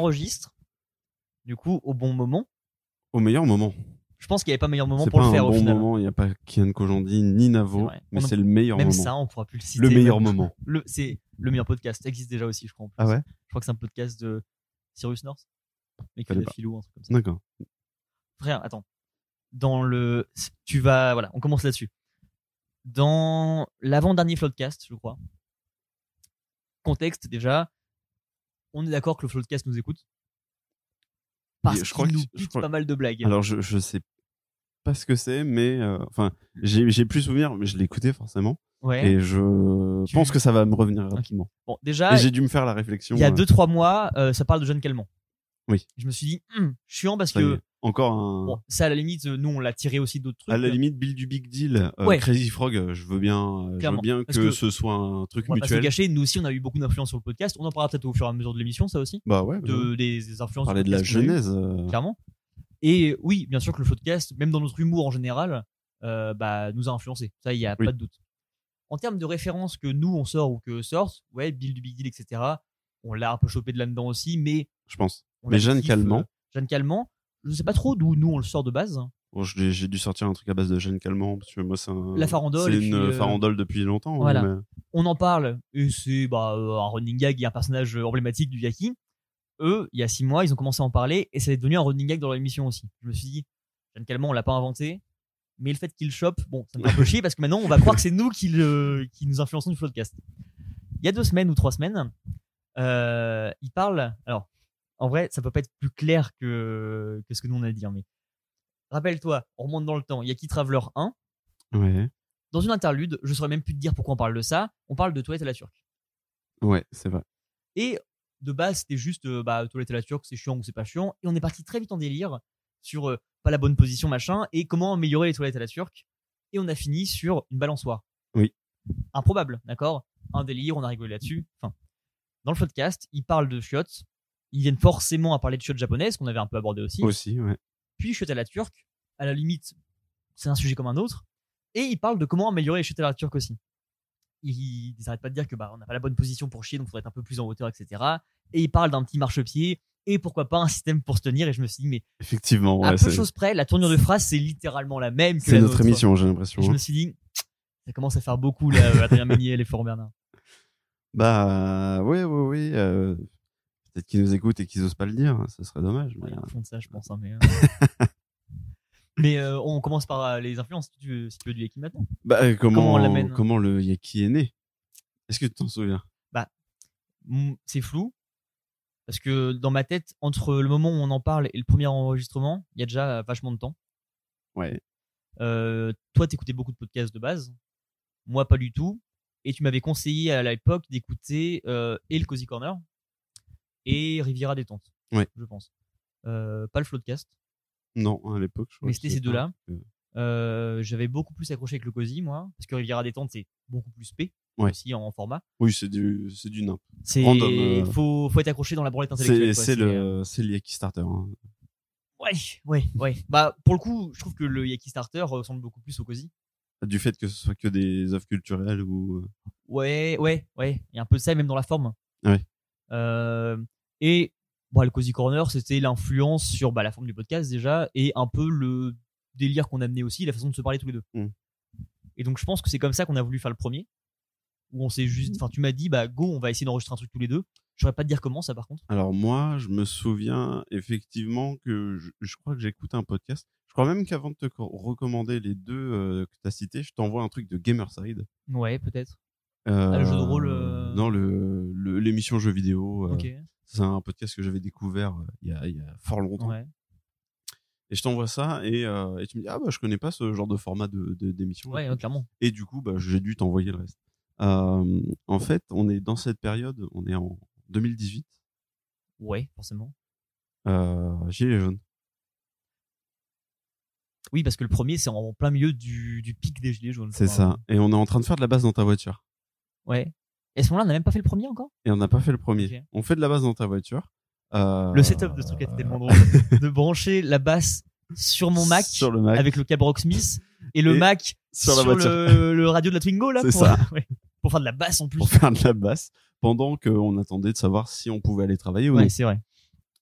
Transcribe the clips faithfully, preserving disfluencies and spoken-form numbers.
enregistre, du coup, au bon moment. Au meilleur moment. Je pense qu'il n'y avait pas meilleur moment c'est pour pas le faire un au bon final. moment, il n'y a pas Kian Kojandi ni Navo, C'est mais on c'est le meilleur même moment. Même ça, on pourra plus le citer. Le meilleur même. moment. Le, c'est le meilleur podcast. Ça existe déjà aussi, je crois. En plus. Ah ouais? Je crois que c'est un podcast de Cyrus North. Et que Philo, un truc comme ça. D'accord. Frère, attends. Dans le, tu vas, voilà, on commence là-dessus. Dans l'avant-dernier Floodcast, je crois. Contexte déjà. On est d'accord que le Floodcast nous écoute. Parce je qu'il crois nous pique crois... pas mal de blagues. Alors je je sais pas ce que c'est, mais euh, enfin j'ai j'ai plus souvenir, mais je l'ai écouté forcément. Ouais. Et je tu... pense que ça va me revenir rapidement. Okay. Bon, déjà. Et j'ai dû me faire la réflexion. Il y a euh... deux trois mois, euh, ça parle de Jeanne Calment. Oui. Je me suis dit, hum, chiant parce ça que. Encore un. Bon, ça à la limite, nous on l'a tiré aussi d'autres trucs. À la limite, Bill du Big Deal, euh, ouais. Crazy Frog, je veux bien, je veux bien que, que ce soit un truc on va mutuel. Pas se gâcher, nous aussi on a eu beaucoup d'influence sur le podcast. On en parlera peut-être au fur et à mesure de l'émission, ça aussi. Bah ouais. De ouais. des, des influences. Parler de la genèse. Euh... Clairement. Et oui, bien sûr que le podcast, même dans notre humour en général, euh, bah nous a influencé. Ça, il y a oui. pas de doute. En termes de références que nous on sort ou que sortent, ouais, Bill du Big Deal, et cetera. On l'a un peu chopé de là-dedans aussi, mais. Je pense. Mais Jeanne Calment. Euh, Jeanne Calment. Je sais pas trop d'où nous on le sort de base. Bon, j'ai, j'ai dû sortir un truc à base de Jeanne Calment parce que moi c'est un, la farandole. C'est et une puis, euh... farandole depuis longtemps. Voilà. Mais... On en parle et c'est bah un running gag et un personnage emblématique du Yaki. Eux, il y a six mois, ils ont commencé à en parler et ça est devenu un running gag dans l'émission aussi. Je me suis dit, Jeanne Calment, on l'a pas inventé, mais le fait qu'il chope, bon, ça me fait un peu chier parce que maintenant on va croire que c'est nous qui le, qui nous influençons du podcast. Il y a deux semaines ou trois semaines, euh, il parle. Alors. En vrai, ça peut pas être plus clair que, que ce que nous on a dit, hein, mais rappelle-toi, on remonte dans le temps, Yaki Traveler un. Ouais. Dans une interlude, je saurais même plus te dire pourquoi on parle de ça, on parle de Toilette à la Turque. Ouais, c'est vrai. Et de base, c'était juste euh, bah, Toilette à la Turque, c'est chiant ou c'est pas chiant, et on est parti très vite en délire sur euh, pas la bonne position, machin, et comment améliorer les toilettes à la Turque, et on a fini sur une balançoire. Oui. Improbable, d'accord? Un délire, on a rigolé là-dessus. Enfin, dans le podcast, ils parlent de chiottes. Ils viennent forcément à parler de chiottes japonaises, qu'on avait un peu abordé aussi. Aussi, ouais. Puis chiottes à la turque, à la limite, c'est un sujet comme un autre. Et ils parlent de comment améliorer les chiottes à la turque aussi. Ils n'arrêtent pas de dire que bah on n'a pas la bonne position pour chier, donc il faudrait être un peu plus en hauteur, et cetera. Et ils parlent d'un petit marchepied et pourquoi pas un système pour se tenir. Et je me suis dit, mais effectivement, ouais, à peu c'est... de choses près, la tournure de phrase c'est littéralement la même que c'est la notre nôtre. émission, j'ai l'impression. Et je me suis dit, ça commence à faire beaucoup là, Adrien Méniel et Florent Bernard. Bah ouais, ouais, ouais. Euh... Peut-être qu'ils nous écoutent et qu'ils osent pas le dire, ça serait dommage. Ouais, mais... au fond de ça, je pense. Hein, mais mais euh, on commence par les influences, si tu veux, si tu veux du Yaki maintenant. Bah, euh, comment, comment on l'amène? Comment le Yaki est né? Est-ce que tu t'en souviens? Bah, c'est flou. Parce que dans ma tête, entre le moment où on en parle et le premier enregistrement, il y a déjà vachement de temps. Ouais. Euh, toi, t'écoutais beaucoup de podcasts de base. Moi, pas du tout. Et tu m'avais conseillé à l'époque d'écouter euh, et le Cozy Corner et Riviera Détente. Ouais. Je pense. Euh, pas le Floodcast. Non, à l'époque, je crois. Mais c'était ces deux-là. Que... Euh, j'avais beaucoup plus accroché avec le Cozy, moi. Parce que Riviera Détente, c'est beaucoup plus P. Ouais. Aussi en format. Oui, c'est du, c'est du nimp. C'est, Random, euh... faut, faut être accroché dans la branlette intellectuelle. C'est, c'est, quoi. le, c'est, c'est le Yaki Starter. Hein. Ouais, ouais, ouais. Bah, pour le coup, je trouve que le Yaki Starter ressemble beaucoup plus au Cozy. Du fait que ce soit que des œuvres culturelles ou. Ouais, ouais, ouais. Il y a un peu de ça, même dans la forme. Ouais. Euh, et, bon, le Cozy Corner, c'était l'influence sur, bah, la forme du podcast déjà, et un peu le délire qu'on a amené aussi, la façon de se parler tous les deux. Mm. Et donc, je pense que c'est comme ça qu'on a voulu faire le premier. Où on s'est juste, enfin, tu m'as dit, bah, go, on va essayer d'enregistrer un truc tous les deux. Je saurais pas te dire comment, ça, par contre. Alors, moi, je me souviens effectivement que je, je crois que j'écoute un podcast. Je crois même qu'avant de te recommander les deux euh, que tu as cités, je t'envoie un truc de Gamerside. Ouais, peut-être. Euh, ah, le jeu de rôle. Euh... Non, le, le, l'émission jeux vidéo. Euh, okay. C'est un podcast que j'avais découvert euh, il, y a, il y a fort longtemps. Ouais. Et je t'envoie ça et, euh, et tu me dis, ah bah, je connais pas ce genre de format de, de, d'émission. Ouais, ouais, clairement. Et du coup, bah, j'ai dû t'envoyer le reste. Euh, en fait, on est dans cette période, on est en deux mille dix-huit. Ouais, forcément. Euh, Gilets jaunes. Oui, parce que le premier, c'est en plein milieu du, du pic des Gilets jaunes. C'est ça. Et on est en train de faire de la base dans ta voiture. Ouais. Et à ce moment-là, on n'a même pas fait le premier encore? Et on n'a pas fait le premier. Okay. On fait de la basse dans ta voiture. Euh... Le setup de ce truc était tellement drôle. De brancher la basse sur mon Mac, sur le Mac. Avec le câble Rocksmith et le et Mac sur, sur la voiture. Le, le radio de la Twingo là. C'est pour, ça. Ouais, pour faire de la basse en plus. Pour faire de la basse pendant qu'on attendait de savoir si on pouvait aller travailler ou ouais, non. C'est vrai.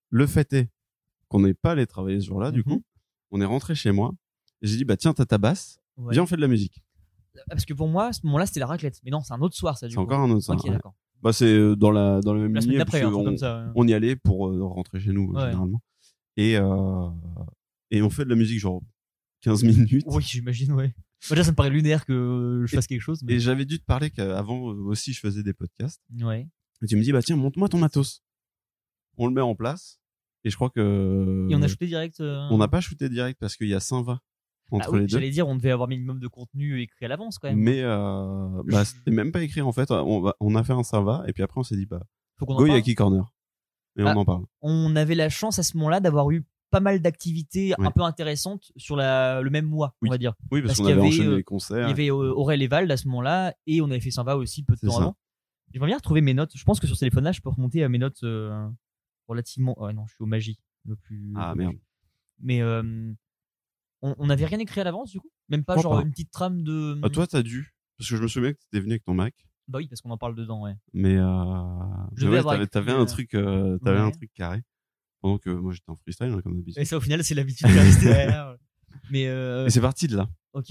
Le fait est qu'on n'est pas allé travailler ce jour-là, du Mhm. coup. On est rentré chez moi. Et j'ai dit, bah tiens, t'as ta basse. Ouais. Viens, on fait de la musique. Parce que pour moi, à ce moment-là, c'était la raclette. Mais non, c'est un autre soir, ça, du C'est coup. encore un autre soir. Ok, ouais. d'accord. Bah, c'est euh, dans la, dans la même La semaine lignée. d'après, parce un truc qu'on- comme ça. ouais. On y allait pour euh, rentrer chez nous, Ouais. généralement. Et, euh, et on fait de la musique genre quinze minutes. Oui, j'imagine, ouais. Moi, déjà, ça me paraît lunaire que je fasse quelque chose. Mais... Et j'avais dû te parler qu'avant aussi, je faisais des podcasts. Ouais. Et tu me dis, bah tiens, montre-moi ton matos. On le met en place. Et je crois que. Et on a shooté direct. euh, On n'a pas shooté direct parce qu'il y a Saint-Va entre Ah oui, les deux. j'allais dire, on devait avoir minimum de contenu écrit à l'avance quand même. Mais euh, bah, c'était même pas écrit en fait. On, va, on a fait un Saint-Va et puis après on s'est dit, bah, Faut qu'on en go parle. Yaki Corner. Et Ah. on en parle. On avait la chance à ce moment-là d'avoir eu pas mal d'activités Ouais. un peu intéressantes sur la, le même mois, Oui. on va dire. Oui, parce, Parce qu'on qu'il y avait avait, enchaîné euh, les concerts. Il y avait euh, Aurel et Vald à ce moment-là et on avait fait Saint-Va aussi peu de C'est temps ça. avant. J'aimerais bien retrouver mes notes. Je pense que sur ce téléphone-là, je peux remonter à mes notes euh, relativement. Ouais, non, je suis au magie. Le plus. Ah le merde. plus. Mais euh, on on n'avait rien écrit à l'avance du coup. Même pas Je genre crois pas. une petite trame de. Ah, toi, t'as dû. Parce que je me souviens que t'étais venu avec ton Mac. Bah oui, parce qu'on en parle dedans, ouais. Mais, euh... Je mais devais ouais, avoir t'avais, écrit, t'avais euh, un truc, euh, t'avais ouais. un truc carré. Pendant que moi j'étais en freestyle, hein, comme d'habitude. Et ça, au final, c'est l'habitude qui est restée derrière. Mais euh, Et c'est parti de là. ok.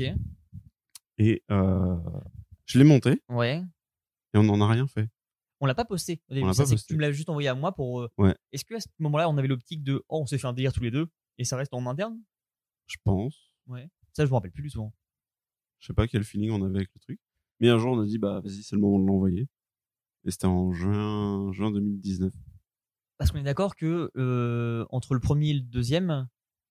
Et euh, je l'ai monté Ouais. et on n'en a rien fait. On l'a pas posté au début. l'a Ça, pas c'est que posté. tu me l'as juste envoyé à moi pour. euh, Ouais. Est-ce que à ce moment-là, on avait l'optique de oh, on s'est fait un délire tous les deux et ça reste en interne? Je pense. Ouais. Ça, je me rappelle plus du tout. hein. Je sais pas quel feeling on avait avec le truc. Mais un jour on a dit, bah vas-y, c'est le moment de l'envoyer. Et c'était en juin, juin deux mille dix-neuf. Parce qu'on est d'accord que euh, entre le premier et le deuxième,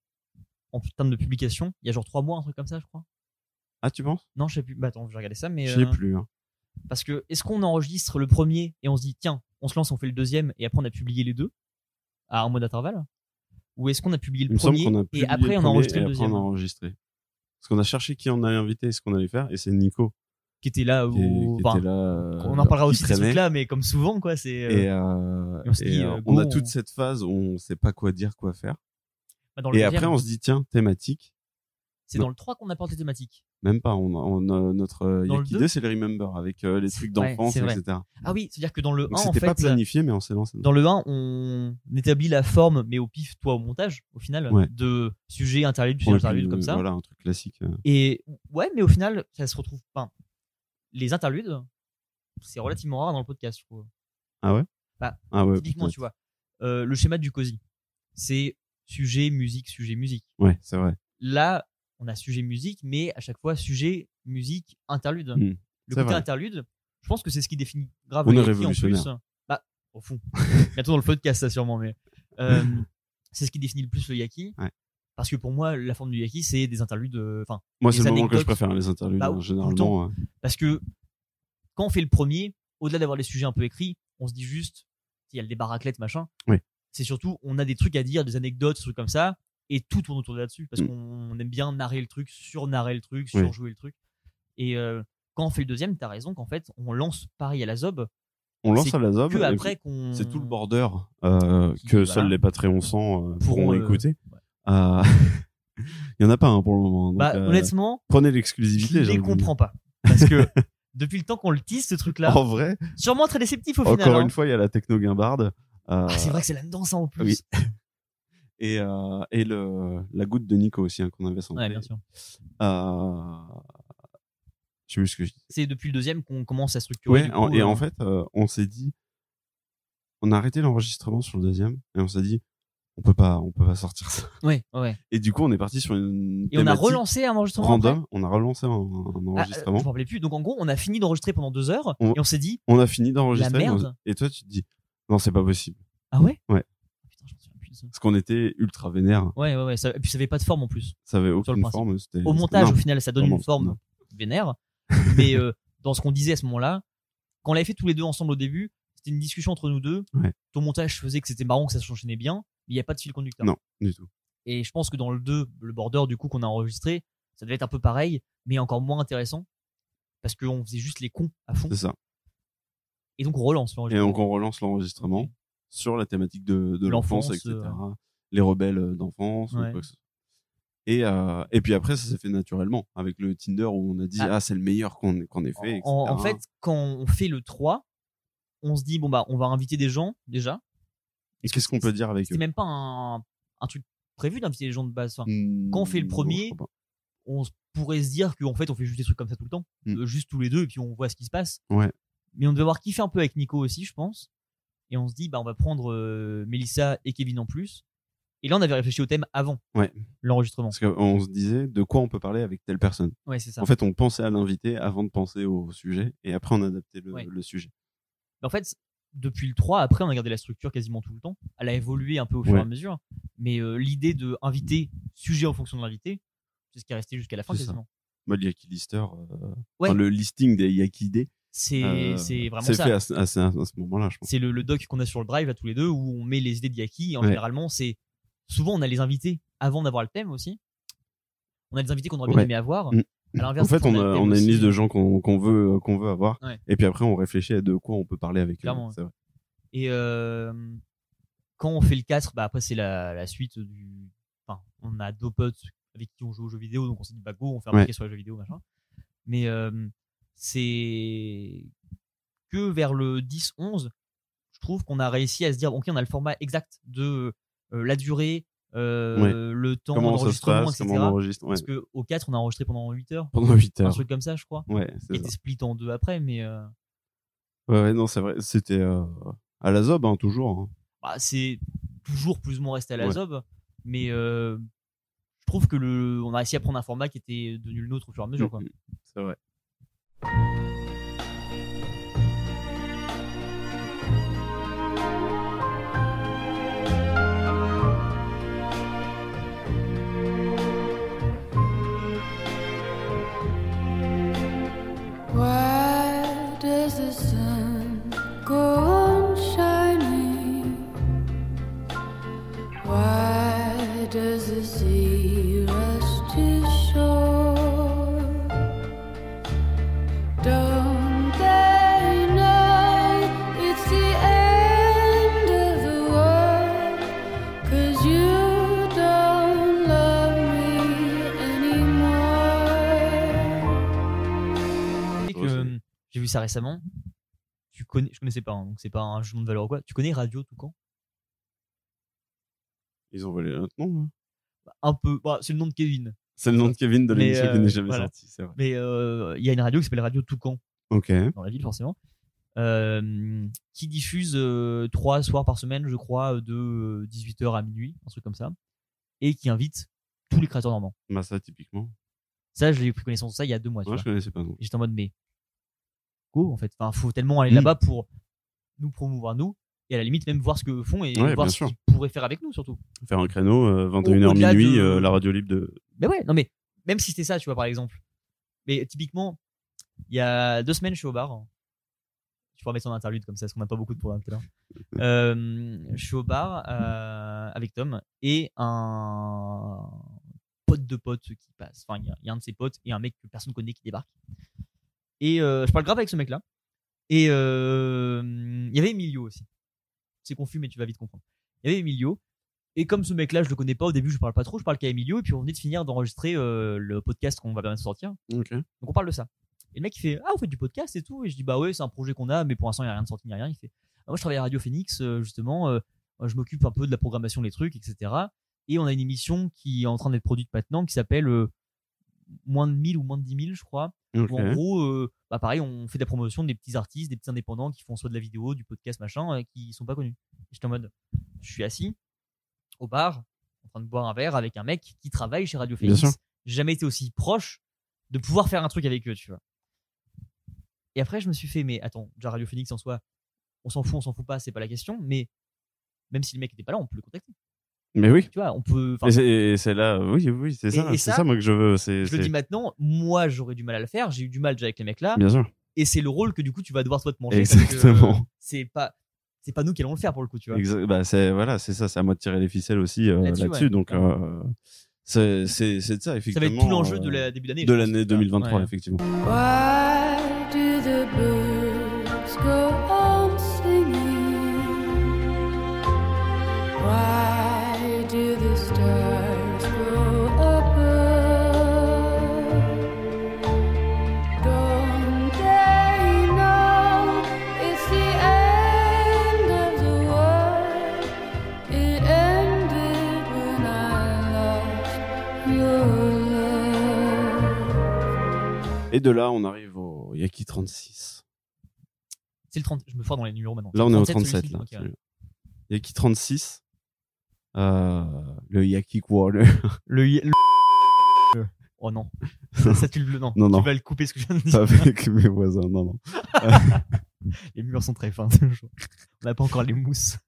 en termes de publication, il y a genre trois mois, un truc comme ça, je crois. Ah, tu penses? Non, je sais plus. Bah attends, je vais regarder ça. Mais Je sais euh, plus. Hein. parce que est-ce qu'on enregistre le premier et on se dit tiens, on se lance, on fait le deuxième et après on a publié les deux à un mois d'intervalle? Ou est-ce qu'on a publié Il le me semble premier qu'on a et publié après le on a premier enregistré et le après deuxième on a enregistré. Parce qu'on a cherché qui on allait inviter et ce qu'on allait faire. Et c'est Nico qui était là qui, est- ou qui était là. euh, on en parlera qui aussi de ce traînait. truc-là, mais comme souvent, quoi, c'est. euh, Et, euh, et on se et, dit, euh, euh, on go, a toute on- cette phase où on sait pas quoi dire, quoi faire. bah, dans le Et deuxième, après, on se dit, tiens, thématique. c'est dans le trois qu'on apporte les thématiques. Même pas. On a, on a notre euh, Dans le Yaki deux deux, c'est le Remember avec euh, les C'est- trucs ouais, d'enfance, c'est vrai. et cetera. Ah oui, c'est-à-dire que dans le Donc un, en c'était fait, pas planifié, mais on s'est lancé. dans le un, on établit la forme, mais au pif, toi au montage, au final, Ouais. de sujet, interlude, Ouais, sujet, et puis, interlude, euh, comme ça. Voilà, un truc classique. euh. Et ouais, mais au final, ça se retrouve pas. Les interludes, c'est relativement rare dans le podcast, je trouve. Ah ouais? Bah, ah ouais. Typiquement, peut-être. tu vois, euh, le schéma du COSI, c'est sujet, musique, sujet, musique. Ouais, c'est vrai. Là, on a sujet musique, mais à chaque fois sujet, musique, interlude. Hmm. Le C'est côté vrai. interlude, je pense que c'est ce qui définit grave On le est Yaki en révolutionnaire. plus. Bah, au fond. Bientôt dans le podcast, ça sûrement, mais euh, c'est ce qui définit le plus le Yaki. Ouais. Parce que pour moi, la forme du Yaki, c'est des interludes. Enfin, Moi, des c'est le moment que je anecdotes. préfère, les interludes, Bah, hein, tout le généralement. euh. parce que quand on fait le premier, au-delà d'avoir des sujets un peu écrits, on se dit juste, il y a le débat raclette, machin. Oui. C'est surtout, on a des trucs à dire, des anecdotes, des trucs comme ça, et tout tourne autour de là-dessus, parce Mm. qu'on aime bien narrer le truc, sur-narrer le truc, Oui. surjouer le truc. Et euh, quand on fait le deuxième, t'as raison qu'en fait, on lance pareil à la Zob, On lance c'est à la Zob. que et après puis qu'on. C'est tout le border euh, Qui- que voilà. seuls les Patreons cent euh, pourront Pourront, euh, écouter. ouais. Euh, Il y en a pas un pour le moment. Donc, Bah, euh, honnêtement, prenez je l'exclusivité. j'ai les envie de dire. comprends pas. Parce que depuis le temps qu'on le tease, ce truc-là, En vrai, sûrement très déceptif au final. encore hein. une fois, il y a la techno guimbarde. Euh, Ah, c'est vrai que c'est là-dedans, ça en plus. oui. et euh, et le la goutte de Nico aussi hein, qu'on avait samplé. Ouais, bien sûr. Euh, je sais plus ce que je dis. C'est depuis le deuxième qu'on commence à structurer. Ouais, du en- coup, et euh, en fait, euh, on s'est dit, on a arrêté l'enregistrement sur le deuxième et on s'est dit, on peut pas, on peut pas sortir ça. Ouais, ouais. Et du coup, on est parti sur une Et on a thématique relancé un enregistrement. après random. On a relancé un, un Ah, euh, enregistrement. je me rappelais plus. Donc en gros, on a fini d'enregistrer pendant deux heures On- et on s'est dit, On a fini d'enregistrer. La mais on- merde. Et toi, tu te dis, non, c'est pas possible. ah ouais. Ouais. Putain, je me souviens plus de ça. Parce qu'on était ultra vénère. Ouais, ouais, ouais. Ça... Et puis ça avait pas de forme en plus. Ça avait Sur le aucune principe. forme. C'était, Au c'était montage, au nimp. final, ça donne Vraiment, une forme nimp. vénère. Mais euh, dans ce qu'on disait à ce moment-là, quand on l'avait fait tous les deux ensemble au début, c'était une discussion entre nous deux. Ouais. Ton montage faisait que c'était marrant, que ça s'enchaînait bien, mais il n'y a pas de fil conducteur. Non, du tout. Et je pense que dans le deux, le border du coup qu'on a enregistré, ça devait être un peu pareil, mais encore moins intéressant. Parce qu'on faisait juste les cons à fond. C'est ça. Et donc on relance Et l'enregistrement. donc, on relance l'enregistrement Ok. sur la thématique de, de L'enfance, l'enfance, et cetera. euh. Les rebelles d'enfance ou Ouais. quoi que ce soit. Et, euh, et puis après, ça s'est fait naturellement avec le Tinder où on a dit, Ah. ah, c'est le meilleur qu'on, qu'on ait fait, et cetera. En, en fait, quand on fait le trois, on se dit, bon bah, on va inviter des gens, déjà. Et qu'est-ce qu'on peut dire avec eux? C'est même pas un, un truc prévu d'inviter les gens de base. Enfin, mmh, quand on fait le premier, bon, on pourrait se dire qu'en fait on fait juste des trucs comme ça tout le temps, mmh. euh, juste tous les deux et puis on voit ce qui se passe. Ouais. Mais on devait avoir kiffé un peu avec Nico aussi, je pense. Et on se dit bah on va prendre euh, Mélissa et Kevin en plus. Et là on avait réfléchi au thème avant ouais. l'enregistrement. Parce qu'on se disait de quoi on peut parler avec telle personne. Ouais, c'est ça. En fait on pensait à l'invité avant de penser au sujet et après on adaptait le, ouais. le sujet. En fait depuis le trois, après on a gardé la structure quasiment tout le temps. Elle a évolué un peu au fur ouais. et à mesure. Mais euh, l'idée de inviter sujet en fonction de l'invité, c'est ce qui est resté jusqu'à la fin c'est quasiment. Moi, le Yaki Lister, euh, ouais. enfin, le listing des Yaki Day, c'est, euh, c'est vraiment c'est ça. fait à, à, à, à ce moment-là, je pense. C'est le, le doc qu'on a sur le drive à tous les deux où on met les idées de Yaki. Et en ouais. généralement, c'est souvent on a les invités avant d'avoir le thème aussi. On a des invités qu'on aurait bien ouais. aimé avoir. Mmh. À l'inverse, en fait, on a, on a une liste de gens qu'on, qu'on veut, qu'on veut avoir. Ouais. Et puis après, on réfléchit à de quoi on peut parler avec Clairement, eux. C'est vrai. Et euh, quand on fait le quatre, bah après, c'est la, la suite du. Enfin, on a deux potes avec qui on joue aux jeux vidéo, donc on s'est dit, bah go, on fait un ouais. podcast sur les jeux vidéo, machin. Mais euh, c'est que vers le dix onze, je trouve qu'on a réussi à se dire, ok, on a le format exact de euh, la durée, euh, ouais. le temps comment d'enregistrement, passe, et cetera. Comment on enregistre, ouais. Parce qu'au quatre, on a enregistré pendant huit heures. Pendant huit heures. Un truc comme ça, je crois. Ouais, c'est qui était split en deux après, mais. Euh... Ouais, ouais, non, c'est vrai. C'était euh, à la Zob, hein, toujours. Hein. Bah, c'est toujours plus ou moins resté à la ouais. Zob, mais. Euh... Je trouve que le, on a réussi à prendre un format qui était devenu le nôtre au fur et à mesure. Quoi. C'est vrai. Why does the sun go on shining? Why does the sea rush to shore? Don't they know it's the end of the world? 'Cause you don't love me anymore. Que, j'ai vu ça récemment. Tu connais, je connaissais pas, hein, donc c'est pas un jugement de valeur ou quoi. Tu connais Radio Toucan? Ils ont volé notre nom. Hein. Un peu. Bah, c'est le nom de Kevin. C'est le nom de Kevin de l'émission euh, qui n'est jamais voilà. sorti, c'est vrai. Mais il euh, y a une radio qui s'appelle Radio Toucan. Ok. Dans la ville, forcément. Euh, qui diffuse euh, trois soirs par semaine, je crois, de dix-huit heures à minuit, un truc comme ça. Et qui invite tous les créateurs normands. Bah, ça, typiquement. Ça, j'ai pris connaissance de ça il y a deux mois. Moi, je connaissais pas, non. J'étais en mode, mais. Go, en fait. Enfin, faut tellement aller mmh. là-bas pour nous promouvoir, nous. Et à la limite même voir ce que font et ouais, voir ce qu'ils pourraient faire avec nous surtout. Faire un créneau euh, vingt et une heures minuit de... euh, la radio libre de. Mais ouais, non mais même si c'était ça, tu vois par exemple. Mais typiquement, il y a deux semaines je suis au bar. Je pourrais mettre son interlude comme ça parce qu'on n'a pas beaucoup de programmes tout à l'heure. euh, je suis au bar euh, avec Tom et un pote de pote qui passe. Enfin il y, y a un de ses potes et un mec que personne connaît qui débarque. Et euh, je parle grave avec ce mec là. Et il euh, y avait Emilio aussi. C'est confus mais tu vas vite comprendre. Il y avait Emilio et comme ce mec là je le connais pas au début, je parle pas trop, je parle qu'à Emilio et puis on venait de finir d'enregistrer euh, le podcast qu'on va bientôt sortir. Okay. Donc on parle de ça. Et le mec il fait ah vous faites du podcast et tout et je dis bah ouais c'est un projet qu'on a mais pour l'instant il y a rien de sorti ni rien. Il fait ah, moi je travaille à Radio Phoenix euh, justement euh, je m'occupe un peu de la programmation des trucs etc. Et on a une émission qui est en train d'être produite maintenant qui s'appelle euh, moins de mille ou moins de dix mille je crois. Okay. Où en gros, euh, bah pareil, on fait de la promotion des petits artistes, des petits indépendants qui font soit de la vidéo, du podcast, machin, euh, qui sont pas connus. Et j'étais en mode, je suis assis au bar, en train de boire un verre avec un mec qui travaille chez Radio Phoenix. J'ai jamais été aussi proche de pouvoir faire un truc avec eux, tu vois. Et après, je me suis fait, mais attends, déjà Radio Phoenix en soi, on s'en fout, on s'en fout pas, c'est pas la question, mais même si le mec était pas là, on peut le contacter. Mais oui. Tu vois, on peut. Et c'est, et c'est là, oui, oui, c'est ça. Et c'est ça, ça, moi, que je veux. C'est, je c'est... le dis maintenant, moi, j'aurais du mal à le faire. J'ai eu du mal déjà avec les mecs là. Bien sûr. Et c'est le rôle que du coup, tu vas devoir toi te manger. Exactement. Parce que c'est pas, c'est pas nous qui allons le faire pour le coup, tu vois. Exact. Bah, c'est, voilà, c'est ça, c'est à moi de tirer les ficelles aussi euh, là-dessus. là-dessus ouais. Donc, euh, c'est, c'est, c'est de ça, effectivement. Ça va être tout l'enjeu de la début d'année. De l'année deux mille vingt-trois, ouais. Effectivement. Why do the birds go on singing? Why do the stars go above? Don't they know it's the end of the world? your love. Et de là, on arrive au Yaki trente-six. C'est le trente. Je me foire dans les numéros maintenant. Là, on est au trente-sept, trente-sept. Là. celui-ci. Ok, ouais. Yaki trente-six. Euh, le Yaki Quarter. Le, y- le... le- Oh non. Ça, ça, tu le non. Non, non. Tu vas le couper ce que je viens de dire. Avec mes voisins. Non, non. Les murs sont très fins. On n'a pas encore les mousses.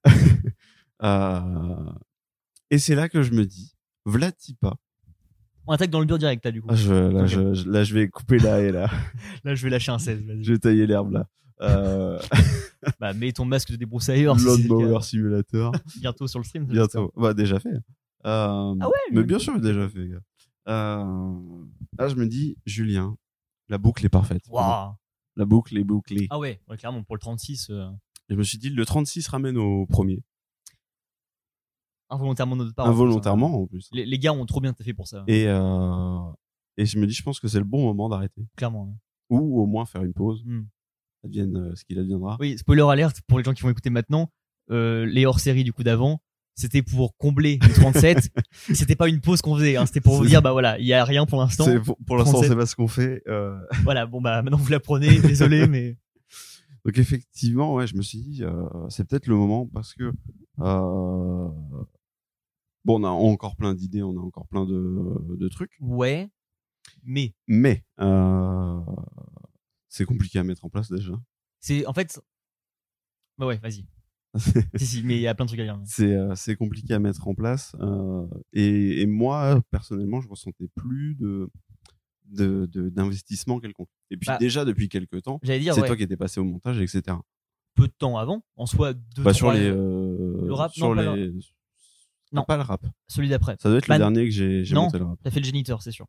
Euh, et c'est là que je me dis, Vlatipa. On attaque dans le dur direct là du coup. Ah, je, là, Ok. je, je- là, je vais couper là et là. Là je vais lâcher un seize. Vas-y. Je vais tailler l'herbe là. Euh, Bah mets ton masque de débroussailleur. si c'est le Lawnmower cas. Simulator. Bientôt sur le stream. Bientôt. Bah, déjà fait. Euh, Ah ouais, mais même bien pas. sûr, déjà fait, gars. Euh, là, je me dis, Julien, la boucle est parfaite. Waouh. La boucle est bouclée. Ah ouais, ouais, clairement pour le trente-six, euh, Et je me suis dit, le trente-six ramène au premier. involontairement de notre part. en plus, Involontairement, en plus. hein. Les, les gars ont trop bien fait pour ça. Et, euh, et je me dis, je pense que c'est le bon moment d'arrêter. Clairement. hein. Ou au moins faire une pause. Hmm. Advienne euh, ce qu'il adviendra. Oui, spoiler alerte pour les gens qui vont écouter maintenant. Euh, les hors-séries du coup d'avant, c'était pour combler le trente-sept. C'était pas une pause qu'on faisait. Hein. C'était pour vous C'est- dire bah voilà, il y a rien pour l'instant. C'est- pour pour l'instant, trente-sept. c'est pas ce qu'on fait. Euh, Voilà, bon bah maintenant vous la prenez. Désolé, mais Donc effectivement, ouais, je me suis dit, euh, c'est peut-être le moment parce que euh, bon, on a encore plein d'idées, on a encore plein de, de trucs, ouais, mais mais euh, c'est compliqué à mettre en place déjà. c'est en fait. Bah ouais, vas-y. si si, mais il y a plein de trucs à dire. c'est euh, c'est compliqué à mettre en place euh, et, et moi personnellement, je ressentais plus de de de- d'investissement quelconque. Et puis Bah, déjà depuis quelques temps, J'allais dire c'est ouais, toi qui étais passé au montage, et cetera. peu de temps avant, en soi deux. Bah, sur trois- les euh, le rap, sur non, pas les Non. pas le rap. Celui d'après. Ça doit être Bah, le dernier que j'ai j'ai non. monté le rap. T'as fait le géniteur, c'est sûr.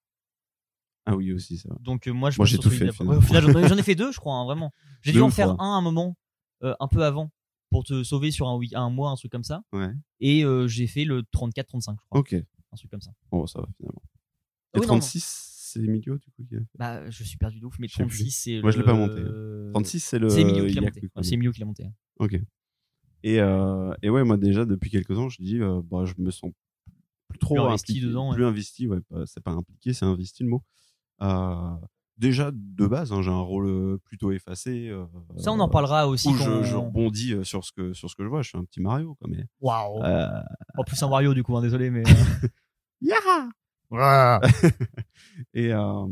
Ah oui aussi, c'est vrai. Donc euh, moi je Moi, passe j'ai sur tout celui fait, d'après. finalement. Ouais, au final j'en ai, j'en ai fait deux je crois hein, vraiment. J'ai dû Deux en ou faire trois. un à un moment euh, un peu avant pour te sauver sur un, week- un mois un truc comme ça Ouais. et euh, j'ai fait le trente-quatre trente-cinq je crois Ok. un truc comme ça. Bon, ça va finalement. Ah Et oui, non, non. trente-six, c'est Emilio du coup qui a fait. Bah je suis perdu de ouf mais Je sais plus. trente-six c'est Moi, je l'ai le- pas monté. trente-six, c'est le. c'est Emilio qui l'a Yaku, monté. quoi. Ouais, c'est Emilio qui l'a monté. Ok. Et euh, et ouais, moi déjà depuis quelques temps, je dis, euh, bah je me sens plus trop Plus investi impliqué, dedans, ouais. plus investi. Ouais, pas- c'est pas impliqué, c'est investi le mot. Euh, déjà de base, hein, j'ai un rôle euh, plutôt effacé. euh, Ça on en parlera aussi Où quand je, je rebondis euh, sur ce que sur ce que je vois. Je suis un petit Mario, quoi. Mais waouh. euh, En plus un Wario du coup hein, désolé mais euh, Yaha et euh,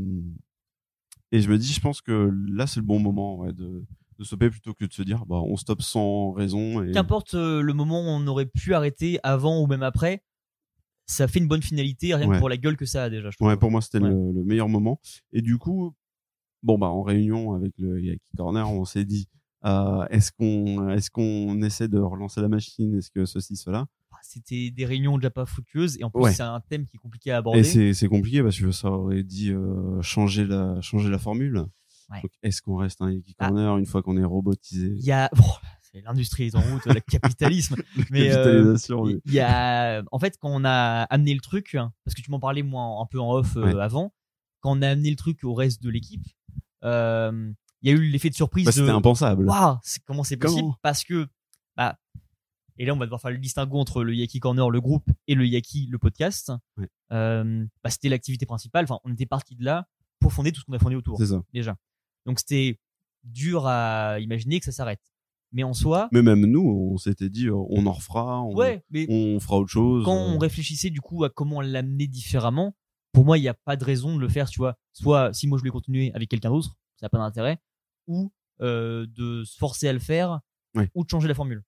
et je me dis, je pense que là c'est le bon moment, ouais, de de stopper plutôt que de se dire, bah on stoppe sans raison. Et qu'importe euh, le moment où on aurait pu arrêter avant ou même après, ça fait une bonne finalité rien Ouais. que pour la gueule que ça a déjà je trouve. ouais, pour moi c'était Ouais. le, le meilleur moment. Et du coup, bon bah en réunion avec le Yaki Corner, on s'est dit, euh, est-ce qu'on est-ce qu'on essaie de relancer la machine, est-ce que ceci cela. C'était des réunions déjà pas fructueuses et en plus Ouais. c'est un thème qui est compliqué à Et aborder. c'est c'est compliqué parce que ça aurait dit euh, changer la changer la formule. Ouais. Donc, est-ce qu'on reste un Yaki Ah. Corner une fois qu'on est robotisé? Il y a bon, c'est l'industrie est en route, le capitalisme. Mais euh, Capitalisation, oui. il y a en fait quand on a amené le truc parce que tu m'en parlais moi un peu en off euh, Ouais. avant, quand on a amené le truc au reste de l'équipe, euh, il y a eu l'effet de surprise Bah, de c'était impensable. waouh, c'est comment c'est possible Comment parce que bah et là on va devoir faire le distinguo entre le Yaki Corner le groupe et le Yaki le podcast. Ouais. Euh, bah, c'était l'activité principale, enfin on était parti de là pour fonder tout ce qu'on a fondé autour C'est ça. déjà. Donc c'était dur à imaginer que ça s'arrête. Mais en soi, Mais même nous, on s'était dit, euh, on en refera, on, ouais, mais on fera autre chose. quand euh, on réfléchissait du coup à comment l'amener différemment, pour moi, il n'y a pas de raison de le faire, tu vois. Soit si moi je voulais continuer avec quelqu'un d'autre, ça n'a pas d'intérêt, ou euh, de se forcer à le faire, Ouais. ou de changer la formule.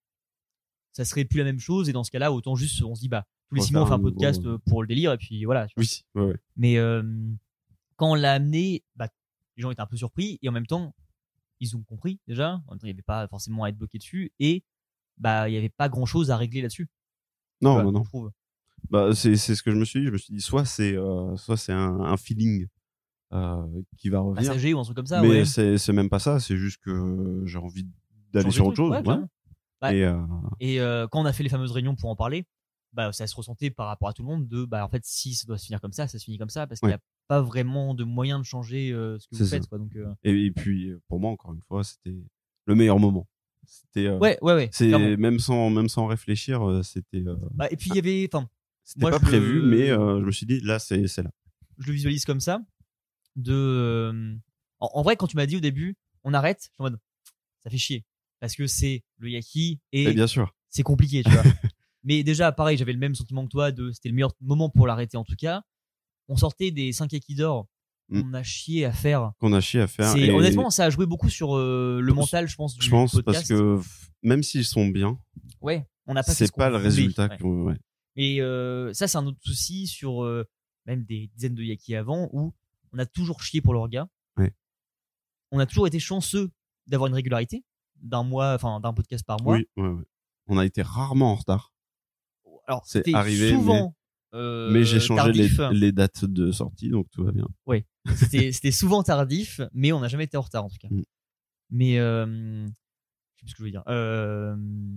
Ça serait plus la même chose, et dans ce cas-là, autant juste on se dit, bah, tous les Faut six mois on fait faire un un nouveau- podcast euh, pour le délire, et puis voilà. tu vois. Oui, ouais, ouais. Mais euh, quand on l'a amené, bah, les gens étaient un peu surpris, et en même temps, ils ont compris déjà. En même temps, il n'y avait pas forcément à être bloqué dessus, et bah, il n'y avait pas grand-chose à régler là-dessus. Non, Voilà, non, non. je trouve. Bah, c'est c'est ce que je me suis dit. Je me suis dit, soit c'est euh, soit c'est un, un feeling euh, qui va revenir, Passager ou un truc comme ça, mais ouais. c'est c'est même pas ça. C'est juste que j'ai envie d'aller Changer sur le autre truc, chose. ouais, Ouais. clairement. Ouais. Et euh, Et euh, quand on a fait les fameuses réunions pour en parler, bah ça se ressentait par rapport à tout le monde de bah en fait si ça doit se finir comme ça, ça se finit comme ça parce qu'il Ouais. n'y a pas vraiment de moyen de changer euh, ce que vous C'est faites ça. quoi. Donc euh, et, et puis pour moi, encore une fois, c'était le meilleur moment. C'était euh, ouais ouais ouais. c'est clairement. même sans même sans réfléchir, euh, c'était euh, Bah, et puis il y avait enfin C'était Moi, pas je prévu, le- mais euh, je me suis dit, là, c'est, c'est là. je le visualise comme ça. De, euh, en, en vrai, quand tu m'as dit au début, on arrête, je suis en mode, ça fait chier. Parce que c'est le yaki Et et bien sûr. c'est compliqué, tu vois. Mais déjà, pareil, j'avais le même sentiment que toi de, c'était le meilleur moment pour l'arrêter en tout cas. On sortait des cinq yaki d'or. Mm. On a chié à faire. Qu'on a chié à faire. C'est, et honnêtement, ça a joué beaucoup sur euh, le Je- mental, je pense, du je pense podcast. parce que f- même s'ils sont bien, Ouais, on n'a pas fait c'est ce qu'on pas le voulait, résultat ouais. qu'on, ouais. Et euh, ça, c'est un autre souci sur euh, même des dizaines de yaki avant où on a toujours chié pour le regard. Ouais. On a toujours été chanceux d'avoir une régularité d'un mois, enfin d'un podcast par mois. Oui, ouais, ouais. On a été rarement en retard. Alors, C'est c'était arrivé, souvent euh, mais j'ai changé les, tardif. les dates de sortie, donc tout va bien. C'était, c'était souvent tardif, mais on n'a jamais été en retard en tout cas. Mm. Mais euh, je sais plus ce que je voulais dire. Euh,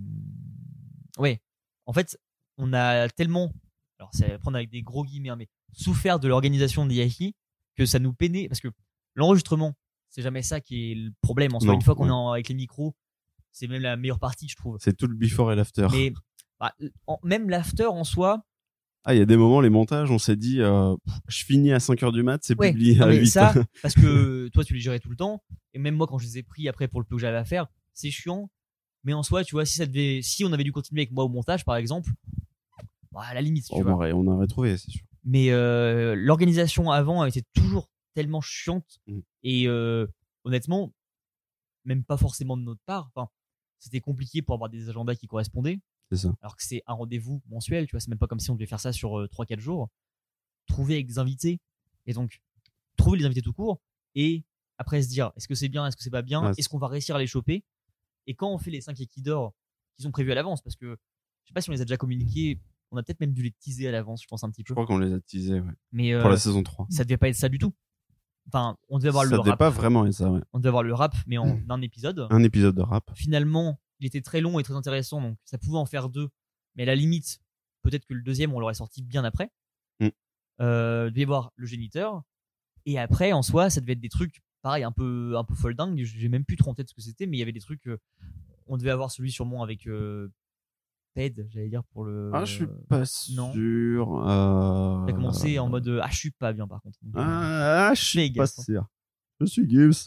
ouais, en fait, on a tellement, alors c'est à prendre avec des gros guillemets, hein, mais souffert de l'organisation des yaki que ça nous peinait parce que l'enregistrement, c'est jamais ça qui est le problème en soi. Non, Une fois qu'on ouais. est en- avec les micros, c'est même la meilleure partie, je trouve. C'est tout le before et l'after. Mais bah, en- même l'after en soi, Ah, il y a des moments, les montages, on s'est dit, euh, pff, je finis à cinq heures du mat, c'est ouais, publié non, à mais huit. ça, parce que toi, tu les gérais tout le temps, et même moi, quand je les ai pris après pour le peu que j'avais à faire, c'est chiant. Mais en soi, tu vois, si ça devait, si on avait dû continuer avec moi au montage, par exemple, bah, à la limite, tu on, vois. aurait, on aurait trouvé, c'est sûr. Mais euh, l'organisation avant a été toujours tellement chiante, Mm. et euh, honnêtement, même pas forcément de notre part. Enfin, c'était compliqué pour avoir des agendas qui correspondaient. C'est ça. Alors que c'est un rendez-vous mensuel, tu vois, c'est même pas comme si on devait faire ça sur euh, trois quatre jours. Trouver avec des invités, et donc trouver les invités tout court, et après se dire est-ce que c'est bien, est-ce que c'est pas bien, Ouais, est-ce c'est- qu'on va réussir à les choper. Et quand on fait les cinq yaki d'or qui sont prévus à l'avance, parce que je sais pas si on les a déjà communiqués, on a peut-être même dû les teaser à l'avance, je pense un petit Je peu. crois qu'on les a teasés, ouais. Mais euh, Pour la saison trois. ça devait pas être ça du tout. Enfin, on devait avoir Ça le devait rap, pas vraiment être ça, ouais. on devait avoir le rap, mais en un épisode. Un épisode de rap. Finalement, il était très long et très intéressant, donc ça pouvait en faire deux. Mais à la limite, peut-être que le deuxième, on l'aurait sorti bien après. Mm. Euh, il devait y avoir le géniteur. Et après, en soi, ça devait être des trucs, pareil, un peu, un peu folle dingue. J'ai même plus trop en tête ce que c'était, mais il y avait des trucs. euh, on devait avoir celui sûrement avec euh, Ped, j'allais dire, pour le. Ah, je suis pas non. sûr. Euh... Ça a commencé en mode euh, ah, je suis pas bien par contre. Donc, euh, Ah, je suis Fais pas gaffe, hein. sûr. Je suis Gibbs.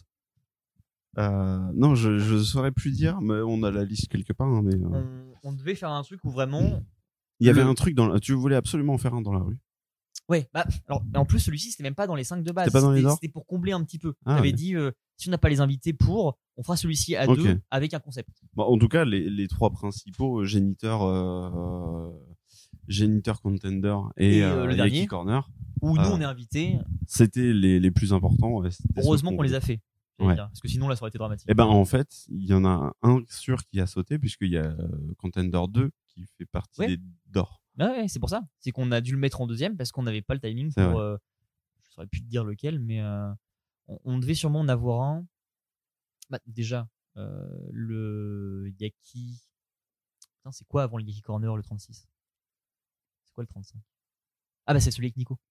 Euh, non, je, je saurais plus dire, mais on a la liste quelque part. Hein, mais euh, on, on devait faire un truc où vraiment. il y avait le- un truc dans. La... Tu voulais absolument en faire un dans la rue. Ouais, bah, alors, et en plus, celui-ci, c'était même pas dans les cinq de base. C'était pas dans les C'était- d'or C'était pour combler un petit peu. Ah, J'avais ouais. dit, euh, si on n'a pas les invités pour, on fera celui-ci à Ok. deux avec un concept. Bon, en tout cas, les, les trois principaux, euh, géniteur, euh, géniteur contender et, Et, euh, le Yaki dernier. Corner, Où nous, Ah. on est invités. c'était les, les plus importants. ouais, c'était ceux Heureusement qu'on les a fait. j'allais Ouais. dire, parce que sinon, là, ça aurait été dramatique. Eh ben, en fait, il y en a un sûr qui a sauté, puisqu'il y a euh, Contender deux qui fait partie Ouais. des d'or. Ah ouais, c'est pour ça. C'est qu'on a dû le mettre en deuxième parce qu'on n'avait pas le timing C'est pour. vrai. Euh, je saurais plus te dire lequel, mais euh, on, on devait sûrement en avoir un. Bah, déjà, euh, le Yaki. Putain, c'est quoi avant le Yaki Corner, le trente-six? C'est quoi le trente-cinq? Ah, bah, c'est celui avec Nico.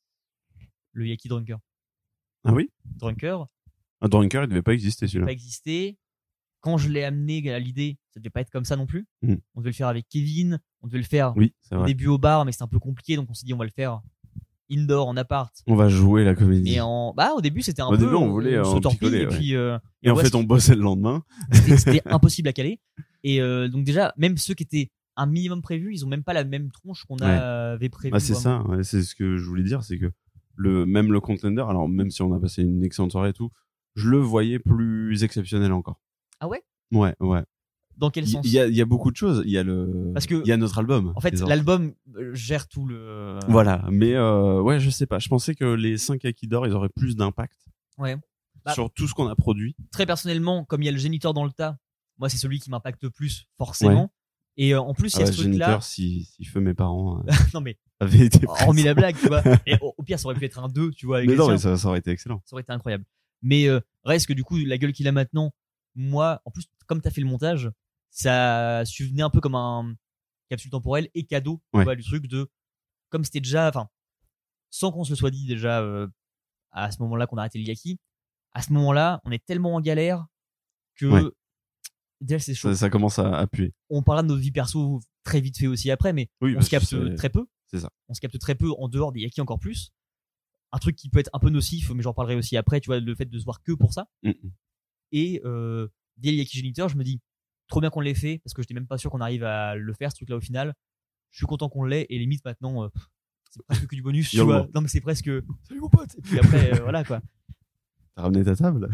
Le Yaki Drunker. Ah oui? Drunker, Un Drunker, il devait pas exister pas celui-là. existé. Quand je l'ai amené à l'idée, ça devait pas être comme ça non plus. Mm. On devait le faire avec Kevin, on devait le faire Oui, c'est au vrai. début au bar, mais c'était un peu compliqué, donc on s'est dit on va le faire indoor, en appart. On va jouer la comédie. Et en, bah, au début, c'était un Au peu, début, on voulait, euh, se en torpille, picoler, et ouais. puis, euh, Et en voit fait, ce on qui- bossait le lendemain. c'était, c'était impossible à caler. Et euh, donc déjà, même ceux qui étaient un minimum prévus, ils ont même pas la même tronche qu'on Ouais. avait prévu. Bah, c'est vraiment. ça, ouais, c'est ce que je voulais dire, c'est que le, même le Contender, alors même si on a passé une excellente soirée et tout, je le voyais plus exceptionnel encore. Ah ouais? Ouais, ouais. Dans quel Il sens? il y a, il y a beaucoup de choses. Il y a le, Parce que- il y a notre album. En fait, les autres. l'album euh, gère tout le. Voilà, mais euh, ouais, je sais pas. Je pensais que les cinq Yaki d'or, ils auraient plus d'impact Ouais. Bah- sur tout ce qu'on a produit. Très personnellement, comme il y a le géniteur dans le tas, moi, c'est celui qui m'impacte plus, forcément. Et euh, en plus, il y Ah a ouais, ce truc-là. géniteur, si, si feu mes parents euh, Non, mais avaient été hormis la présents. blague, tu vois. Et au, au pire, ça aurait pu être un deux, tu vois, avec Mais les non, siens. mais ça, ça aurait été excellent. Ça aurait été incroyable. Mais euh, reste que du coup, la gueule qu'il a maintenant, moi, en plus, comme t'as fait le montage, ça subvenait un peu comme un capsule temporelle et cadeau, tu Ouais. vois, du truc de, comme c'était déjà, enfin, sans qu'on se le soit dit déjà euh, à ce moment-là qu'on a arrêté le Yaki, à ce moment-là, on est tellement en galère que Ouais. déjà c'est chaud. Ça, ça commence à appuyer. On parlera de notre vie perso très vite fait aussi après, mais Oui, on parce se capte que c'est- très peu. C'est ça. On se capte très peu en dehors des yakis encore plus. Un truc qui peut être un peu nocif, mais j'en parlerai aussi après, tu vois, le fait de se voir que pour ça. Mm. Et euh, dès le Yaki géniteur, je me dis, trop bien qu'on l'ait fait, parce que j'étais même pas sûr qu'on arrive à le faire, ce truc-là, au final. Je suis content qu'on l'ait, et limite, maintenant, euh, c'est presque que du bonus, tu vois. Non, mais c'est presque, salut mon pote. Et puis après, euh, voilà, quoi. T'as ramené ta table?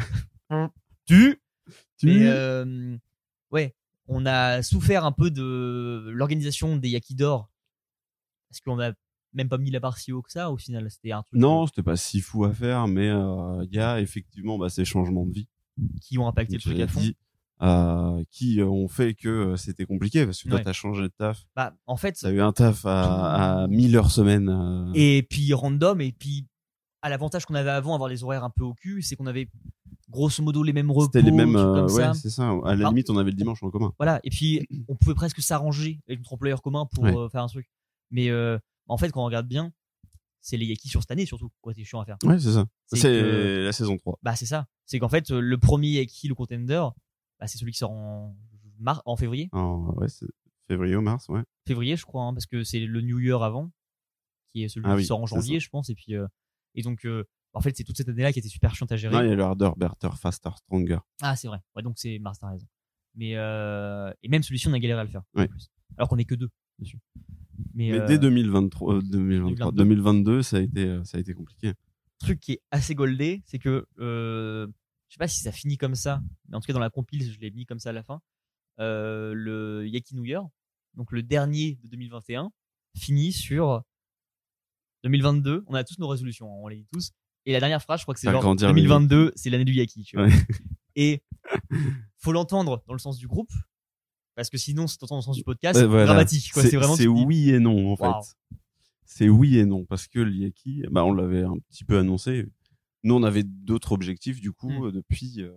Tu Tu Mais, euh, ouais, on a souffert un peu de l'organisation des Yaki d'or, parce qu'on a même pas mis la barre si haut que ça, au final. C'était un truc Non, c'était pas si fou à faire, mais il euh, y a effectivement bah, ces changements de vie qui ont impacté le truc à fond. dit, euh, qui ont fait que euh, c'était compliqué, parce que toi, Ouais. t'as changé de taf. Bah, en fait, T'as eu un taf à, à mille heures semaine. euh, et puis random, et puis à l'avantage qu'on avait avant, avoir les horaires un peu au cul, c'est qu'on avait grosso modo les mêmes repos, C'était les mêmes. trucs euh, comme ouais, ça. c'est ça. À la Ah. limite, on avait le dimanche en commun. Voilà, et puis on pouvait presque s'arranger avec notre employeur commun pour Ouais. euh, faire un truc. Mais euh, en fait, quand on regarde bien, c'est les Yakis sur cette année surtout, quoi, c'est chiant à faire. Ouais, c'est ça. C'est C'est que- la saison trois. Bah, c'est ça. C'est qu'en fait, euh, le premier Yaki, le contender, bah, c'est celui qui sort en, mar- en février. En, ouais, c'est février ou mars, ouais. Février, je crois, hein, parce que c'est le New Year avant, qui est celui Ah qui oui, sort en c'est janvier, je pense. Et puis, euh, et donc, euh, en fait, c'est toute cette année-là qui était super chiante à gérer. Non, il y a le harder, better, faster, stronger. Ah, c'est vrai. Ouais, donc c'est Mars, t'as raison. Mais euh, et même celui-ci, on a galéré à le faire. en Ouais. plus. Alors qu'on est que deux dessus. Mais, Mais euh, dès deux mille vingt-trois, euh, deux mille vingt-trois, deux mille vingt-deux, ça a été, euh, ça a été compliqué. le truc qui est assez goldé, c'est que euh, je sais pas si ça finit comme ça, mais en tout cas dans la compile, je l'ai mis comme ça à la fin. Euh, le Yaki New Year, donc le dernier de deux mille vingt et un, finit sur deux mille vingt-deux. On a tous nos résolutions, hein, on les dit tous. Et la dernière phrase, je crois que c'est genre Agrandir deux le mille vingt-deux, c'est l'année du Yaki. Tu vois. Ouais. Et faut l'entendre dans le sens du groupe, parce que sinon, si t'entends dans le sens du podcast, Ouais, c'est voilà. dramatique. Quoi. C'est, C'est vraiment. c'est tu te dis, oui et non, en Waouh. fait. C'est oui et non, parce que l'Yaki, bah, on l'avait un petit peu annoncé. Nous, on avait d'autres objectifs, du coup, Mm. euh, depuis, euh,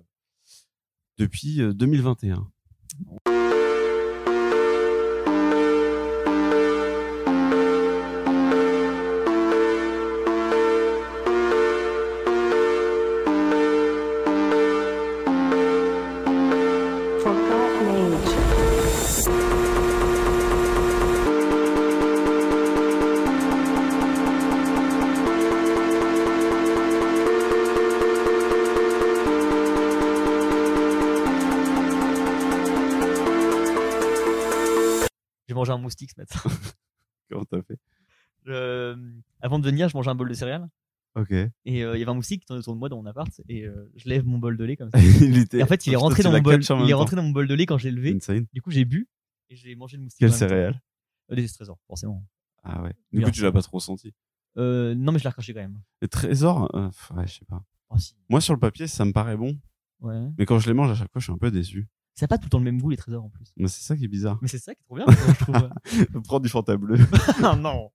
depuis euh, deux mille vingt et un. For Black Mage. J'ai mangé un moustique ce matin. Comment t'as fait? Euh, avant de venir, je mangeais un bol de céréales. Ok. Et euh, il y avait un moustique qui tournait autour de moi dans mon appart. Et euh, je lève mon bol de lait comme ça. il était, Et en fait, il est Putain, rentré tu dans l'as mon bol. catché en Il même est temps. rentré dans mon bol de lait quand je l'ai levé. Insane. Du coup, j'ai bu et j'ai mangé le moustique. Quel en même temps. céréales? Euh, Des trésors, forcément. Ah ouais. Du Bien coup, tu l'as pas trop senti. Euh, non, mais je l'ai recraché quand même. Les trésors, euh, ouais, je sais pas. Oh, si. Moi, sur le papier, ça me paraît bon. Ouais. Mais quand je les mange, à chaque fois, je suis un peu déçu. Ça n'a pas tout le temps le même goût, les trésors en plus. Mais c'est ça qui est bizarre. Mais c'est ça qui est trop bien, je trouve. Prends du Fanta bleu. Ah non.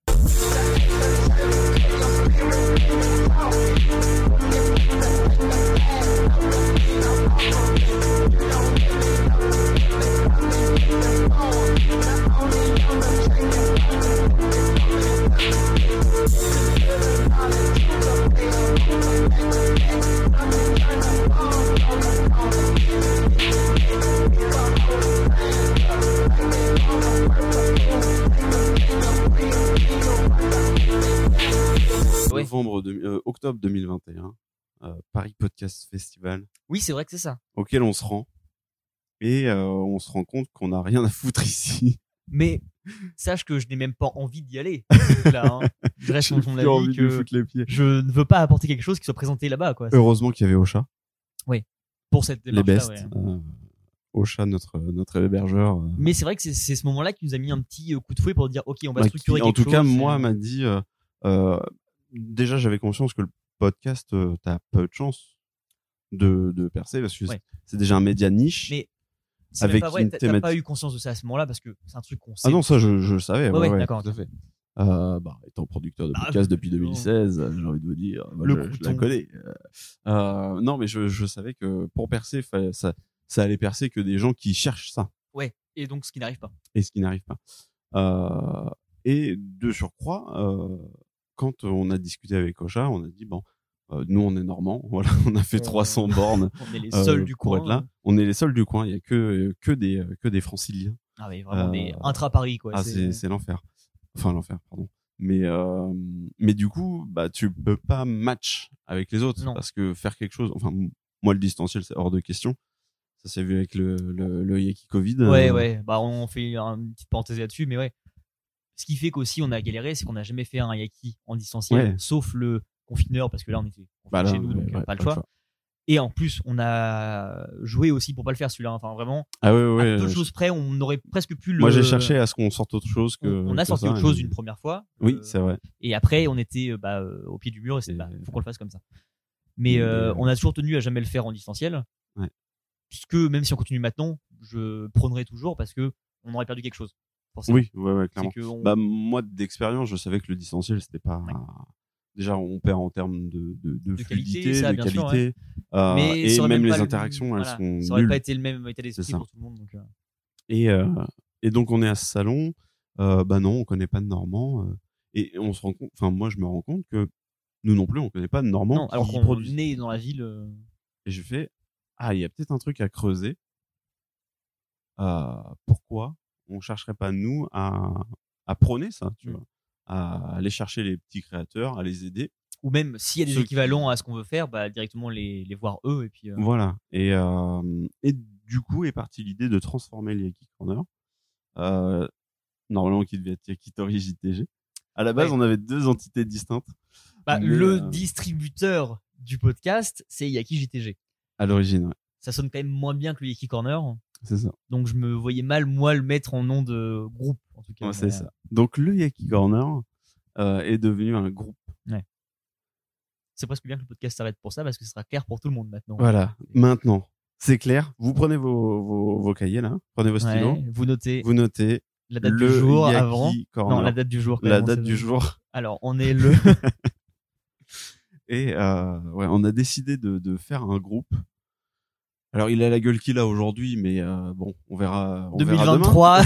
Ouais. Novembre, de- euh, octobre deux mille vingt et un, euh, Paris Podcast Festival, Oui, c'est vrai que c'est ça. auquel on se rend. Et euh, on se rend compte qu'on n'a rien à foutre ici. Mais sache que je n'ai même pas envie d'y aller. Là, hein. Je reste J'ai sur mon plus envie avis de lui que foutre les pieds. je ne veux pas apporter quelque chose qui soit présenté là-bas, quoi. Heureusement qu'il y avait Ocha, Pour cette les démarche bestes. Euh, Ocha, notre, notre hébergeur. euh, Mais c'est vrai que c'est, c'est ce moment-là qui nous a mis un petit euh, coup de fouet pour dire, ok, on va bah, structurer qui, en quelque tout cas, chose, moi, euh, m'a dit, euh, euh, déjà, j'avais conscience que le podcast, euh, t'as peu de chance de, de percer parce que Ouais. c'est, c'est déjà un média niche. Mais c'est même avec pas vrai, une t'as, t'as pas thématique. eu conscience de ça à ce moment-là parce que c'est un truc qu'on sait. Ah non, ça, je, je le savais. Ouais, Ouais, ouais, ouais, d'accord, tout à ok. fait. Euh, bah, étant producteur de Ah, podcast depuis non. deux mille seize, j'ai envie de vous dire, moi, Le je, je la crouton. connais. Euh, non, mais je, je savais que pour percer, fallait- ça, ça allait percer que des gens qui cherchent ça. Ouais. Et donc, ce qui n'arrive pas. Et ce qui n'arrive pas. Euh, et de surcroît, euh, quand on a discuté avec Ocha, on a dit bon, euh, nous on est normands, voilà, on a fait On- trois cents bornes On est les euh, seuls du pour coin. être là. On est les seuls du coin. Il y a que que des que des Franciliens. Ah oui, vraiment Euh, des intra-Paris, quoi. Ah, c'est... c'est c'est l'enfer. Enfin l'enfer, pardon. Mais euh, mais du coup, bah tu peux pas match avec les autres Non. parce que faire quelque chose. Enfin, moi le distanciel c'est hors de question. Ça s'est vu avec le le, le Yaki Covid. Ouais, euh, ouais. Bah, on fait une petite parenthèse là-dessus, mais ouais. Ce qui fait qu'aussi on a galéré, c'est qu'on n'a jamais fait un Yaki en distanciel, Ouais. sauf le confineur, parce que là on était confinés Bah là, chez nous, ouais, donc ouais, euh, pas le choix. Et en plus, on a joué aussi pour pas le faire celui-là. Enfin, vraiment, Ah ouais, ouais. à peu de je- choses près, on aurait presque pu le. Moi j'ai cherché à ce qu'on sorte autre chose que. On, on a que sorti ça, autre chose et- une première fois. Oui, euh, c'est vrai. Et après, on était euh, bah, euh, au pied du mur et c'est Et- bah, faut qu'on le fasse comme ça. Mais Mais, euh, euh, on a toujours tenu à jamais le faire en distanciel. Ouais. Puisque même si on continue maintenant, je prônerai toujours parce que on aurait perdu quelque chose. Forcément. Oui, ouais, ouais, C'est clairement. que on- Bah moi d'expérience, je savais que le distanciel c'était pas. Ouais. Déjà, on perd en termes de de, de, De fluidité, qualité, ça, de bien sûr, qualité, euh, mais et ça aurait même pas les le- interactions, elles voilà, sont ça aurait nulles. pas été le même état d'esprit C'est ça. pour tout le monde. Donc, euh, Et euh, et donc on est à ce salon. Euh, bah non, on connaît pas de Normand. euh, et on se rend compte. Enfin, moi, je me rends compte que nous non plus, on connaît pas de Normand. non, alors qui qu'on produisent. est dans la ville. euh, Et je fais, ah, il y a peut-être un truc à creuser. Euh, pourquoi on chercherait pas nous à à prôner ça, tu Mm. vois, à aller chercher les petits créateurs, à les aider. Ou même s'il y a des Ceux équivalents qui- à ce qu'on veut faire, bah directement les, les voir eux et puis. euh, Voilà. Et euh, et du coup est partie l'idée de transformer les Yaki Corner. Euh, normalement qui devait être Yakitori J T G. À la base, Ouais. on avait deux entités distinctes. Bah, Mais, le euh, distributeur du podcast, c'est Yaki J T G. À l'origine, ouais. Ça sonne quand même moins bien que le Yaki Corner. C'est ça. Donc je me voyais mal, moi, le mettre en nom de groupe, en tout cas. Ouais, c'est Mais, ça. Donc le Yaki Corner euh, est devenu un groupe. C'est presque bien que le podcast s'arrête pour ça, parce que ce sera clair pour tout le monde maintenant. Voilà. Maintenant, c'est clair. Vous prenez vos, vos, vos cahiers là, prenez vos stylos, Ouais, vous notez vous notez la date le du jour Yaki avant. Corner, Non, la date du jour. quand la même, on date sait du pas. jour. Alors, on est le. Et euh, ouais, on a décidé de, de faire un groupe. Alors, il a la gueule qu'il a aujourd'hui, mais euh, bon, on verra. On deux mille verra demain. vingt-trois.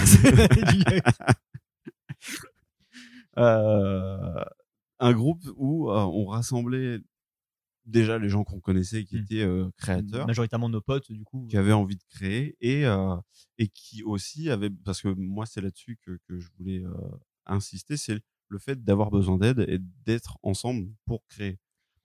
Euh, un groupe où euh, on rassemblait déjà les gens qu'on connaissait, qui Mm. étaient euh, créateurs, Majoritairement nos potes, du coup. qui avaient envie de créer, et euh, et qui aussi avaient, parce que moi c'est là-dessus que que je voulais euh, insister, c'est le fait d'avoir besoin d'aide et d'être ensemble pour créer.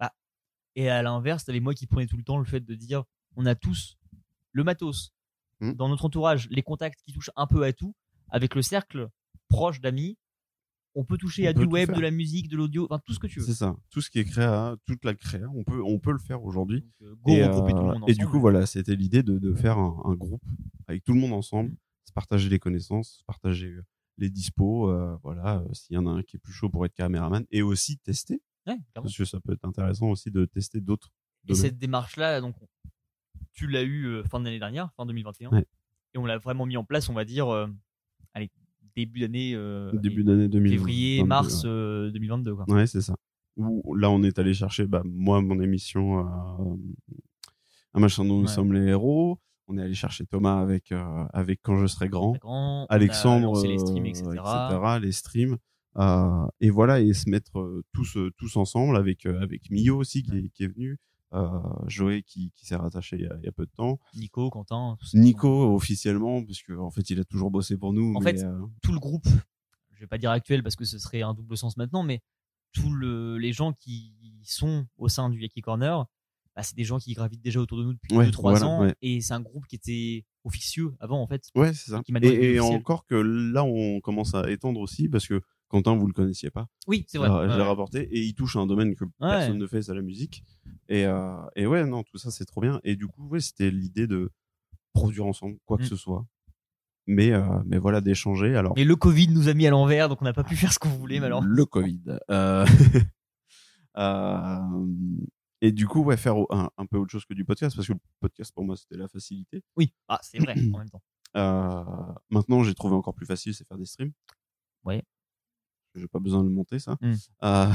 Et à l'inverse, t'avais moi qui prenais tout le temps le fait de dire on a tous le matos Hmm. dans notre entourage, les contacts qui touchent un peu à tout, avec le cercle proche d'amis, on peut toucher On à peut du tout web, faire. de la musique, de l'audio, enfin tout ce que tu veux. C'est ça. Tout ce qui est créa, toute la créa, on peut on peut le faire aujourd'hui. Donc, euh, go Et, regrouper tout le euh, monde ensemble. et du coup voilà, c'était l'idée de de faire un, un groupe avec tout le monde ensemble, Mm. se partager les connaissances, se partager euh, les dispos, euh, voilà, euh, s'il y en a un qui est plus chaud pour être caméraman, et aussi tester, Ouais, clairement. parce que ça peut être intéressant aussi de tester d'autres. Et domaines. cette démarche-là, donc, tu l'as eu euh, fin d'année dernière, fin deux mille vingt et un, Ouais. et on l'a vraiment mis en place, on va dire, euh, allez, début d'année, euh, Début d'année deux mille vingt-deux. février, mars euh, deux mille vingt-deux, quoi. Ouais, c'est ça. Où là, on est allé chercher, bah, moi, mon émission, euh, un machin dont nous Ouais. sommes les héros. On est allé chercher Thomas avec euh, avec Quand je serai grand, Grand, on a Alexandre, lancé les streams, euh, et cetera. et cetera, les streams. Euh, et voilà, et se mettre euh, tous euh, tous ensemble avec euh, avec Mio aussi qui, est, qui est venu, euh, Joé qui qui s'est rattaché il y, a, il y a peu de temps, Nico, Quentin, tout ça. Nico officiellement puisque en fait il a toujours bossé pour nous. En mais, fait, euh, tout le groupe, je vais pas dire actuel parce que ce serait un double sens maintenant, mais tous le, les gens qui sont au sein du Yaki Corner, bah, c'est des gens qui gravitent déjà autour de nous depuis Ouais, deux trois voilà, ans, ouais. et c'est un groupe qui était officieux avant en fait. ouais, c'est ça. qui maintenant est Et, et officiel. encore que là, on commence à étendre aussi parce que Quentin, vous le connaissiez pas. Oui, c'est vrai. Alors, je l'ai Ouais. rapporté et il touche à un domaine que personne ne fait, c'est la musique. Et, euh, et ouais, non, tout ça c'est trop bien. Et du coup, ouais, c'était l'idée de produire ensemble quoi que Mm. ce soit. Mais, euh, mais voilà, d'échanger. Alors, Mais le Covid nous a mis à l'envers, donc on n'a pas pu faire ce qu'on voulait malheureusement. le Covid. Euh... euh... Et du coup, ouais, faire un, un peu autre chose que du podcast parce que le podcast pour moi c'était la facilité. Oui, ah, c'est vrai en même temps. Euh... Maintenant, j'ai trouvé encore plus facile, c'est faire des streams. Ouais. J'ai pas besoin de le monter ça. Mm. Euh...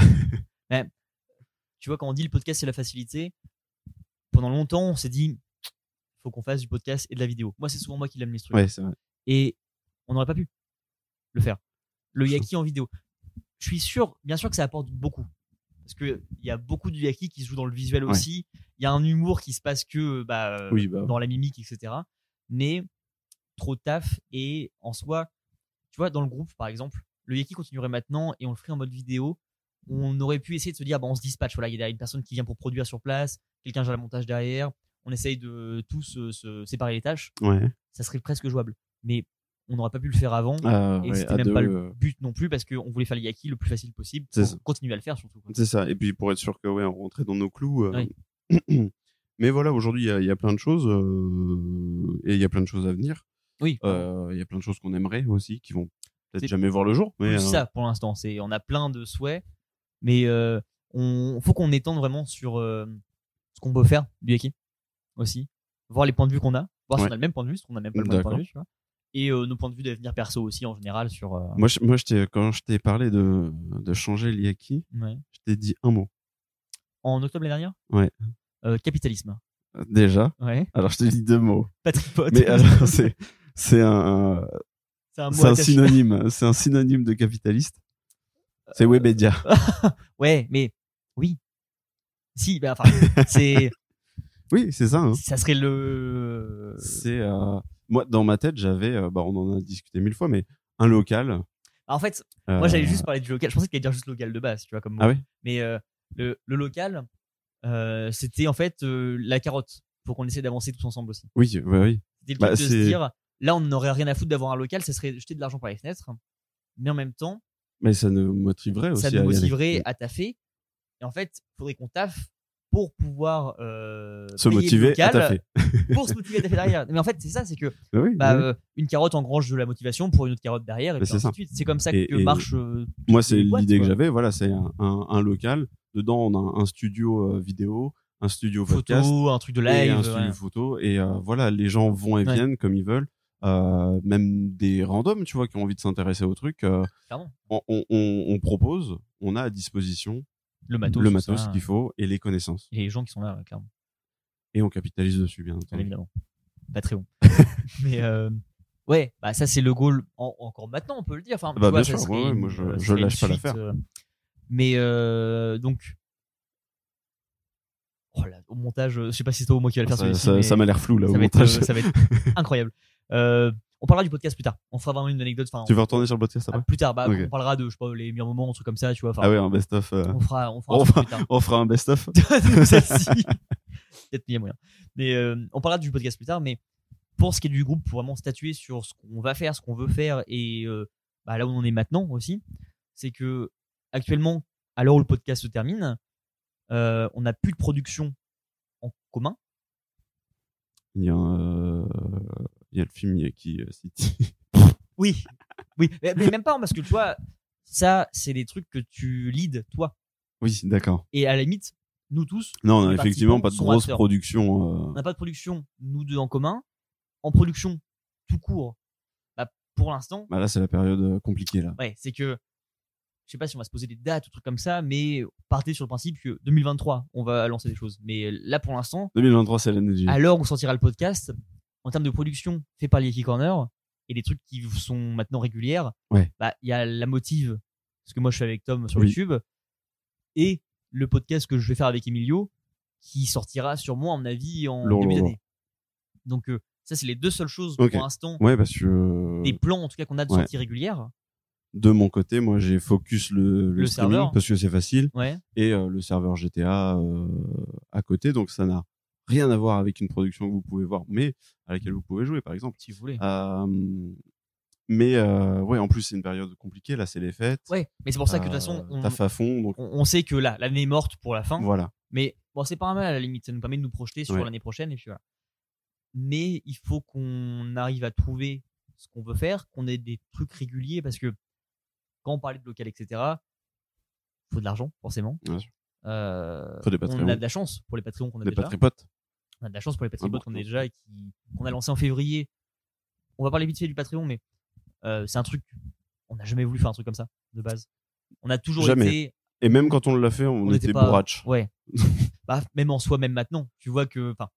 Tu vois, quand on dit le podcast c'est la facilité, pendant longtemps on s'est dit faut qu'on fasse du podcast et de la vidéo. Moi, c'est souvent moi qui l'aime les trucs. ouais, c'est vrai. Et on n'aurait pas pu le faire. Le Yaki en vidéo. Je suis sûr, bien sûr que ça apporte beaucoup. Parce que il y a beaucoup de Yaki qui se joue dans le visuel Ouais. aussi. Il y a un humour qui se passe que bah, euh, Oui, bah ouais. dans la mimique, et cetera. Mais trop de taf et en soi, tu vois, dans le groupe, par exemple, le Yaki continuerait maintenant et on le ferait en mode vidéo, on aurait pu essayer de se dire, bah, on se dispatche. Voilà, il y a une personne qui vient pour produire sur place, quelqu'un gère le montage derrière. On essaye de tous euh, se séparer les tâches. Ouais. Ça serait presque jouable. Mais on n'aurait pas pu le faire avant. Ah, et ouais, c'était à même deux, pas euh, le but non plus parce qu'on voulait faire le Yaki le plus facile possible C'est pour ça. continuer à le faire surtout. Quoi. C'est ça. Et puis pour être sûr que ouais, on rentrait dans nos clous. euh, Oui. Mais voilà, aujourd'hui, il y a, il y a plein de choses euh, et il y a plein de choses à venir. Oui. Euh, Il y a plein de choses qu'on aimerait aussi, qui vont peut-être C'est jamais voir le jour. Mais plus euh, ça pour l'instant. C'est, on a plein de souhaits, mais euh, on faut qu'on étende vraiment sur euh, ce qu'on peut faire du Yaki aussi, voir les points de vue qu'on a, voir si Ouais. on a le même point de vue, parce qu'on a même pas le même point de D'accord. vue, tu vois. Et euh, nos points de vue d'avenir perso aussi en général sur. euh, moi, je, moi, je t'ai, quand je t'ai parlé de, de changer l'Iaki, ouais. je t'ai dit un mot. En octobre l'année dernière. Ouais. Euh, capitalisme. Déjà. Ouais. Alors, je t'ai dit deux mots. Patripote. Mais alors, c'est, c'est un, c'est un mot c'est un attaché. synonyme. C'est un synonyme de capitaliste. C'est Euh, Webedia. Ouais, mais oui. Si, ben enfin, c'est, Oui, c'est ça. Hein. ça serait le. C'est euh, moi dans ma tête j'avais, euh, bah on en a discuté mille fois, mais un local. En fait, euh, moi j'allais juste parler du local. Je pensais qu'il allait dire juste local de base, tu vois, comme mot. Ah oui. Mais euh, le, le local, euh, c'était en fait euh, la carotte pour qu'on essaie d'avancer tous ensemble aussi. Oui, bah oui. C'était le Bah, truc de se c'est- dire, là on n'aurait rien à foutre d'avoir un local, ça serait jeter de l'argent par les fenêtres, mais en même temps, Mais ça nous motiverait aussi. ça à nous y aller. motiverait à taffer. Et en fait, il faudrait qu'on taffe pour pouvoir euh, Se payer le motiver à local, taffer. pour se motiver à taffer derrière. Mais en fait, c'est ça, c'est que Bah oui. bah, oui. euh, une carotte engrange de la motivation pour une autre carotte derrière, et Bah, puis c'est ainsi ça. de suite. C'est comme ça Et- que et marche. euh, Moi, toutes c'est les boîtes, l'idée que quoi. j'avais. Voilà, c'est un, un, un local. Dedans, on a un studio euh, vidéo, un studio podcast, Photo, un truc de et live. un studio ouais. photo. Et euh, voilà, les gens vont et Ouais. viennent comme ils veulent. Euh, même des randoms, tu vois, qui ont envie de s'intéresser au truc. euh, Clairement. on, on, on, on propose, on a à disposition Le matos. le tout matos ça, qu'il faut et les connaissances. et les gens qui sont là, ouais, clairement. Et on capitalise dessus, bien Bien entendu. évidemment. Patreon. Mais euh, ouais, bah ça c'est le goal en- encore maintenant, on peut le dire. Enfin, tu Bah, vois, bien ça sûr, serait ouais, ouais, une- moi, je- euh, je serait lâche une pas suite, l'affaire. euh, mais euh, donc, oh là, au montage, euh, je sais pas si c'est toi ou moi qui va le faire. Ça, celui-ci, ça, mais ça m'a l'air flou là au ça va être, montage. euh, ça va être incroyable. Euh, on parlera du podcast plus tard. On fera vraiment une anecdote. Enfin, Tu on- veux retourner sur le podcast ah, après? plus tard. Bah, Ok. on parlera de, je sais pas, les meilleurs moments, un truc comme ça, tu vois. Enfin, Ah ouais, un best-of. euh, on fera, on fera un on, truc fera, plus tard. on fera un best-of. de celle-ci. Peut-être qu'il y a moyen. Mais euh, on parlera du podcast plus tard. Mais pour ce qui est du groupe, pour vraiment statuer sur ce qu'on va faire, ce qu'on veut faire et euh, bah, là où on en est maintenant aussi, c'est que actuellement, à l'heure où le podcast se termine, euh, on n'a plus de production en commun. Il y a, euh, il y a le film Yaki euh, City. Oui, oui, mais, mais même pas parce que tu vois, ça, c'est des trucs que tu leads toi. Oui, d'accord. Et à la limite, nous tous, Non, on a les effectivement pas de participants sont grosse acteurs. production. on Euh... n'a pas de production, nous deux en commun. En production, tout court, bah, pour l'instant, Bah là, c'est la période euh, compliquée là. ouais, c'est que, je sais pas si on va se poser des dates ou trucs comme ça, mais partez sur le principe que deux mille vingt-trois, on va lancer des choses. Mais là, pour l'instant, deux mille vingt-trois, c'est l'année du. à l'heure où sortira le podcast, en termes de production fait par Yaki Corner et des trucs qui sont maintenant régulières, Ouais. bah, il y a la motive, ce que moi je fais avec Tom sur Oui. YouTube, et le podcast que je vais faire avec Emilio, qui sortira sûrement, à mon avis, en Lourd, début lourd, d'année. Donc, euh, ça, c'est les deux seules choses Ok. pour l'instant, Ouais, parce que euh, des plans en tout cas qu'on a de ouais. sorties régulières. de mon côté, moi, j'ai focus le, le, Le streaming serveur. parce que c'est facile Ouais. et euh, le serveur G T A euh, à côté, donc ça n'a rien à voir avec une production que vous pouvez voir, mais à laquelle vous pouvez jouer, par exemple. Si vous voulez. Euh, mais euh, ouais, en plus c'est une période compliquée. Là, c'est les fêtes. Ouais, mais c'est pour ça que de toute façon, on, T'as fait à fond, donc on, on sait que là, l'année est morte pour la fin. voilà. Mais bon, c'est pas un mal à la limite. Ça nous permet de nous projeter sur Ouais. l'année prochaine et puis voilà. Mais il faut qu'on arrive à trouver ce qu'on veut faire, qu'on ait des trucs réguliers parce que quand on parlait de local, et cetera, il faut de l'argent, forcément. Bien sûr. Euh, Faut des on Patreons. a de la chance pour les Patreons qu'on a Des déjà. patripotes. On a de la chance pour les Patreons Ah bon, qu'on a non. déjà et qui, qu'on a lancé en février. On va parler vite fait du Patreon, mais euh, c'est un truc. On n'a jamais voulu faire un truc comme ça, de base. On a toujours Jamais. été. Et même quand on l'a fait, on, On était n'était pas. bourrache. Ouais. Bah, même en soi, même maintenant. Tu vois que. Enfin,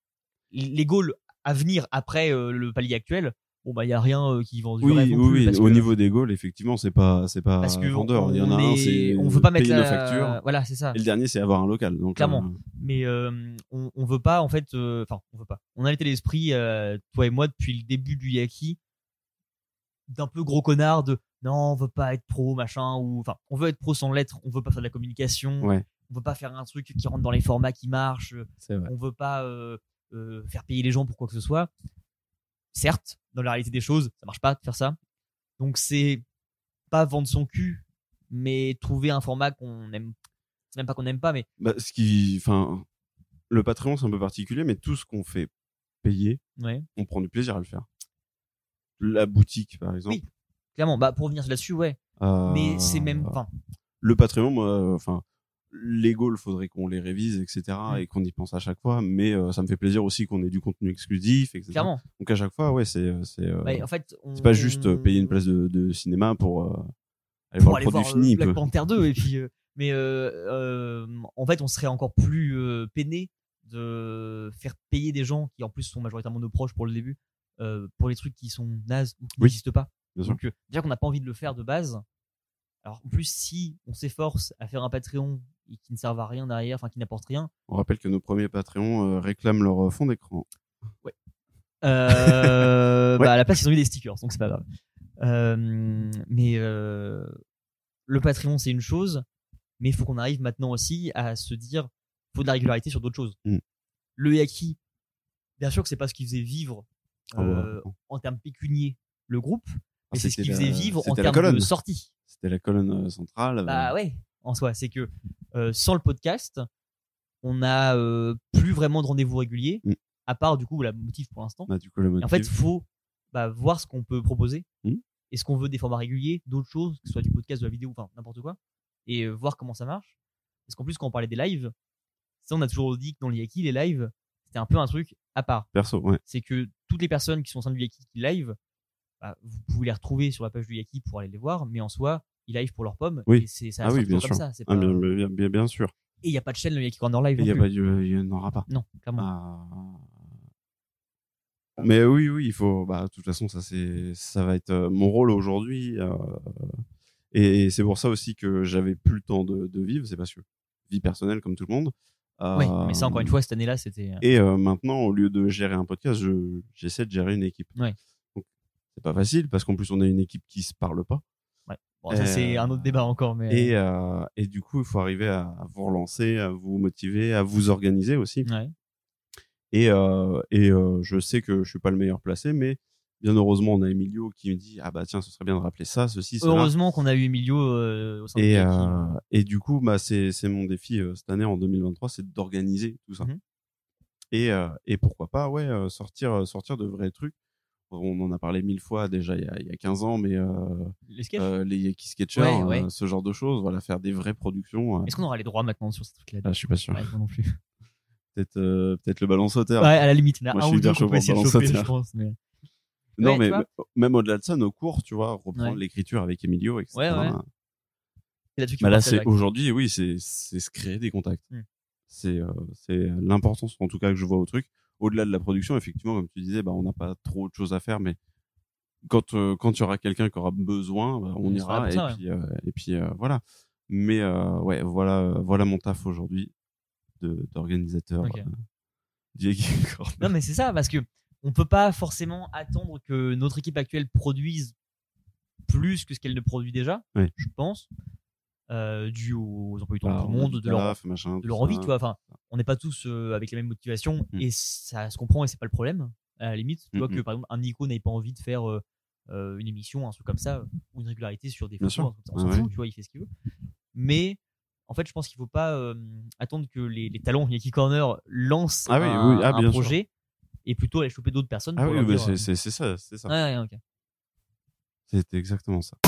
les goals à venir après euh, le palier actuel, bon, bah, il n'y a rien euh, qui vend du Oui, rêve oui, non plus. oui. parce Au que- niveau des goals, effectivement, c'est pas, c'est pas parce que vendeur. Il y en a on un, est- c'est on veut pas mettre payer nos la- factures. Voilà, c'est ça. Et le dernier, c'est avoir un local. Donc, Clairement. euh, Mais euh, on, on veut pas en fait. euh, Enfin, on veut pas. On a l'état d'esprit, euh, toi et moi, depuis le début du Yaki, d'un peu gros connard de non, on veut pas être pro, machin, ou enfin, on veut être pro sans l'être, on veut pas faire de la communication, Ouais, on veut pas faire un truc qui rentre dans les formats qui marchent, c'est vrai. on veut pas euh, euh, faire payer les gens pour quoi que ce soit. Certes, dans la réalité des choses, ça marche pas de faire ça. Donc c'est pas vendre son cul, mais trouver un format qu'on aime. C'est même pas qu'on aime pas, mais Bah, ce qui, enfin, le Patreon c'est un peu particulier, mais tout ce qu'on fait payer, ouais. on prend du plaisir à le faire. La boutique, par exemple. Oui. Clairement, bah pour revenir là-dessus, ouais. Euh, Mais c'est même, enfin, le Patreon, moi, enfin, les goals, faudrait qu'on les révise, et cetera, Mm. et qu'on y pense à chaque fois. Mais euh, ça me fait plaisir aussi qu'on ait du contenu exclusif, et cetera. clairement. Donc à chaque fois, ouais, c'est, c'est, euh, Ouais, en fait, on- c'est pas juste euh, payer une place de, de cinéma pour euh, aller pour voir aller le produit voir fini. euh, Black peu. Panther deux et puis euh, mais euh, euh, en fait on serait encore plus euh, peiné de faire payer des gens qui en plus sont majoritairement nos proches pour le début euh, pour les trucs qui sont nazes ou qui Oui. n'existent pas. Bien sûr. Donc euh, déjà qu'on n'a pas envie de le faire de base. Alors en plus si on s'efforce à faire un Patreon et qui ne servent à rien derrière, enfin qui n'apporte rien. On rappelle que nos premiers Patreons euh, réclament leur euh, fond d'écran. Euh, Ouais. Bah à la place ils ont eu des stickers donc c'est pas grave. Euh, mais euh, le Patreon c'est une chose, mais il faut qu'on arrive maintenant aussi à se dire faut de la régularité sur d'autres choses. Mm. Le Yaki, bien sûr que c'est pas ce qui faisait vivre Ah euh, ouais. en termes pécuniers le groupe, mais c'est ce C'était qui la- faisait vivre en c'était la termes de colonne. sortie. C'était la colonne euh, centrale. Bah euh, ouais, en soi, c'est que euh, sans le podcast, on a euh, plus vraiment de rendez-vous réguliers, Mm. à part du coup la motif pour l'instant. on a du coup le Et motif. en fait, faut bah, voir ce qu'on peut proposer. Mm. Est-ce qu'on veut des formats réguliers, d'autres choses, que ce soit du podcast, de la vidéo, enfin n'importe quoi, et euh, voir comment ça marche. Parce qu'en plus, quand on parlait des lives, ça, on a toujours dit que dans le Yaki, les lives, c'était un peu un truc à part. Perso, ouais. C'est que toutes les personnes qui sont au sein du Yaki qui live, bah, vous pouvez les retrouver sur la page du Yaki pour aller les voir, mais en soi, ils live pour leurs pommes. Oui. Et c'est, ça Ah reste oui, toujours bien comme sûr. ça. C'est Ah, pas... bien, bien, bien, bien sûr. Et il n'y a pas de chaîne, le Yaki Corner Live. Il y non a plus. pas du- il y en aura pas. Non, clairement. Ah. Mais oui, oui, il faut. Bah, de toute façon, ça c'est, ça va être euh, mon rôle aujourd'hui, euh, et c'est pour ça aussi que j'avais plus le temps de, de vivre. C'est parce que vie personnelle, comme tout le monde. Oui, Euh, mais ça, encore une fois, cette année-là, c'était. Et euh, maintenant, au lieu de gérer un podcast, je, j'essaie de gérer une équipe. Ouais. Donc, c'est pas facile parce qu'en plus, on a une équipe qui se parle pas. Ouais. Bon, ça, Euh, c'est un autre débat encore. Mais... Et, euh, et du coup, il faut arriver à, à vous relancer, à vous motiver, à vous organiser aussi. Ouais. Et, euh, et euh, je sais que je suis pas le meilleur placé, mais bien heureusement, on a Emilio qui me dit ah bah tiens, ce serait bien de rappeler ça, ceci, cela. Heureusement qu'on a eu Emilio euh, au sein Et, du Yaki. euh, et du coup, bah c'est c'est mon défi euh, cette année en deux mille vingt-trois, c'est d'organiser tout ça. Mhm. Et euh, et pourquoi pas, ouais, euh, sortir sortir de vrais trucs. On en a parlé mille fois déjà il y a il y a quinze ans, mais euh, Les sketchs. euh, les Yaki Sketchers, Ouais, ouais. euh, ce genre de choses, voilà, faire des vraies productions. euh. Est-ce qu'on aura les droits maintenant sur ces trucs-là? Ah, je suis pas sûr. Ouais, moi non plus. Peut-être euh, peut-être le ballon sauteur. Ouais, à la limite, il y en a Moi, je un suis ou deux hyper qu'on chaud peut pour essayer de Balance choper, Sauteur. je pense. Mais... Non, Ouais, mais tu vois. m- même au-delà de ça, nos cours, tu vois, reprendre Ouais. l'écriture avec Emilio, et cetera. Ouais, ouais. C'est là-dessus qu'il Bah faut là, passer à c'est l'acte. aujourd'hui, oui, c'est c'est se créer des contacts. Mm. C'est euh, c'est l'importance, en tout cas, que je vois au truc. Au-delà de la production, effectivement, comme tu disais, bah on n'a pas trop de choses à faire, mais quand euh, quand il y aura quelqu'un qui aura besoin, bah, on On sera là ira, pour et ça, puis euh, et puis euh, voilà. Mais euh, ouais, voilà euh, voilà mon taf aujourd'hui de d'organisateur. Ok. euh, Diego Corner. Non, mais c'est ça, parce que on peut pas forcément attendre que notre équipe actuelle produise plus que ce qu'elle ne produit déjà, Oui. je pense, euh, dû aux emplois du temps Bah, de tout on le a monde, du de leur, taf, machin, de tout leur ça. envie, tu vois. Enfin, on n'est pas tous euh, avec la même motivation, Mm. et ça se comprend, et c'est pas le problème, à la limite. Tu vois Mm, que mm. par exemple, un Nico n'avait pas envie de faire euh, euh, une émission, un truc comme ça, ou une régularité sur des Bien photos, sûr. un truc comme ça. On Ouais, s'en fout, ouais. tu vois, il fait ce qu'il veut. Mais en fait, je pense qu'il faut pas euh, attendre que les, les talents Yaki Corner lancent Ah oui, un, oui, ah, un bien projet, et plutôt aller choper d'autres personnes. Ah pour oui, leur bah, dire, c'est euh, c'est c'est ça, c'est ça. Ouais, ouais, ok. C'est exactement ça.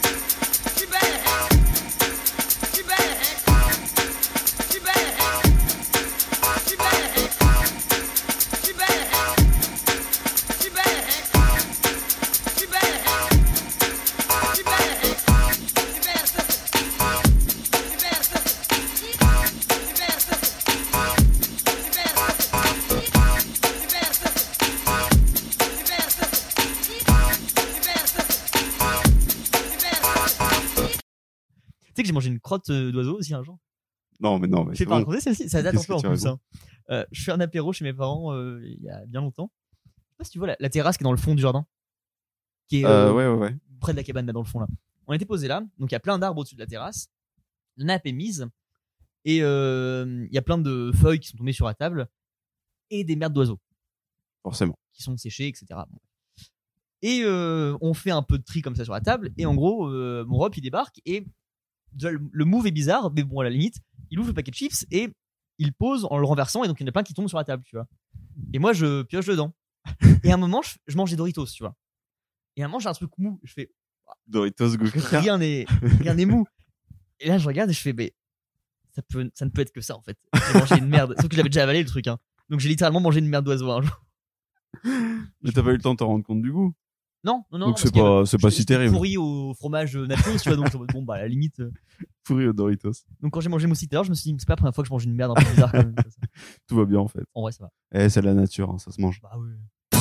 Tu sais que j'ai mangé une crotte euh, d'oiseau aussi un jour. Non, mais non, mais Je c'est t'ai pas bon. raconté celle-ci, ça date un Qu'est-ce peu que en tu plus. racontes Hein. Euh, je fais un apéro chez mes parents euh, il y a bien longtemps. Je sais pas si tu vois la, la terrasse qui est dans le fond du jardin. Qui est Euh, euh, ouais, ouais, ouais. près de la cabane là dans le fond là. On était posé là, donc il y a plein d'arbres au-dessus de la terrasse. La nappe est mise et il euh, y a plein de feuilles qui sont tombées sur la table et des merdes d'oiseaux Forcément. qui sont séchées, et cetera. Bon. Et euh, on fait un peu de tri comme ça sur la table et en gros, euh, mon Rob il débarque et déjà, le, le move est bizarre, mais bon à la limite, il ouvre le paquet de chips et il pose en le renversant et donc il y en a plein qui tombent sur la table, tu vois. Et moi je pioche dedans. Et à un moment, je, je mange des Doritos, tu vois. Et à un moment, j'ai un truc mou. Je fais Doritos Gokaka. rien n'est rien n'est mou. Et là, je regarde et je fais mais ça peut ça ne peut être que ça en fait. J'ai mangé une merde. Sauf que j'avais déjà avalé le truc. Hein. Donc j'ai littéralement mangé une merde d'oiseau un jour. Mais t'as pas eu le temps de te rendre compte du goût. Non, non, non. Donc parce c'est qu'il y avait- pas, c'est pas si j'étais terrible. Pourri au fromage nachos, tu vois. Donc j'étais en mode, bon bah à la limite. euh. Pourri aux Doritos. Donc quand j'ai mangé Moussi tout à l'heure, je me suis dit c'est pas la première fois que je mange une merde un peu bizarre quand même. Ça, ça. Tout va bien en fait. En vrai, ça va. Eh, c'est la nature, hein, ça se mange. Bah oui.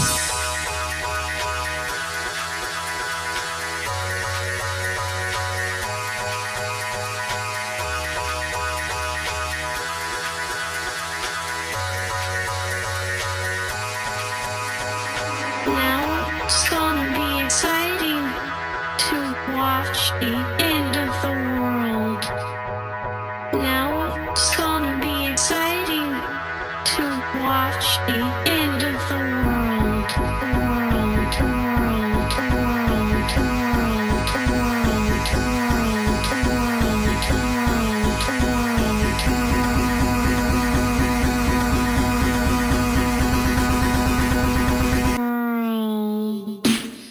Now it's gonna be exciting to watch the end of the world. Now it's gonna be exciting to watch the end of the world. World, world, world, world, world, world, world, world, world.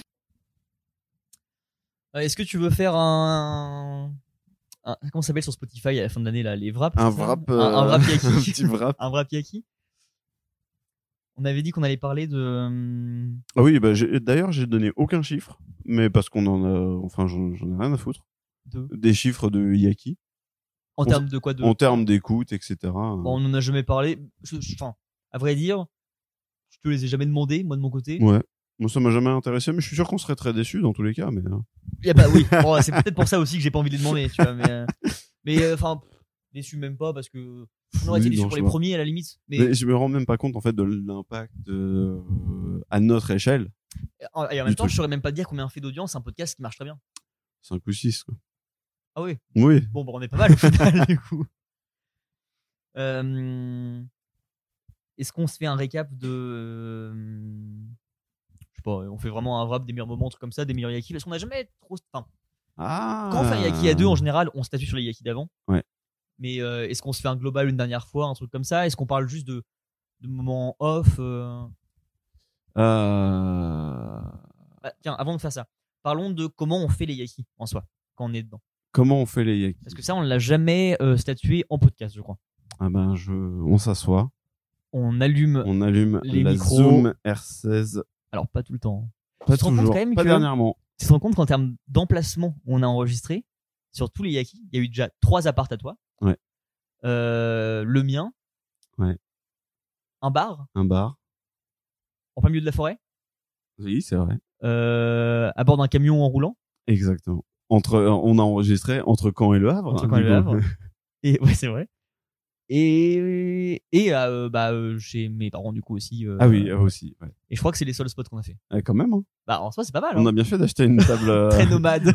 Euh, Est-ce que tu veux faire un, un comment ça s'appelle sur Spotify à la fin de l'année là, les wraps Un c'est ça wrap, un, euh, un wrap yaki. un petit wrap. Un wrap yaki. On avait dit qu'on allait parler de euh, Ah oui, bah, j'ai- d'ailleurs, j'ai donné aucun chiffre, mais parce qu'on en a, enfin, j'en j'en ai rien à foutre. de Des chiffres de Yaki, en On- termes de quoi de en termes d'écoute, et cetera. Bon, on en a jamais parlé. Je- je- Enfin, à vrai dire, je te les ai jamais demandé moi de mon côté. Ouais. Moi, ça m'a jamais intéressé, mais je suis sûr qu'on serait très déçus dans tous les cas. Mais euh, Y a pas, oui. Bon, c'est peut-être pour ça aussi que j'ai pas envie de les demander, tu vois. Mais, euh, mais euh, enfin, déçu même pas parce que on aurait Oui, été déçu non, pour je les vois. premiers à la limite. Mais, mais je me rends même pas compte en fait de l'impact euh, à notre échelle. en, et en du même temps, truc. je saurais même pas te dire combien fait d'audience un podcast qui marche très bien. cinq ou six. Quoi. Ah oui. Oui. Bon, bah, on est pas mal au final du coup. Euh, Est-ce qu'on se fait un récap de euh, je sais pas, on fait vraiment un wrap des meilleurs moments, trucs comme ça, des meilleurs yaki parce qu'on a jamais trop. Enfin, Ah. quand on fait un yaki à deux, en général, on statue sur les yaki d'avant. Ouais. Mais euh, est-ce qu'on se fait un global une dernière fois, un truc comme ça? Est-ce qu'on parle juste de, de moments off euh... Euh, Bah, tiens, avant de faire ça, parlons de comment on fait les yaki en soi, quand on est dedans. Comment on fait les Yaki? Parce que ça, on l'a jamais euh, statué en podcast, je crois. Ah ben, je, on s'assoit, On allume, on allume Les la micros. Zoom R seize. alors pas tout le temps. Pas Tu te rends compte toujours, quand même pas que- dernièrement. Tu te rends compte qu'en termes d'emplacement, on a enregistré sur tous les yaki, il y a eu déjà trois apparts à toi. Ouais. Euh, le mien. Ouais. Un bar Un bar. en plein milieu de la forêt. Oui, c'est vrai. Euh, à bord d'un camion en roulant. Exactement. Entre, euh, on a enregistré entre Caen et Le Havre. Entre hein, Caen et du Le coup. Havre. Et ouais, c'est vrai. Et et euh, bah euh, chez mes parents du coup aussi. euh, Ah oui, euh, aussi. Ouais. Et je crois que c'est les seuls spots qu'on a fait. Ah, quand même. Hein. Bah en soi c'est pas mal. On Hein. a bien fait d'acheter une table. euh, Très nomade.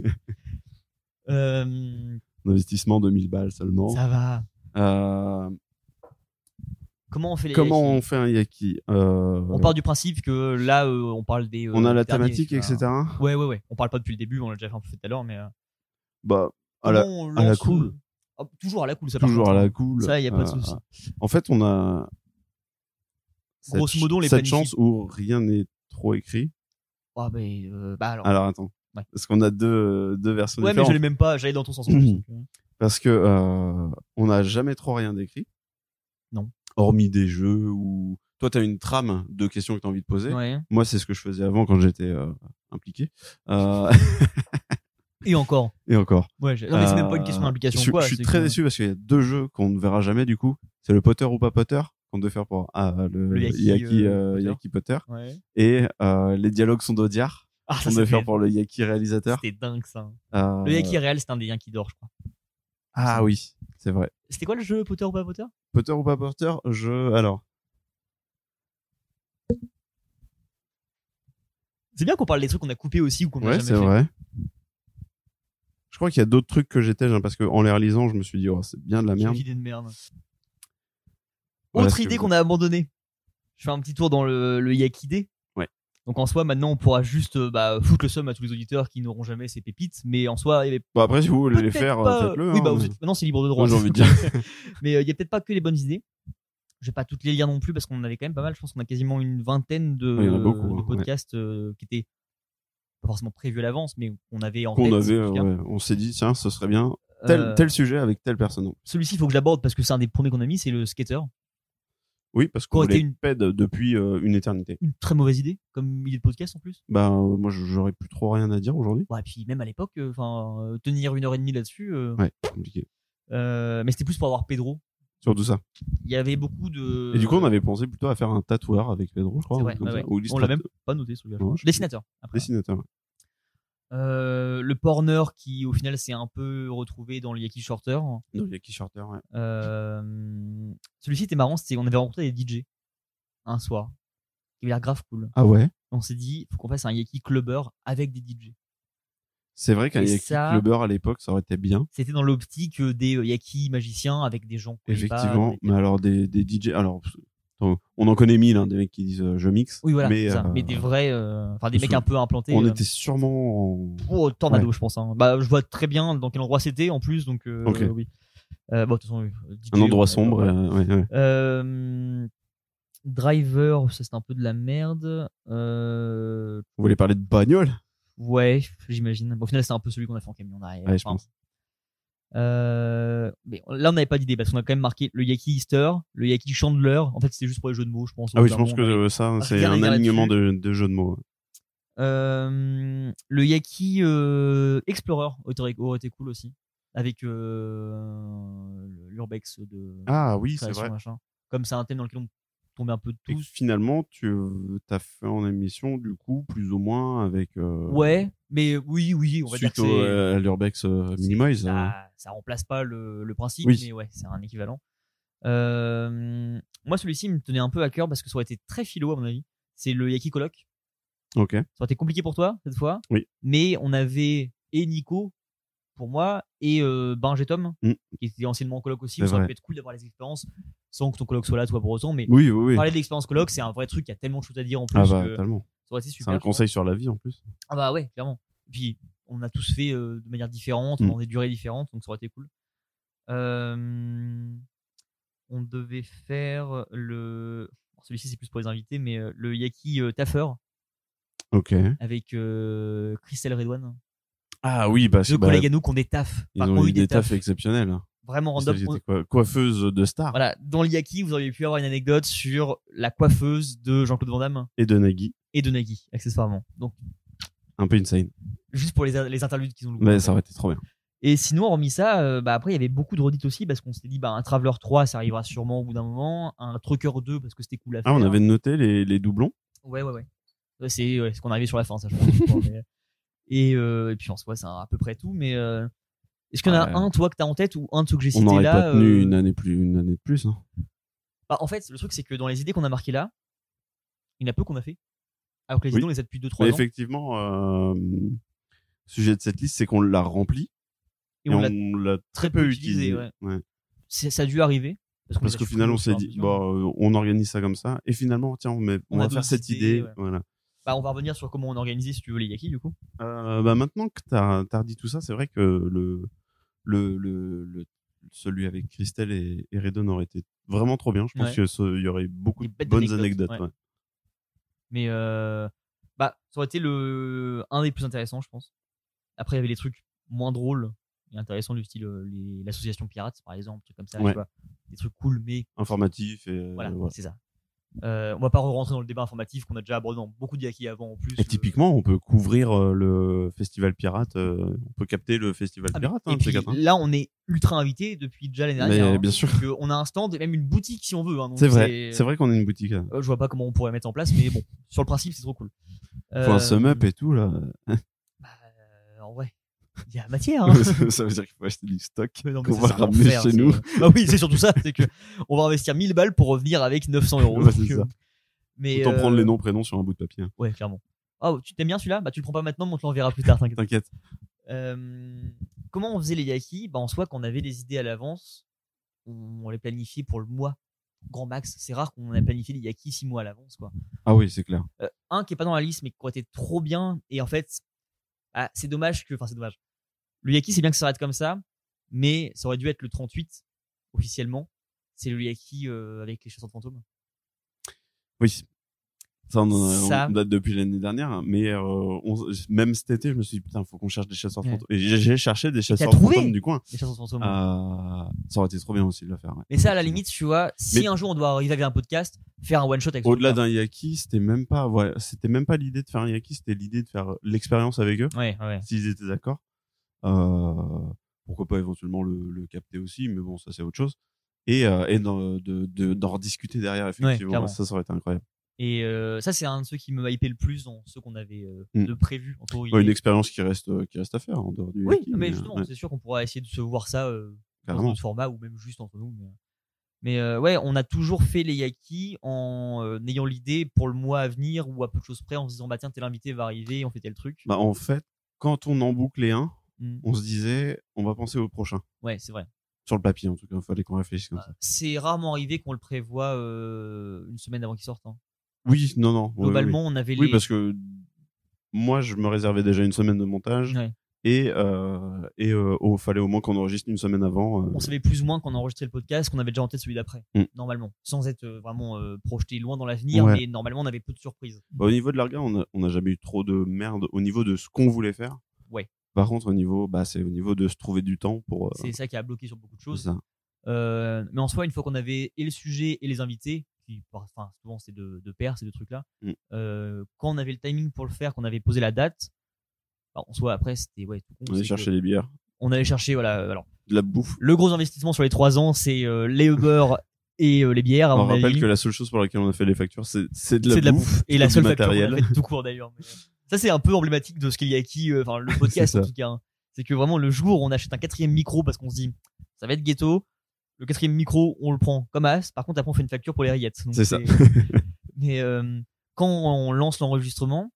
euh, Investissement de mille balles seulement. ça va. Euh, Comment on fait les comment yaki on fait un Yaki? euh, On part du principe que là euh, on parle des. euh, On a la derniers, thématique, tu vois. et cetera. Ouais ouais ouais. On parle pas depuis le début, on l'a déjà fait un peu tout à l'heure, mais. Euh, Bah, à la, comment on à la lance, cool. euh, ah, toujours à la cool, ça. par toujours contre, à hein. la cool. Ça, y a pas de Euh, souci. En fait, on a. cette Grosso ch- modo, on les Cette planifie. chance où rien n'est trop écrit. Ah bah, euh, bah alors. Alors attends. Ouais. Parce qu'on a deux, deux versions ouais mais différentes. j'allais même pas, j'allais dans ton sens en plus. donc, euh. Parce que euh, on n'a jamais trop rien d'écrit. Non. Hormis des jeux où toi t'as une trame de questions que t'as envie de poser. Ouais. Moi c'est ce que je faisais avant quand j'étais euh, impliqué. Euh, Et encore. et encore. Ouais. j'ai- Non mais c'est même pas une Euh, question d'implication Je, suis- ou quoi. je suis c'est très que- déçu parce qu'il y a deux jeux qu'on ne verra jamais du coup. C'est le Potter ou pas Potter qu'on devait faire pour ah, le, Le Yaki, Yaki, euh, euh, Potter. Yaki Potter. Ouais. Et euh, les dialogues sont d'Audiard Ah qu'on ça devait faire c'était pour le Yaki réalisateur. c'était dingue ça. Euh, Le Yaki réel c'était un des Yaki d'or je crois. Ah oui, c'est vrai. C'était quoi le jeu Potter ou pas Potter? Potter ou pas Potter, je alors. C'est bien qu'on parle des trucs qu'on a coupés aussi ou qu'on n'a Ouais, jamais c'est fait. vrai. Je crois qu'il y a d'autres trucs que j'étais, hein, parce que en les relisant, je me suis dit, oh, c'est bien de la Quelle merde. idée de merde. Voilà Autre ce que idée je- qu'on a abandonnée. Je fais un petit tour dans le, le Yakidé. Ouais. Donc en soi, maintenant, on pourra juste euh, bah, foutre le seum à tous les auditeurs qui n'auront jamais ces pépites. Mais en soi, il y avait Bon, après, si vous voulez les peut-être faire, pas- euh, faites-le. Oui, hein, bah, vous mais- êtes- maintenant, c'est libre de droit. Moi, j'ai envie de dire. Mais euh, il y a peut-être pas que les bonnes idées. Je vais pas toutes les lire non plus parce qu'on en avait quand même pas mal. Je pense qu'on a quasiment une vingtaine de, Ouais, il y en a beaucoup, de hein, podcasts euh, qui étaient pas forcément prévus à l'avance, mais qu'on avait en Qu'on tête. avait, en tout cas. ouais, on s'est dit, tiens, ce serait bien tel, Euh, tel sujet avec telle personne. Celui-ci, il faut que je l'aborde parce que c'est un des premiers qu'on a mis, c'est le skater. Oui, parce Qu'aurait qu'on été les une- pède depuis euh, une éternité. Une très mauvaise idée, comme idée de podcast en plus. Bah, euh, moi, je- j'aurais plus trop rien à dire aujourd'hui. Ouais, et puis même à l'époque, euh, enfin, euh, tenir une heure et demie là-dessus. euh, Ouais, compliqué. euh, mais c'était plus pour avoir Pedro. Surtout ça. Il y avait beaucoup de. Et du coup, on avait pensé plutôt à faire un tatoueur avec Pedro, je crois. C'est ou vrai, comme ouais, ça. ouais. Ou On l'a illustrateur. même pas noté celui-là. je Ouais, crois. je sais Dessinateur. Après. Dessinateur. ouais. Euh, le porner qui au final s'est un peu retrouvé dans le Yaki Shorter. Non, il y a qui Shorter, ouais. Euh, celui-ci était marrant, c'était on avait rencontré des D J un soir qui avait l'air grave cool. Ah ouais. On s'est dit faut qu'on fasse un Yaki clubber avec des D J. C'est vrai qu'un Et Yaki ça- Clubber à l'époque, ça aurait été bien. C'était dans l'optique des euh, Yaki magiciens avec des gens. qu'on connaît pas, Effectivement. avec des- Mais alors, des, des D J. Alors, attends, on en connaît mille, hein, des mecs qui disent euh, je mixe. Oui voilà. Mais, c'est ça. euh, Mais des vrais, euh, enfin des on mecs se- un peu implantés. on euh, était sûrement en... Oh, tornado, Ouais. je pense. Hein. Bah, je vois très bien dans quel endroit c'était en plus, donc euh, Ok. oui. Euh, bon, de toute façon, oui, D J, un endroit ouais, sombre. voilà. euh, ouais, ouais. Euh, Driver, ça c'était un peu de la merde. Euh, Vous voulez parler de bagnole? ouais, j'imagine. Bon, au final, c'est un peu celui qu'on a fait en camion derrière. Ouais, je Enfin, pense. euh, mais là, on n'avait pas d'idée parce qu'on a quand même marqué le Yaki Easter, le Yaki Chandler. En fait, c'était juste pour les jeux de mots, je pense. Ah Au oui, bout je d'un pense que moment, on avait- euh, ça, c'est rien à un dire alignement là-dessus. de, de jeux de mots. Euh, le Yaki euh, Explorer aurait, aurait été cool aussi. Avec euh, l'Urbex de Ah oui, c'est création, vrai. machin. Comme c'est un thème dans lequel on tombait un peu de Et que tous. finalement, tu as fait en émission, du coup, plus ou moins avec. Euh, Ouais, mais oui, oui, on va dire Suite que au c'est. euh, à l'Urbex euh, c'est- Minimize. euh. Ça, ça remplace pas le, le principe, Oui. mais ouais, c'est un équivalent. Euh, moi, celui-ci il me tenait un peu à cœur parce que ça aurait été très philo, à mon avis. C'est le Yaki Coloc. Ok. Ça aurait été compliqué pour toi, cette fois. Oui. Mais on avait et Nico, pour moi, et euh, Benj et Tom, Mm. qui était anciennement en coloc aussi. C'est Ça aurait vrai. pu être cool d'avoir les expériences sans que ton coloc soit là, toi, pour autant. Mais Oui, oui, oui. parler de l'expérience coloc, c'est un vrai truc. Il y a tellement de choses à dire en plus. Ah bah, que tellement. ça aurait été C'est super. un conseil sur la vie en plus. Ah bah ouais, clairement. Et puis, on a tous fait euh, de manière différente, Mm. dans des durées différentes, donc ça aurait été cool. Euh, on devait faire le. bon, celui-ci, c'est plus pour les invités, mais euh, le Yaki euh, Taffer Ok. avec euh, Christelle Redouane. Ah oui, parce que Deux bah, collègues à nous qui ont des tafs. ils Enfin, ont qui ont eu des tafs tafs exceptionnels. vraiment random. Ils On- étaient quoi, coiffeuses de stars Voilà, dans le Yaki, vous auriez pu avoir une anecdote sur la coiffeuse de Jean-Claude Van Damme et de Nagui. et de Nagui, accessoirement. Donc, Un peu insane. juste pour les, les interludes qu'ils ont loupés. Mais ça aurait été trop bien. Et sinon, hormis ça, euh, bah après, il y avait beaucoup de redites aussi parce qu'on s'était dit, bah, un Traveler trois, ça arrivera sûrement au bout d'un moment. Un Trucker deux, parce que c'était cool à faire. Ah, on avait noté les, les doublons. Ouais, ouais, ouais. Ouais, c'est ouais, ce qu'on arrivait sur la fin, ça, je pense. je crois, mais- Et, euh, et puis en soi, c'est à peu près tout. Mais euh, est-ce qu'il y en a Ouais. un, toi, que t'as en tête ou un de ceux que j'ai On cités n'aurait là pas tenu euh, une année plus, une année de plus. Hein. bah, en fait, le truc, c'est que dans les idées qu'on a marquées là, il y en a peu qu'on a fait. Alors que les Oui. idées, on les a depuis deux trois Mais ans. effectivement, euh, sujet de cette liste, c'est qu'on l'a rempli Et on l'a l'a très peu utilisé. Ouais. Ouais. C'est- Ça a dû arriver. Parce, qu'on Parce les a qu'au supprimés final, au on fur et s'est à dit, mesure. bon, euh, on organise ça comme ça. Et finalement, tiens, on, met, on, On a va faire d'autres cette idées, idée. ouais. Voilà. Bah, on va revenir sur comment on organisait, si tu veux, les Yaki, du coup. Euh, bah maintenant que t'as as redit tout ça, c'est vrai que le, le, le, le celui avec Christelle et, et Redon aurait été vraiment trop bien. Je pense Ouais. que ce- il y aurait beaucoup Des de bêtes bonnes d'anecdotes, anecdotes. ouais. ouais. Mais euh, bah, ça aurait été le un des plus intéressants, je pense. Après, il y avait les trucs moins drôles et intéressants du style euh, les- l'association pirates, par exemple, trucs comme ça. Ouais. Tu vois, des trucs cool, mais Informatif et euh, voilà, voilà. c'est ça. Euh, on va pas rentrer dans le débat informatif qu'on a déjà abordé dans beaucoup de Yaki avant en plus. Et typiquement, on peut couvrir euh, le festival pirate. euh, on peut capter le festival Ah, pirate. et Hein, de puis, ces quatre, hein. là, on est ultra invité depuis déjà l'année Mais dernière. hein. bien sûr. Donc, euh, on a un stand et même une boutique si on veut. Hein, donc C'est vrai. C'est vrai qu'on a une boutique. Là. Euh, je vois pas comment on pourrait mettre en place, mais bon, sur le principe, c'est trop cool. Faut un Euh, sum up et tout là. bah, euh, en vrai, il y a matière. Hein. Ça veut dire qu'il faut acheter du stock Mais non, mais qu'on ça, va c'est un ramener enfer, chez c'est- nous. Bah oui, c'est surtout ça, c'est que on va investir mille balles pour revenir avec neuf cents euros. Ouais, c'est Donc, ça. euh, mais Autant euh, prendre les noms prénoms sur un bout de papier. hein. Ouais, clairement. Oh, tu t'aimes bien celui-là? Bah, tu le prends pas maintenant, mais on te l'enverra plus tard, t'inquiète. T'inquiète. Euh, comment on faisait les yakis? Bah, en soi, quand on avait des idées à l'avance, on, on les planifiait pour le mois. Grand max. C'est rare qu'on ait planifié les yakis six mois à l'avance, quoi. Ah oui, c'est clair. Euh, un qui est pas dans la liste, mais qui aurait été trop bien. Et en fait, ah, c'est dommage que, enfin, c'est dommage. Le yaki, c'est bien que ça s'arrête comme ça, mais ça aurait dû être le trente-huit, officiellement. C'est le yaki euh, avec les chasseurs de fantômes. Oui. Ça, on, en a- Ça- on date depuis l'année dernière, mais euh, on- même cet été, je me suis dit, putain, faut qu'on cherche des chasseurs de Ouais. fantômes. Et j'ai j'ai cherché des chasseurs de trouvé fantômes du coin. Les chasseurs de fantômes. Euh, ça aurait été trop bien aussi de le faire. Ouais. Mais ça, à la limite, tu vois, si Mais- un jour on doit arriver avec un podcast, faire un one shot avec ce Au-delà truc-là. d'un yaki, c'était même pas, ouais, c'était même pas l'idée de faire un yaki, c'était l'idée de faire l'expérience avec eux, Ouais, ouais. s'ils étaient d'accord. Euh, pourquoi pas éventuellement le, le capter aussi, mais bon, ça c'est autre chose. Et, euh, et d'en, de, de, d'en rediscuter derrière, effectivement. clairement. ça, ça aurait été incroyable. Et euh, ça, c'est un de ceux qui me hypait le plus dans ceux qu'on avait euh, Mm. de prévu. En théorie. Ouais, une expérience qui reste, euh, qui reste à faire en dehors du Oui, yaki, mais mais, justement, ouais, c'est sûr qu'on pourra essayer de se voir ça euh, dans carrément. notre format ou même juste entre nous. Mais, mais euh, ouais, on a toujours fait les yakis en euh, ayant l'idée pour le mois à venir ou à peu de choses près en se disant bah tiens, tel invité va arriver, on fait tel truc. Bah, en fait, quand on en bouclait un, Mm. on se disait, on va penser au prochain. Ouais, c'est vrai. Sur le papier, en tout cas, il fallait qu'on réfléchisse comme ça. C'est rarement arrivé qu'on le prévoit euh, une semaine avant qu'il sorte. Hein. Oui, non, non. oui, Globalement, on avait oui. Oui, les. parce que moi, je me réservais déjà une semaine de montage. Ouais. Et, euh, et euh, oh, fallait au moins qu'on enregistre une semaine avant. euh. On savait plus ou moins qu'on enregistrait le podcast, qu'on avait déjà en tête celui d'après, Mm. normalement, sans être euh, vraiment euh, projeté loin dans l'avenir, Ouais. mais normalement on avait peu de surprises. Bah, au niveau de l'Arga, on a, on a jamais eu trop de merde au niveau de ce qu'on voulait faire. Ouais. Par contre, au niveau, bah, c'est au niveau de se trouver du temps pour. euh, C'est ça qui a bloqué sur beaucoup de choses. ça. Euh, mais en soi, une fois qu'on avait et le sujet et les invités, qui, enfin, souvent c'est de, de pair ces deux trucs-là, Mm. euh, quand on avait le timing pour le faire, qu'on avait posé la date, bah, en soi après c'était ouais tout con. On allait c'est chercher que les bières, On allait chercher voilà. Alors de la bouffe. le gros investissement sur les trois ans, c'est euh, les Uber et euh, les bières. À On mon rappelle avis. que la seule chose pour laquelle on a fait les factures, c'est, c'est de la C'est bouffe. de la bouffe et c'est la du seule facture qu'on matériel. a faite tout court d'ailleurs. Mais, euh, ça c'est un peu emblématique de ce qu'il y a qui, euh, enfin le podcast C'est en ça. tout cas. Hein. C'est que vraiment le jour où on achète un quatrième micro parce qu'on se dit ça va être ghetto, le quatrième micro on le prend comme as. Par contre après on fait une facture pour les rillettes. Donc, C'est ça. Mais euh, quand on lance l'enregistrement,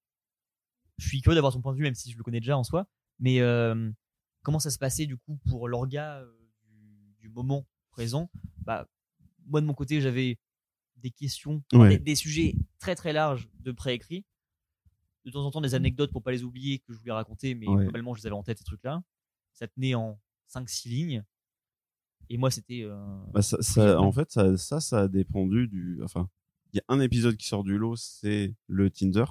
je suis curieux d'avoir ton point de vue même si je le connais déjà en soi. Mais euh, comment ça se passait du coup pour l'orga euh, du, du moment présent? Bah moi de mon côté j'avais des questions, Ouais. des, des sujets très très larges de préécrits. De temps en temps des anecdotes pour pas les oublier que je voulais raconter, mais Ouais. globalement je les avais en tête ces trucs-là. Ça tenait en cinq six lignes. Et moi c'était. Euh... Bah, ça, ça, en fait, ça, ça, ça a dépendu du. Enfin, il y a un épisode qui sort du lot, c'est le Tinder.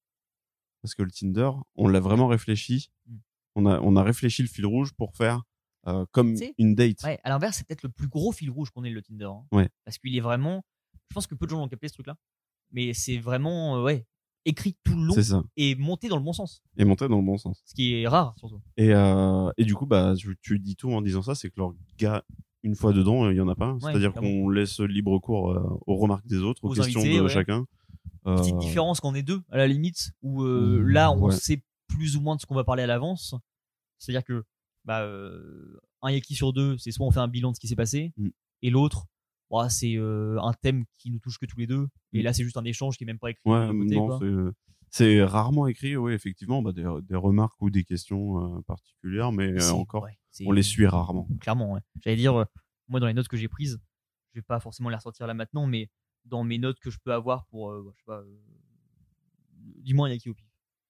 Parce que le Tinder, on l'a vraiment réfléchi. Mm. On a, on a réfléchi le fil rouge pour faire euh, comme Tu sais, une date. Ouais, à l'inverse, c'est peut-être le plus gros fil rouge qu'on ait le Tinder. Hein. Ouais. Parce qu'il est vraiment. Je pense que peu de gens l'ont capté ce truc-là. Mais c'est vraiment euh, ouais, écrit tout le long C'est ça. et monté dans le bon sens. Et monter dans le bon sens. Ce qui est rare surtout. Et, euh, et du coup, bah, tu, tu dis tout en disant ça, c'est que leur gars, une fois dedans, il y en a pas. un. Ouais, C'est-à-dire clairement. qu'on laisse libre cours euh, aux remarques des autres, aux, Aux questions invités, de ouais. chacun. Euh, Petite différence qu'on est deux à la limite où euh, Mmh, là on ouais. sait plus ou moins de ce qu'on va parler à l'avance. C'est-à-dire que bah, euh, un yaki sur deux, c'est soit on fait un bilan de ce qui s'est passé Mm. et l'autre, bah, c'est euh, un thème qui nous touche que tous les deux. Et Mm. là c'est juste un échange qui est même pas écrit. Ouais, de côté, non, quoi. c'est, c'est rarement écrit, oui, effectivement, bah, des, des remarques ou des questions euh, particulières, mais euh, C'est- encore, ouais, c'est- on les suit rarement. Clairement, ouais. J'allais dire, euh, moi dans les notes que j'ai prises, je vais pas forcément les ressortir là maintenant, mais dans mes notes que je peux avoir pour, euh, je sais pas, euh, dis-moi un yaki au pif.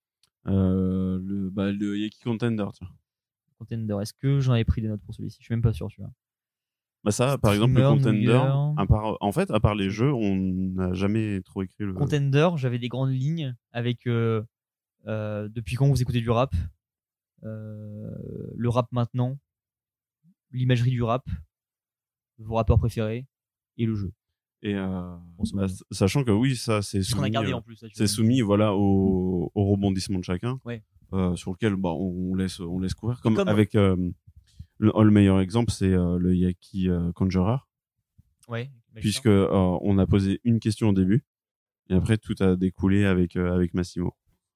Euh, le, bah, le Yaki Contender, tiens. Contender, est-ce que j'en avais pris des notes pour celui-ci? Je suis même pas sûr, tu vois. Bah ça, par exemple, le Streamer, Contender, Nouilleur. à part, en fait, à part les jeux, on n'a jamais trop écrit le. Contender, j'avais des grandes lignes avec euh, euh, depuis quand vous écoutez du rap, euh, le rap maintenant, l'imagerie du rap, vos rappeurs préférés et le jeu. Et euh, Grosso bah, modo. s- sachant que oui, ça, c'est C'est ce qu'on a soumis, gardé euh, en plus. là, tu c'est vois. soumis, voilà, au, au rebondissement de chacun, Ouais. euh, sur lequel, bah, on laisse, on laisse couvrir. Comme, Comme- avec euh, le, le meilleur exemple, c'est euh, le Yaki euh, Conjurer. Ouais. Puisque euh, on a posé une question au début et après tout a découlé avec euh, avec Massimo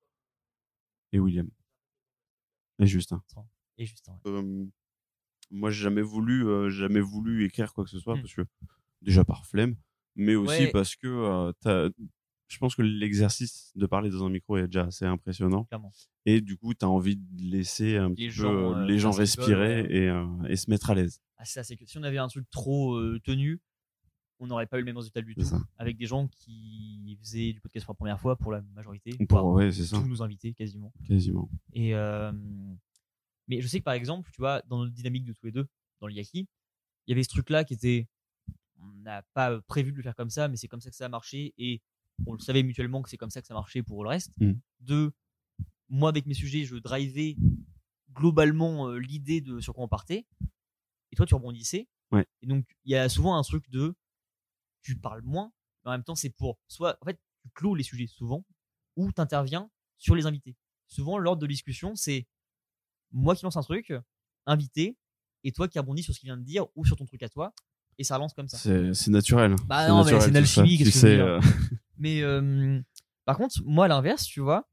et William et Justin. Et Justin. Ouais. Euh, moi j'ai jamais voulu euh, jamais voulu écrire quoi que ce soit Hmm. parce que déjà par flemme mais aussi Ouais. parce que euh, t'as je pense que l'exercice de parler dans un micro est déjà assez impressionnant. Clairement. Et du coup, tu as envie de laisser un Les petit gens, peu euh, les gens faire ce qu'ils respirer veulent, et, euh, et se mettre à l'aise. Ah, c'est ça, c'est que si on avait un truc trop euh, tenu, on n'aurait pas eu le même résultat du C'est tout. ça. Avec des gens qui faisaient du podcast pour la première fois pour la majorité. Pour, voire ouais, c'est ça, tous nos invités quasiment. quasiment. Et euh, mais je sais que par exemple, tu vois, dans notre dynamique de tous les deux, dans le Yaki, il y avait ce truc-là qui était, on n'a pas prévu de le faire comme ça, mais c'est comme ça que ça a marché et on le savait mutuellement que c'est comme ça que ça marchait pour le reste. Mm. De moi avec mes sujets, je drivais globalement euh, l'idée de sur quoi on partait, et toi tu rebondissais. Ouais. Et donc il y a souvent un truc de, tu parles moins, mais en même temps c'est pour soit, en fait, tu clôt les sujets souvent, ou t'interviens sur les invités. Souvent l'ordre de discussion c'est moi qui lance un truc, invité, et toi qui rebondis sur ce qu'il vient de dire ou sur ton truc à toi, et ça relance comme ça. C'est, c'est naturel. Bah c'est non, mais naturel, c'est une tout ça. alchimie, Tu qu'est-ce que je veux sais, dire. euh, Mais euh, par contre, moi à l'inverse, tu vois,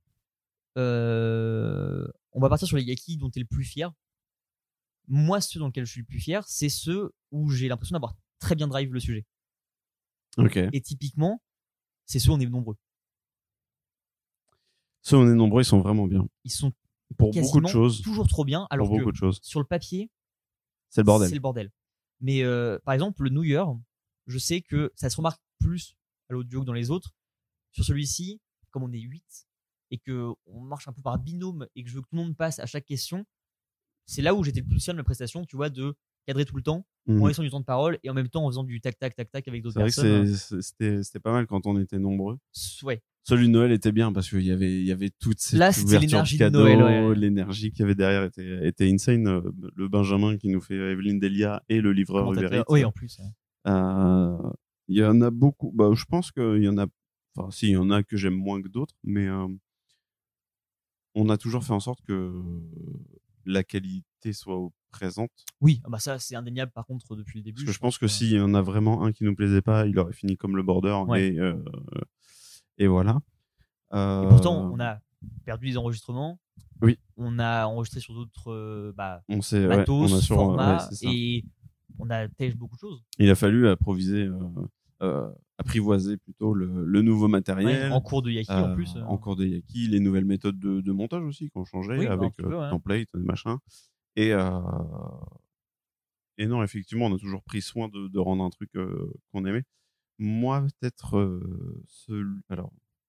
euh, on va partir sur les Yaki dont tu es le plus fier. Moi, ceux dans lesquels je suis le plus fier, c'est ceux où j'ai l'impression d'avoir très bien drive le sujet. Ok. Et typiquement, c'est ceux où on est nombreux. Ceux où on est nombreux, ils sont vraiment bien. Ils sont Pour quasiment beaucoup de choses. toujours trop bien, alors Pour que beaucoup de choses. sur le papier, C'est le bordel. c'est le bordel. Mais euh, par exemple, le New Year, je sais que ça se remarque plus à l'audio que dans les autres. Sur celui-ci, comme on est huit et que on marche un peu par binôme et que je veux que tout le monde passe à chaque question, c'est là où j'étais le plus fier de ma prestation, tu vois, de cadrer tout le temps, Mhm. en laissant du temps de parole et en même temps en faisant du tac tac tac tac avec d'autres C'est vrai que personnes. c'est- c'est- c'était, c'était pas mal quand on était nombreux. Ouais. Celui de Noël était bien parce qu'il y avait, il y avait toute cette Là, c'était ouverture l'énergie de de cadeaux, Noël, ouais. l'énergie qu'il y avait derrière était, était insane. Euh, Le Benjamin qui nous fait Evelyne Delia et le livreur Uber Commentateur. Eats. Oui, en plus. ouais. Euh, Il y en a beaucoup. Bah, je pense qu'il y en a. Enfin, si, il y en a que j'aime moins que d'autres, mais euh, on a toujours fait en sorte que la qualité soit présente. Oui, ah bah ça c'est indéniable par contre depuis le début. Parce que je pense que s'il y en a vraiment un qui nous plaisait pas, il aurait fini comme le border. Ouais. Et, euh, et voilà. Euh, Et pourtant, on a perdu les enregistrements. Oui. On a enregistré sur d'autres euh, bah, on sait, ouais, matos, on a sur, formats, ouais, c'est ça. et on a tèche beaucoup de choses. Il a fallu improviser, euh, euh, apprivoiser plutôt le, le nouveau matériel. Ouais, en cours de Yaki en Euh, plus. euh. En cours de Yaki, les nouvelles méthodes de, de montage aussi qui ont changé Oui, bah, un avec petit peu, euh, ouais. template, machin. Et, euh, et non, effectivement, on a toujours pris soin de, de rendre un truc euh, qu'on aimait. Moi, peut-être euh, celui, alors,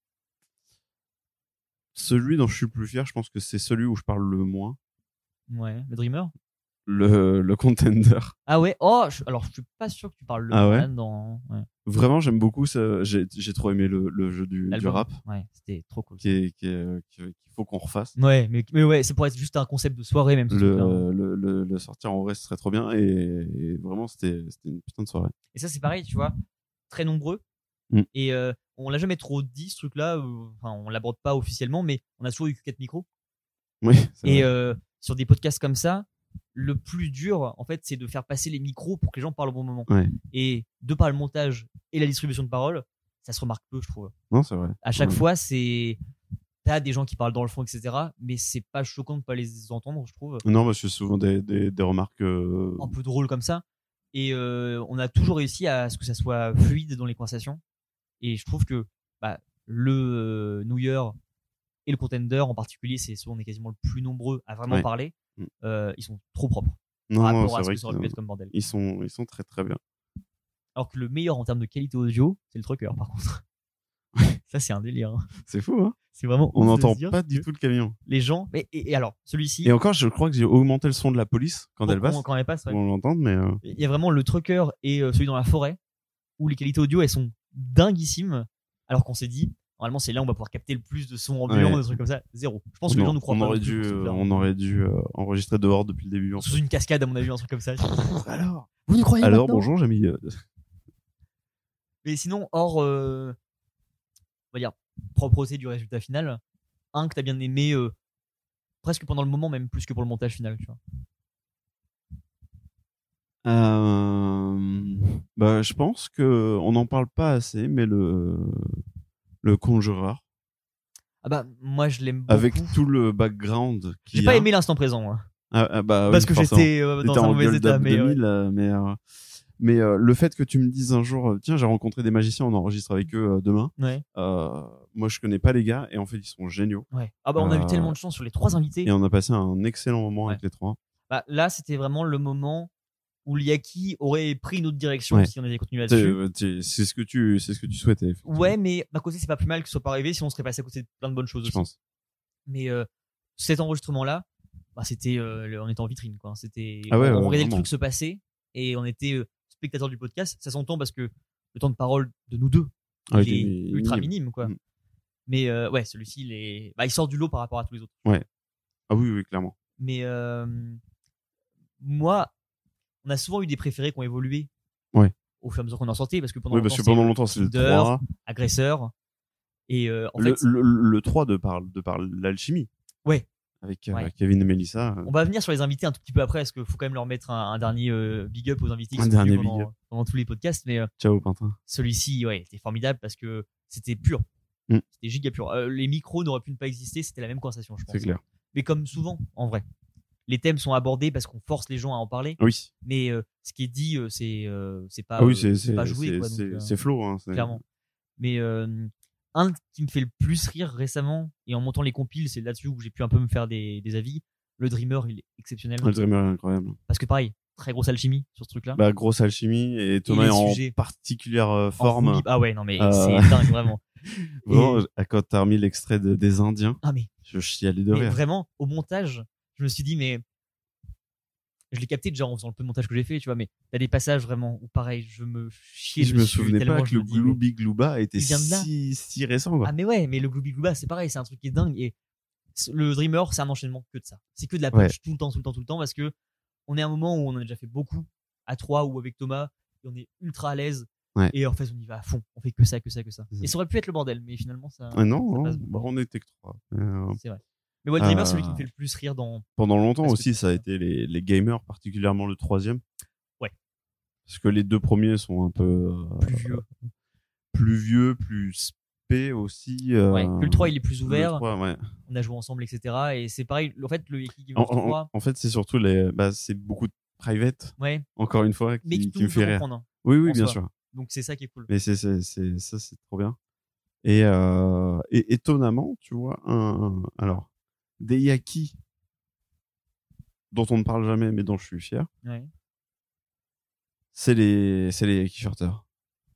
celui dont je suis le plus fier, je pense que c'est celui où je parle le moins, Ouais, le Dreamer. le, le contender. Ah ouais, oh, je- alors je suis pas sûr que tu parles le Ah moins ouais là-dedans. Ouais. Vraiment, j'aime beaucoup ça. J'ai, j'ai trop aimé le, le jeu du, du L'album. rap Ouais, c'était trop cool. qui est, qui est, euh, qui- qu'il faut qu'on refasse. Ouais, mais, mais ouais, c'est pour être juste un concept de soirée même. ce Le, truc-là, hein. le, le, le sortir en vrai, ce serait trop bien. Et, et vraiment, c'était, c'était une putain de soirée. Et ça, c'est pareil, tu vois, très nombreux. Mm. Et euh, on l'a jamais trop dit, ce truc-là. euh, Enfin, on l'aborde pas officiellement, mais on a toujours eu que quatre micros. Oui, c'est Et vrai. euh, sur des podcasts comme ça, le plus dur, en fait, c'est de faire passer les micros pour que les gens parlent au bon moment. Ouais. Et de par le montage et la distribution de paroles, ça se remarque peu, je trouve. Non, c'est vrai. À chaque Ouais. fois, c'est. T'as des gens qui parlent dans le fond, et cetera. Mais c'est pas choquant de pas les entendre, je trouve. Non, parce que c'est souvent des, des, des remarques. euh, Un peu drôle comme ça. Et euh, on a toujours réussi à ce que ça soit fluide dans les conversations. Et je trouve que bah, le euh, New Year et le Contender en particulier, c'est ceux où on est quasiment le plus nombreux à vraiment Ouais. parler. Mm. Euh, ils sont trop propres Non, par non, rapport c'est à ce vrai que ça aurait pu qu'ils être comme bordel. ils sont, ils sont très très bien. Alors que le meilleur en termes de qualité audio, c'est le trucker par contre. Ça, c'est un délire. hein. C'est fou, hein. C'est vraiment. On ouf de n'entend se dire pas que du tout le camion. Les gens. Mais, et, et alors, celui-ci. Et encore, je crois que j'ai augmenté le son de la police quand elle quand- passe. Quand elle passe, ouais. Pour l'entendre, mais. euh, Il y a vraiment le trucker et euh, celui dans la forêt où les qualités audio elles sont dinguissimes. Alors qu'on s'est dit, normalement, c'est là où on va pouvoir capter le plus de sons ambulants, Ouais. des trucs comme ça. Zéro. Je pense que on, les gens nous croient on pas. aurait non plus dû, pour ce euh, truc-là. on aurait dû euh, enregistrer dehors depuis le début. En Sous fait. une cascade, à mon avis, un truc comme ça. Alors, Vous nous croyez alors maintenant bonjour, j'ai mis. euh, Mais sinon, hors, euh, on va dire, propreté du résultat final, un que t'as bien aimé, euh, presque pendant le moment, même plus que pour le montage final, tu vois. Euh, bah, je pense que on n'en parle pas assez, mais le le Conjureur, Ah bah, moi, je l'aime beaucoup. avec tout le background qu'il J'ai y pas a. aimé l'instant présent, moi. Ah, ah, bah, Parce oui, que forcément. j'étais euh, dans T'étais un en mauvais gueule état, d'Ab mais ouais. deux mille, euh, mais euh, Mais euh, le fait que tu me dises un jour, euh, tiens, j'ai rencontré des magiciens, on enregistre avec eux euh, demain. Ouais. Euh, moi, je connais pas les gars et en fait, ils sont géniaux. Ouais. Ah bah on a Euh, eu tellement de chance sur les trois invités. Et on a passé un excellent moment Ouais. avec les trois. Bah, là, c'était vraiment le moment où l'Yaki aurait pris une autre direction Ouais. si on avait continué C'est là-dessus. euh, c'est- c'est ce que tu, c'est ce que tu souhaitais. effectivement, Ouais, mais d'un côté, c'est pas plus mal que ce soit pas arrivé, sinon on serait passé à côté de plein de bonnes choses je aussi. pense. Mais euh, cet enregistrement-là, bah, c'était, euh, le- on était en vitrine, quoi. C'était, Ah ouais, on, on ouais, regardait le vraiment. truc se passer et on était euh, spectateurs du podcast. Ça s'entend parce que le temps de parole de nous deux, Ah, il il est est ultra minime. minime, quoi. Mm. Mais euh, ouais, celui-ci, il est, bah, il sort du lot par rapport à tous les autres. Ah oui, oui, clairement. Mais euh, moi, on a souvent eu des préférés qui ont évolué. Ouais. Au fur et à mesure qu'on en sortait, parce que pendant Oui, parce longtemps, que pendant c'était longtemps, c'est le Tinder, trois. agresseur. Et euh, en Le, fait, le, le trois de par, de par l'alchimie. Ouais. Avec euh, Ouais. Kevin et Melissa. on va venir sur les invités un tout petit peu après, parce qu'il faut quand même leur mettre un, un dernier euh, big up aux invités qui Un sont dernier venus big pendant, up. pendant tous les podcasts. Mais euh, Ciao, Pintin. celui-ci, ouais, était formidable parce que c'était pur. Mm. C'était giga pur. Euh, les micros n'auraient pu ne pas exister, c'était la même conversation, je pense. C'est clair. Mais comme souvent, en vrai. Les thèmes sont abordés parce qu'on force les gens à en parler. Oui. Mais euh, ce qui est dit, euh, c'est euh, c'est pas, Ah oui, euh, c'est, c'est c'est, pas joué. c'est, Quoi, donc, c'est, euh, c'est flow. Hein, c'est- clairement. Mais euh, un qui me fait le plus rire récemment, et en montant les compiles, c'est là-dessus où j'ai pu un peu me faire des, des avis. Le Dreamer, il est exceptionnel. Le Dreamer est incroyable. Parce que pareil, très grosse alchimie sur ce truc-là. Bah, grosse alchimie et Thomas les est en sujets. particulière euh, En forme. roue libre. Ah ouais, non mais Euh, c'est dingue, vraiment. Vraiment, Et- quand t'as remis l'extrait de, des Indiens, Ah mais, je chialais de mais rire. vraiment, au montage, je me suis dit, mais. Je l'ai capté déjà en faisant le peu de montage que j'ai fait, tu vois, mais t'as des passages vraiment où pareil, je me chiais Je me dessus souvenais tellement pas que je le me dis, mais- Glooby Glooba était il vient de là. si, si récent, quoi. Ah mais ouais, mais le Glooby Glooba, c'est pareil, c'est un truc qui est dingue. Et le Dreamer, c'est un enchaînement que de ça. C'est que de la punch Ouais. tout le temps, tout le temps, tout le temps, parce que on est à un moment où on en a déjà fait beaucoup à trois ou avec Thomas, et on est ultra à l'aise. Ouais. Et en fait, on y va à fond. On fait que ça, que ça, que ça. Mhm. Et ça aurait pu être le bordel, mais finalement, ça. Ah non, ça non, passe bah, beaucoup. on était que trois. Euh, C'est vrai. Mais ouais, le Dreamer, Euh, c'est celui qui me fait le plus rire dans. pendant longtemps Parce que aussi, c'est ça a ça. été les, les gamers, particulièrement le troisième. Ouais. Parce que les deux premiers sont un peu euh, Plus vieux. plus vieux, plus spé aussi. euh, Ouais. Que le trois, il est plus le ouvert. trois, ouais. On a joué ensemble, et cetera. Et c'est pareil. En fait, le Yaki Game En, of en- trois, en fait, c'est surtout les, bah, c'est beaucoup de private, ouais. encore une fois, qui, Mais qui qui tout me le fait peut rire. comprendre. hein. Oui, oui, en bien soi. sûr. Donc c'est ça qui est cool. Mais c'est, c'est, c'est, ça, c'est trop bien. Et, euh, et étonnamment, tu vois, un, un- alors, des Yaki dont on ne parle jamais, mais dont je suis fier, Ouais. c'est les, c'est les Yaki Shorter.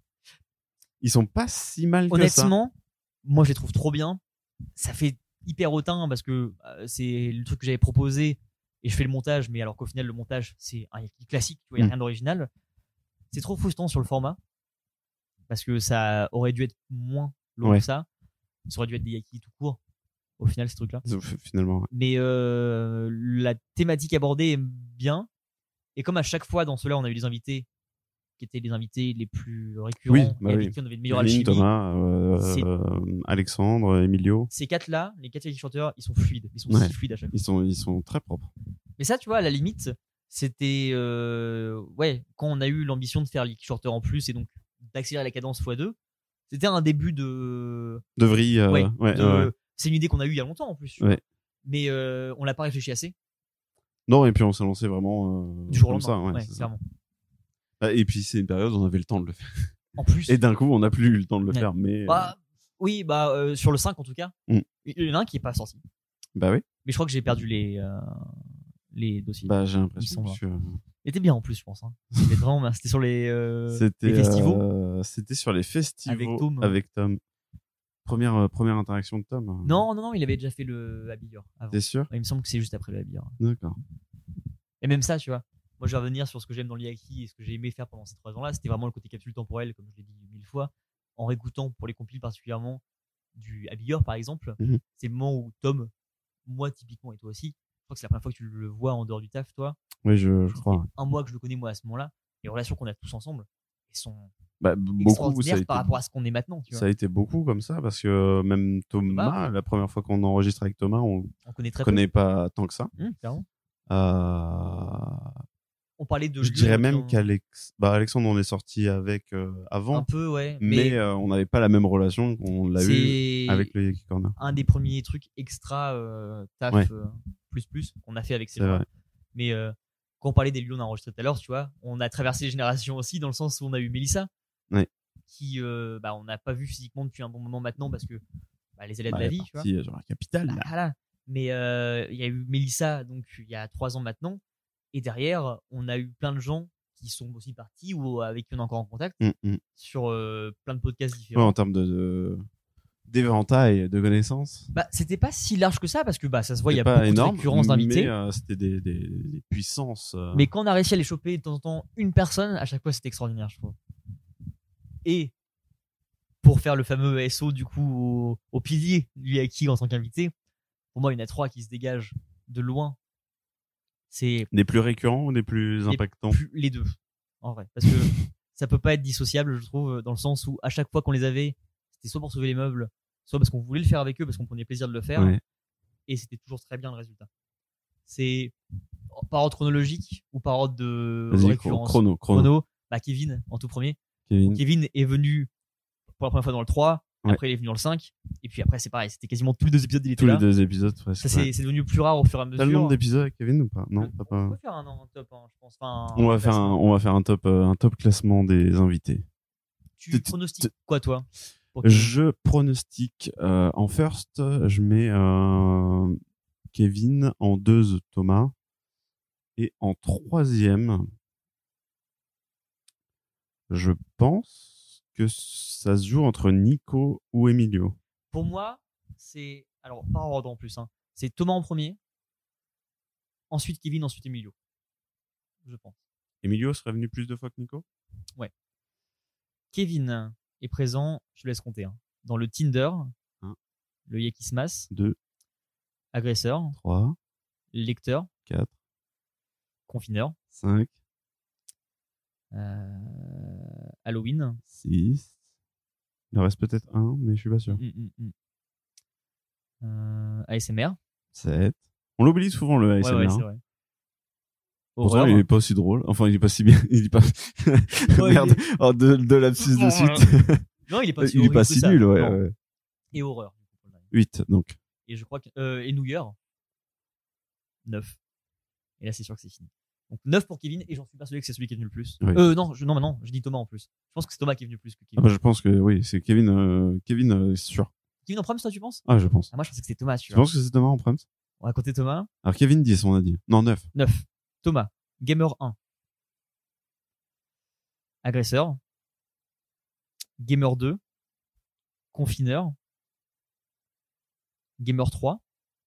Ils sont pas si mal que ça. Honnêtement, moi je les trouve trop bien. Ça fait hyper hautain parce que euh, c'est le truc que j'avais proposé et je fais le montage, mais alors qu'au final le montage c'est un Yaki classique, tu vois, il n'y a Mm. rien d'original. C'est trop frustrant sur le format parce que ça aurait dû être moins long Ouais. que ça. Ça aurait dû être des Yaki tout court au final ces trucs-là. Finalement, ouais. Mais euh, la thématique abordée est bien. Et comme à chaque fois dans ceux-là on a eu des invités qui étaient les invités les plus récurrents Oui, bah et avec oui. qui on avait une meilleure Kevin, alchimie. Thomas, euh, C'est- euh, Alexandre, Emilio, Ces quatre-là, les quatre Yaki chanteurs, ils sont fluides. Ils sont Ouais. si fluides à chaque fois. ils sont, ils sont très propres. Mais ça, tu vois, à la limite, c'était. euh, ouais, quand on a eu l'ambition de faire les shorter en plus et donc d'accélérer la cadence fois deux, c'était un début de. De vrille, euh, ouais, ouais, de- ouais, ouais. C'est une idée qu'on a eue il y a longtemps en plus. tu Ouais. vois. Mais euh, on l'a pas réfléchi assez. Non, et puis on s'est lancé vraiment euh, Du jour au comme ça. lendemain. Ouais, Ouais, c'est ça. clairement. Ah, et puis c'est une période où on avait le temps de le faire. En plus. Et d'un coup, on n'a plus eu le temps de le Ouais. faire. Mais Bah, oui, bah, euh, sur le cinq en tout cas, Mm. il y en a un qui est pas sorti. euh, bah oui, Mais je crois que j'ai perdu les, euh, les dossiers. bah j'ai Ils l'impression sont que Il était bien en plus, je pense. Hein. C'était vraiment bien. C'était sur les, euh, c'était les festivals. euh, c'était sur les festivals Avec Tom. avec Tom. Première euh, première interaction de Tom. euh, Non, non, non, il avait déjà fait le Habilleur avant. T'es sûr? Ouais, il me semble que c'est juste après le Habilleur. D'accord. Et même ça, tu vois. Moi, je vais revenir sur ce que j'aime dans l'Yaki et ce que j'ai aimé faire pendant ces trois ans-là. C'était vraiment le côté capsule temporelle, comme je l'ai dit mille fois, en réécoutant pour les compiles particulièrement du Habilleur, par exemple. Mhm. C'est le moment où Tom, moi typiquement, et toi aussi, je crois que c'est la première fois que tu le vois en dehors du taf, toi. Oui, je, je Ça crois. fait ouais. un mois que je le connais, moi, à ce moment-là. Les relations qu'on a tous ensemble, elles sont Bah, beaucoup, ça extraordinaires a, été, par rapport à ce qu'on est maintenant, tu vois. ça a été beaucoup comme ça parce que même Thomas, Thomas. la première fois qu'on enregistre avec Thomas, on On connaît très connaît pas tant que ça. peu. Hum, clairement. Euh, On parlait de je lieux dirais même dans- qu'Alex, bah Alexandre, on est sorti avec euh, avant, un peu, ouais. mais, Mais, euh, on n'avait pas la même relation qu'on l'a eu c'est avec le Yaki Corner. un des premiers trucs extra euh, taf Ouais. euh, plus plus qu'on a fait avec ces C'est gens. vrai. Mais euh, quand on parlait des lieux qu'on a enregistrés tout à l'heure, tu vois, on a traversé les générations aussi, dans le sens où on a eu Mélissa, Ouais. qui, euh, bah, on n'a pas vu physiquement depuis un bon moment maintenant parce que bah, les élèves Bah, de la elle est vie, tu vois. partie, euh, genre la capitale. Bah, là. voilà. Mais euh, il y a eu Mélissa, donc il y a trois ans maintenant, et derrière, on a eu plein de gens qui sont aussi partis ou avec qui on est encore en contact Mm, mm. sur euh, plein de podcasts Ouais, différents. en termes de, de d'éventail de connaissances. Bah, c'était pas si large que ça parce que bah, ça se voit, il y a C'était beaucoup pas de énorme, récurrences d'invités. mais euh, c'était des, des, des puissances. euh. Mais quand on a réussi à les choper de temps en temps une personne, à chaque fois c'était extraordinaire, je trouve. Et pour faire le fameux S O du coup au, au pilier du Yaki en tant qu'invité, pour moi il y en a trois qui se dégagent de loin. C'est Des plus récurrents ou des plus Les impactants? plus- les deux en vrai, parce que ça peut pas être dissociable, je trouve, dans le sens où à chaque fois qu'on les avait, c'était soit pour sauver les meubles, soit parce qu'on voulait le faire avec eux, parce qu'on prenait plaisir de le faire, Ouais. et c'était toujours très bien le résultat. C'est par ordre chronologique ou par ordre de Vas-y, récurrence. chrono, chrono. Chrono, bah Kevin en tout premier. Kevin. Kevin est venu pour la première fois dans le trois, Ouais. après il est venu dans le cinq, et puis après c'est pareil, c'était quasiment tous les deux épisodes il était Tous là. les deux épisodes. Ouais, Ça c'est c'est vrai. c'est devenu plus rare au fur et à mesure. T'as le nombre d'épisodes avec Kevin ou pas? Non, Euh, t'as On pas. peut faire un, un top, hein, je pense. Enfin, On va un faire un, classement. on va faire un top, euh, un top classement des invités. Tu t- pronostiques quoi toi pour Kevin? Je pronostique euh, en first, je mets euh, Kevin, en deux Thomas, et en troisième, je pense que ça se joue entre Nico ou Emilio. Pour moi, c'est alors par ordre en plus. Hein. C'est Thomas en premier, ensuite Kevin, ensuite Emilio. Je pense. Emilio serait venu plus de fois que Nico? Kevin est présent, je te laisse compter. Hein, dans le Tinder, Un. le Yakismas, deux, agresseur, trois, lecteur, quatre, confineur, cinq, euh, Halloween. six. Il en reste peut-être un, mais je suis pas sûr. Mm, mm, mm. Euh, A S M R. sept. On l'oublie souvent le A S M R. Ouais, ouais, hein. c'est vrai. Pourtant, Horreur. il est pas aussi drôle. Enfin, il est pas si bien. Il est pas. Ouais, Merde. il Oh, deux, deux lapsus de suite. Non, il est pas si il est horrible pas que si ça. nul, ouais. Non. ouais. Et horreur. huit, donc. Et je crois que euh, et New Year neuf. Et là c'est sûr que c'est fini. Donc neuf pour Kevin et j'en suis persuadé que c'est celui qui est venu le plus. Oui. Euh non, je, non, mais non, je dis Thomas en plus. Je pense que c'est Thomas qui est venu plus que Ah Kevin. bah, je pense que oui, c'est Kevin. euh, Kevin, euh, c'est sûr. Kevin en premier, toi tu penses? Ah, je pense. Ah, moi je pensais que c'était Thomas, tu Tu vois. penses que c'est Thomas en prime? On va compter Thomas. Alors, Kevin dix, on a dit. Non, neuf. neuf. Thomas, gamer un. Agresseur. Gamer deux. Confineur. Gamer trois.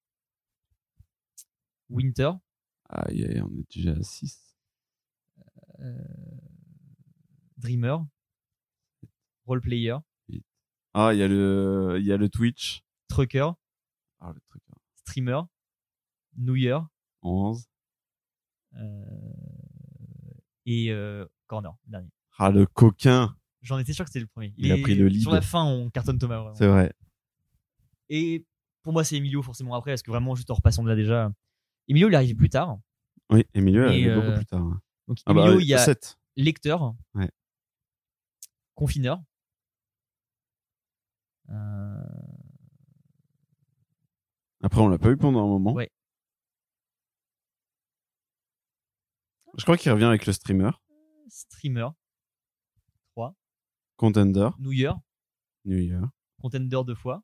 Winter. Aïe, aïe, on est déjà à six. euh, Dreamer. Roleplayer. Ah, il y a le, il y a le Twitch. Trucker. Ah, le truc. hein. Streamer. New Year. onze. euh, et euh, Corner, le dernier. Ah, le coquin. J'en étais sûr que c'était le premier. Il a pris le lead. Sur la fin, on cartonne Thomas, vraiment. C'est vrai. Et pour moi, c'est Emilio forcément après, parce que vraiment, juste en repassant de là déjà. Emilio, il est arrivé plus tard. Oui, Emilio, elle Et, est euh, beaucoup plus tard. hein. Donc, Ah bah, Emilio, il y a sept. lecteur. Ouais. Confineur. Euh, Après, on l'a pas eu pendant un moment. Ouais. Je crois qu'il revient avec le streamer. streamer. trois. Contender. New Year. New Year. Contender deux fois.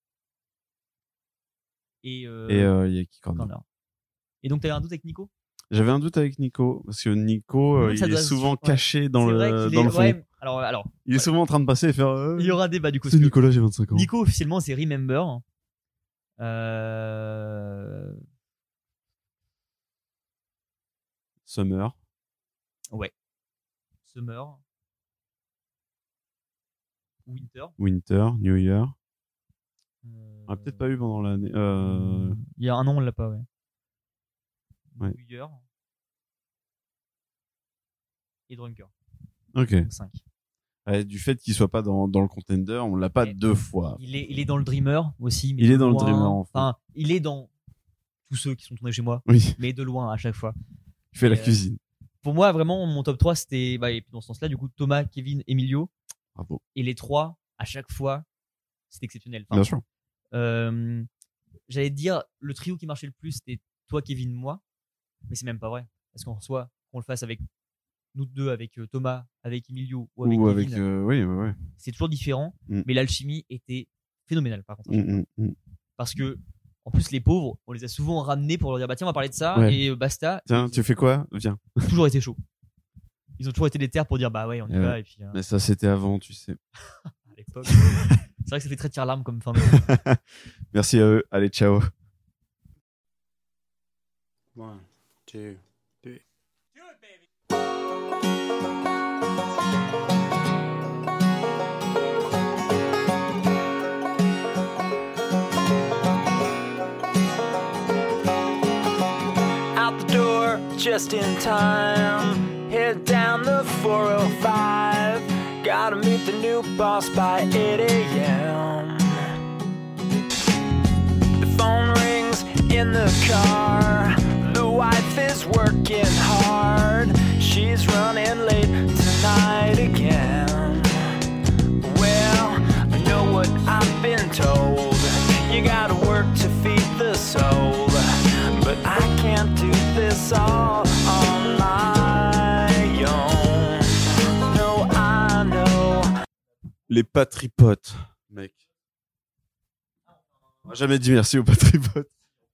Et, euh, Et euh, il y a qui Corner. Corner. Et donc, t'avais un doute avec Nico? J'avais un doute avec Nico, parce que Nico, euh, Ouais, ça il doit est se- souvent ouais. caché dans C'est le, vrai qu'il dans est- le fond. ouais, alors, alors, Il est ouais. souvent en train de passer et faire. euh, il y aura débat du coup. C'est parce que Nicolas, j'ai vingt-cinq ans. Nico, officiellement, c'est Remember. Euh... Summer. Ouais. Summer. Winter. Winter. New Year. Euh, On l'a peut-être pas eu pendant l'année. Euh... Il y a un an, on l'a pas, ouais. Ouais. New Year. Et Drunker. Ok. Donc cinq. Ouais, du fait qu'il soit pas dans, dans le contender, on l'a pas Ouais. deux fois. Il est, il est dans le Dreamer aussi. Mais Il de est dans le loin. Dreamer, enfin. Enfin, il est dans tous ceux qui sont tournés chez moi, Oui, mais de loin à chaque fois. il fait la Et, euh, cuisine. Pour moi, vraiment, mon top trois, c'était bah, et puis dans ce sens-là, du coup, Thomas, Kevin, Emilio. Bravo. Et les trois, à chaque fois, c'est exceptionnel. Enfin, Bien sûr. euh, j'allais te dire, le trio qui marchait le plus, c'était toi, Kevin, moi. Mais c'est même pas vrai. Parce qu'en soi, qu'on le fasse avec nous deux, avec euh, Thomas, avec Emilio ou avec Ou Kevin, avec, euh, oui, ouais, ouais. c'est toujours différent. Mm. Mais l'alchimie était phénoménale par contre. Mm, mm, mm. Parce que, en plus, les pauvres, on les a souvent ramenés pour leur dire bah tiens, on va parler de ça Ouais. et euh, basta. Tiens, Et tu fais quoi? Viens. ils ont toujours été chauds. Ils ont toujours été des terres pour dire bah ouais, on y Et va. ouais. Et puis, euh, Mais ça, c'était avant, tu sais. à l'époque. C'est vrai que ça fait très tire-larme comme fin de Merci à eux. Allez, ciao. One, two, three. Out the door just in time. Head down the four oh five. Gotta meet the new boss by eight a.m. The phone rings in the car. The wife is working hard. She's running late tonight again. Well, I know what I've been told. You gotta work to feed the soul. But I can't do this all on my own. No, I know. Les patripotes, mec. On n'a jamais dit merci aux patripotes.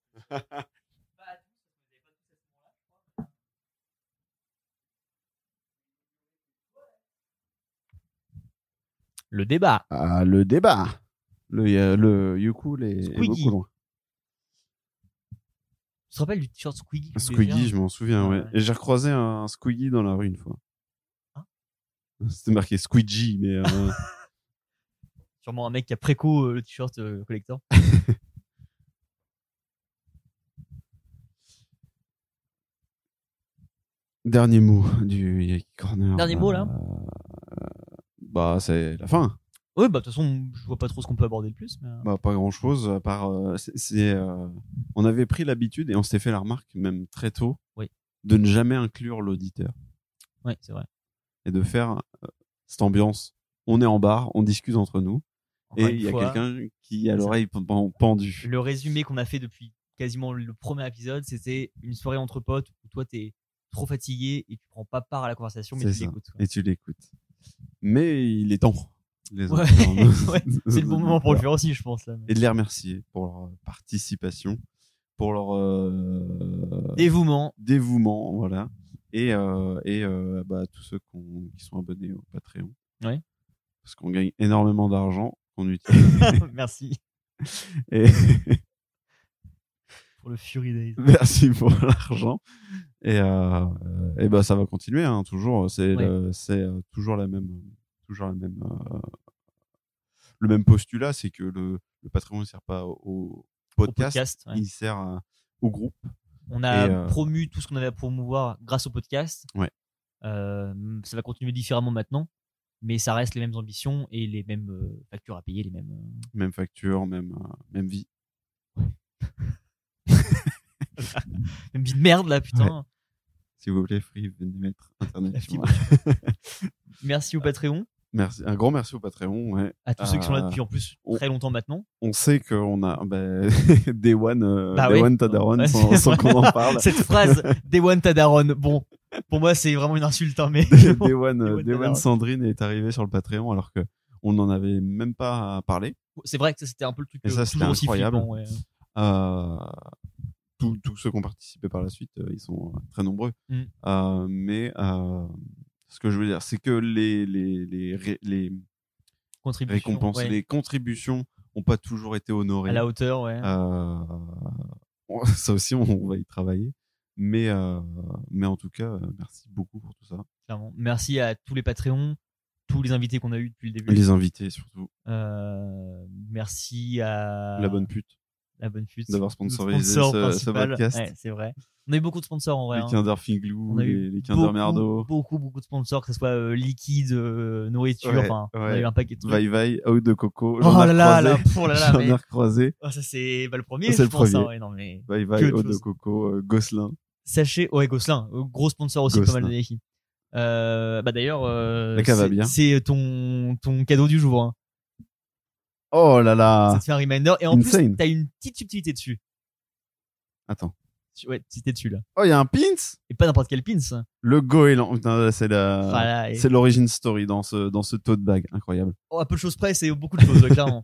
Le débat. Ah, le débat. Le, euh, le ukulélé est Squeaky. beaucoup loin. Tu te rappelles du t-shirt Squeaky? Squeaky, je m'en souviens, ouais. Ouais. Et j'ai recroisé un Squeaky dans la rue une fois. Hein? C'était marqué Squeegee, mais euh, Sûrement un mec qui a préco euh, le t-shirt euh, collector. dernier mot du Yaki Corner. Dernier mot, là Euh, Bah, c'est la fin. Ouais, bah de toute façon, je vois pas trop ce qu'on peut aborder de plus. Mais... euh, Bah, pas grand chose, à part. euh, c'est, c'est, euh, on avait pris l'habitude et on s'était fait la remarque, même très tôt, Oui. de ne jamais inclure l'auditeur Ouais, c'est vrai. et de faire euh, cette ambiance. On est en bar, on discute entre nous Encore et une il y a fois, quelqu'un qui a l'oreille p- p- pendue. Le résumé qu'on a fait depuis quasiment le premier épisode, c'était une soirée entre potes où toi t'es trop fatigué et tu prends pas part à la conversation, mais C'est tu ça. l'écoutes. quoi. Et tu l'écoutes. Mais il est temps. Les Ouais, auditeurs. ouais, c'est le bon moment pour le faire aussi, je pense. Là. Et de les remercier pour leur participation, pour leur euh, Dévouement. dévouement, voilà. Et, euh, et euh, bah, tous ceux qu'on- qui sont abonnés au Patreon. Ouais. Parce qu'on gagne énormément d'argent qu'on utilise. Merci Et pour le Fury Days. merci pour l'argent. Et, euh, et bah, ça va continuer, hein, toujours. C'est, Ouais. le- c'est euh, toujours la même, toujours la même, euh, le même postulat, c'est que le, le Patreon ne sert pas au, au Au podcast, podcast. ouais. il sert à- au groupe. On a Et, euh, promu tout ce qu'on avait à promouvoir grâce au podcast. Ouais. Euh, ça va continuer différemment maintenant, mais ça reste les mêmes ambitions et les mêmes euh, factures à payer, les mêmes. euh, Même facture, même, euh, même vie. Même vie de merde là, putain. S'il vous plaît, Free, venez mettre Internet. La sur fibre. moi. Merci au Patreon, Merci, un grand merci au Patreon. Ouais. à tous ceux qui sont là Euh, depuis en plus on- très longtemps maintenant. On sait qu'on a bah, Day One, euh, Bah Day oui. One Tadaron, Ouais, sans, c'est sans vrai. qu'on en parle. Cette phrase, Day One Tadaron, bon, pour moi c'est vraiment une insulte, hein, mais Day One, Day euh, One Day One Tadaron. Sandrine est arrivée sur le Patreon alors que on n'en avait même pas parlé. c'est vrai que ça c'était un peu le truc Et euh, ça, c'était toujours aussi incroyable. flippant. Ouais. Euh, tous, tous ceux qui ont participé par la suite, euh, ils sont euh, très nombreux. Mm. Euh, mais euh, ce que je veux dire, c'est que les, les, les, ré- les Contribution, récompenses, ouais, les contributions n'ont pas toujours été honorées. à la hauteur, ouais. Euh, on- ça aussi, on, on va y travailler. Mais, euh, mais en tout cas, euh, merci beaucoup pour tout ça. Clairement. Merci à tous les Patreons, tous les invités qu'on a eu depuis le début. Les invités, surtout. Euh, merci à La bonne pute. la bonne pute D'avoir Le sponsorisé sponsor ce- ce principal. podcast. Ouais, c'est vrai. On a eu beaucoup de sponsors en vrai. Les hein. Kinder Figlou, On a eu les, les Kinder beaucoup, Merdo. beaucoup, beaucoup de sponsors, que ce soit euh, liquide, euh, nourriture, Ouais, enfin, on a ouais. eu un paquet de trucs. Vai Vai, Out de Coco. Oh J'en ai là là, recroisé. là, pour là là, J'en mais- ai recroisé. Oh, ça c'est bah, le premier, C'est je le pense. hein, premier. ouais, non, mais Vai Que Vai, de Out de choses. Coco, euh, Gosselin. sachez, ouais, Gosselin, euh, gros sponsor aussi, pas Gosselin. mal de Nike. Euh, bah d'ailleurs, euh, La cave à c'est- bière. c'est ton ton cadeau du jour. Hein. Oh là Ça là. te fait un reminder et en Insane. plus t'as une petite subtilité dessus. Attends. Ouais, si t'es dessus là. Oh, il y a un pins. Et pas n'importe quel pins. Le goéland. Putain, c'est la, Voilà, et- c'est l'origin story dans ce dans ce tote bag, incroyable. Oh, à peu de choses près, c'est beaucoup de choses, ouais, clairement.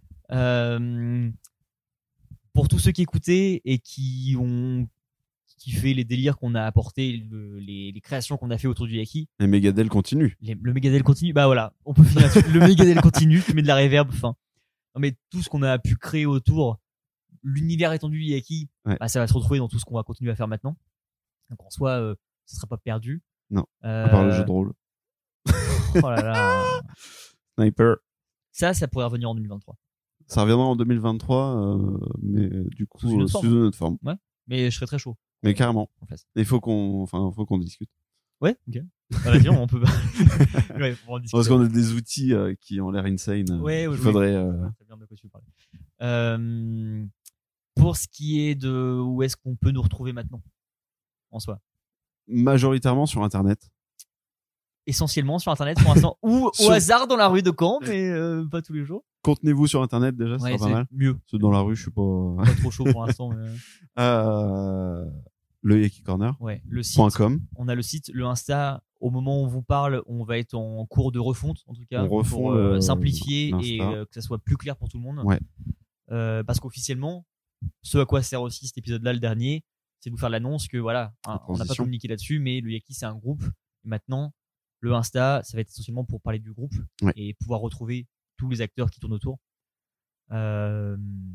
Euh, pour tous ceux qui écoutaient et qui ont kiffé les délires qu'on a apportés, le- les, les créations qu'on a fait autour du Yaki, Et Megadel continue. les- le Megadel continue. Bah voilà, on peut finir là-dessus. Le Megadel continue, tu mets de la reverb, enfin. Non, mais tout ce qu'on a pu créer autour, l'univers étendu du Yaki, Ouais. bah, ça va se retrouver dans tout ce qu'on va continuer à faire maintenant. Donc en soi, euh, ce sera pas perdu. Non, Euh, À part le jeu de rôle. Oh là là. Sniper. Ça, ça pourrait revenir en deux mille vingt-trois. Ça reviendra en deux mille vingt-trois, euh, mais du coup, Sous une euh, autre sous forme. une autre forme. Mais je serais très chaud. Mais carrément. En fait. Il faut qu'on, enfin, faut qu'on discute. Ouais, ok. Bah, vas-y, on peut. Ouais, on va en discuter. Parce qu'on a des outils euh, qui ont l'air insane. euh, Ouais, ouais, Il oui. faudrait. euh, C'est bien de quoi tu veux parler. Euh, pour ce qui est de où est-ce qu'on peut nous retrouver maintenant, en soi. majoritairement sur Internet. Essentiellement sur Internet pour l'instant, ou au Sur- hasard dans la rue de Caen, mais euh, pas tous les jours. Contenez-vous sur Internet déjà, Ouais, c'est pas c'est mal. mieux. Parce que dans la rue, je suis pas. Pas trop chaud pour l'instant. Mais... euh, le Yaki Corner. Ouais, le site. Point com. On a le site, le Insta. Au moment où on vous parle, on va être en cours de refonte, en tout cas, On refond pour euh, le- simplifier l'Insta. et euh, que ça soit plus clair pour tout le monde. Ouais. Euh, parce qu'officiellement, ce à quoi sert aussi cet épisode-là, le dernier, c'est de vous faire l'annonce que voilà, hein, on n'a pas transition. communiqué là-dessus, mais le Yaki c'est un groupe. Et maintenant, le Insta, ça va être essentiellement pour parler du groupe Ouais. et pouvoir retrouver tous les acteurs qui tournent autour. Euh,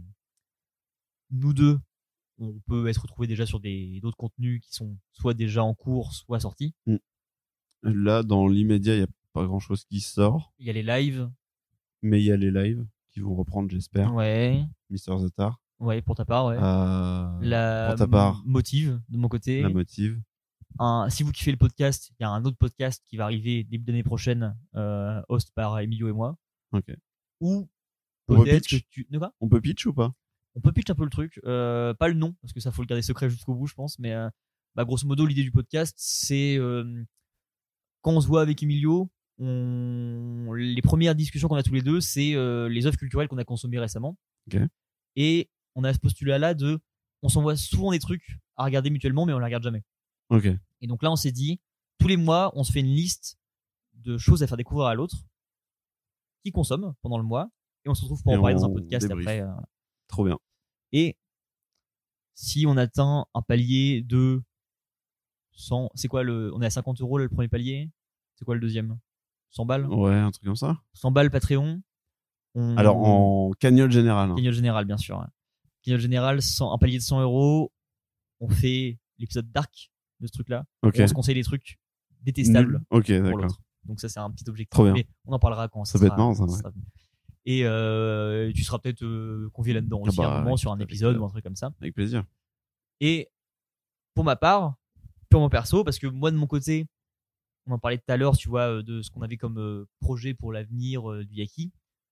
nous deux, on peut être retrouvés déjà sur des d'autres contenus qui sont soit déjà en cours, soit sortis. Là, dans l'immédiat, il y a pas grand chose qui sort, Il y a les lives. mais il y a les lives qui vont reprendre, j'espère. Ouais. Mister Zatar. Ouais, pour ta part, ouais. Euh, la pour ta part, m- motive de mon côté. la motive. Un, si vous kiffez le podcast, il y a un autre podcast qui va arriver début d'année prochaine, euh, host par Emilio et moi. Ok. Ou On peut peut-être que pitch tu. De quoi On peut pitch ou pas? On peut pitch un peu le truc. Euh, pas le nom, parce que ça faut le garder secret jusqu'au bout, je pense. Mais euh, bah, grosso modo, l'idée du podcast, c'est euh, quand on se voit avec Emilio, on... les premières discussions qu'on a tous les deux, c'est euh, les œuvres culturelles qu'on a consommées récemment. Ok. Et on a ce postulat-là de. On s'envoie souvent des trucs à regarder mutuellement, mais on les regarde jamais. Ok. Et donc là, on s'est dit, tous les mois, on se fait une liste de choses à faire découvrir à l'autre, qui consomme pendant le mois, et on se retrouve pour Et en parler dans un on podcast débrief. après. euh. Trop bien. Et si on atteint un palier de cent, c'est quoi le, on est à cinquante euros là, le premier palier, c'est quoi le deuxième? cent balles? Ouais, un truc comme ça. cent balles Patreon. On... Alors, en cagnotte générale. hein. Cagnotte générale, bien sûr. hein. Cagnotte générale, cent un palier de cent euros, on fait l'épisode dark de ce truc-là. Ok. On se conseille des trucs détestables. Nul. Ok, pour d'accord. l'autre. Donc ça c'est un petit objectif. Trop bien. Mais on en parlera quand Ça ça, peut sera, être marrant, ça, ça ouais. sera venu. Et euh, tu seras peut-être euh, convié là-dedans Ah aussi bah, à un moment avec- sur un avec, épisode euh, ou un truc comme ça. Avec plaisir. Et pour ma part, purement perso, parce que moi de mon côté, on en parlait tout à l'heure, tu vois, euh, de ce qu'on avait comme euh, projet pour l'avenir euh, du Yaki.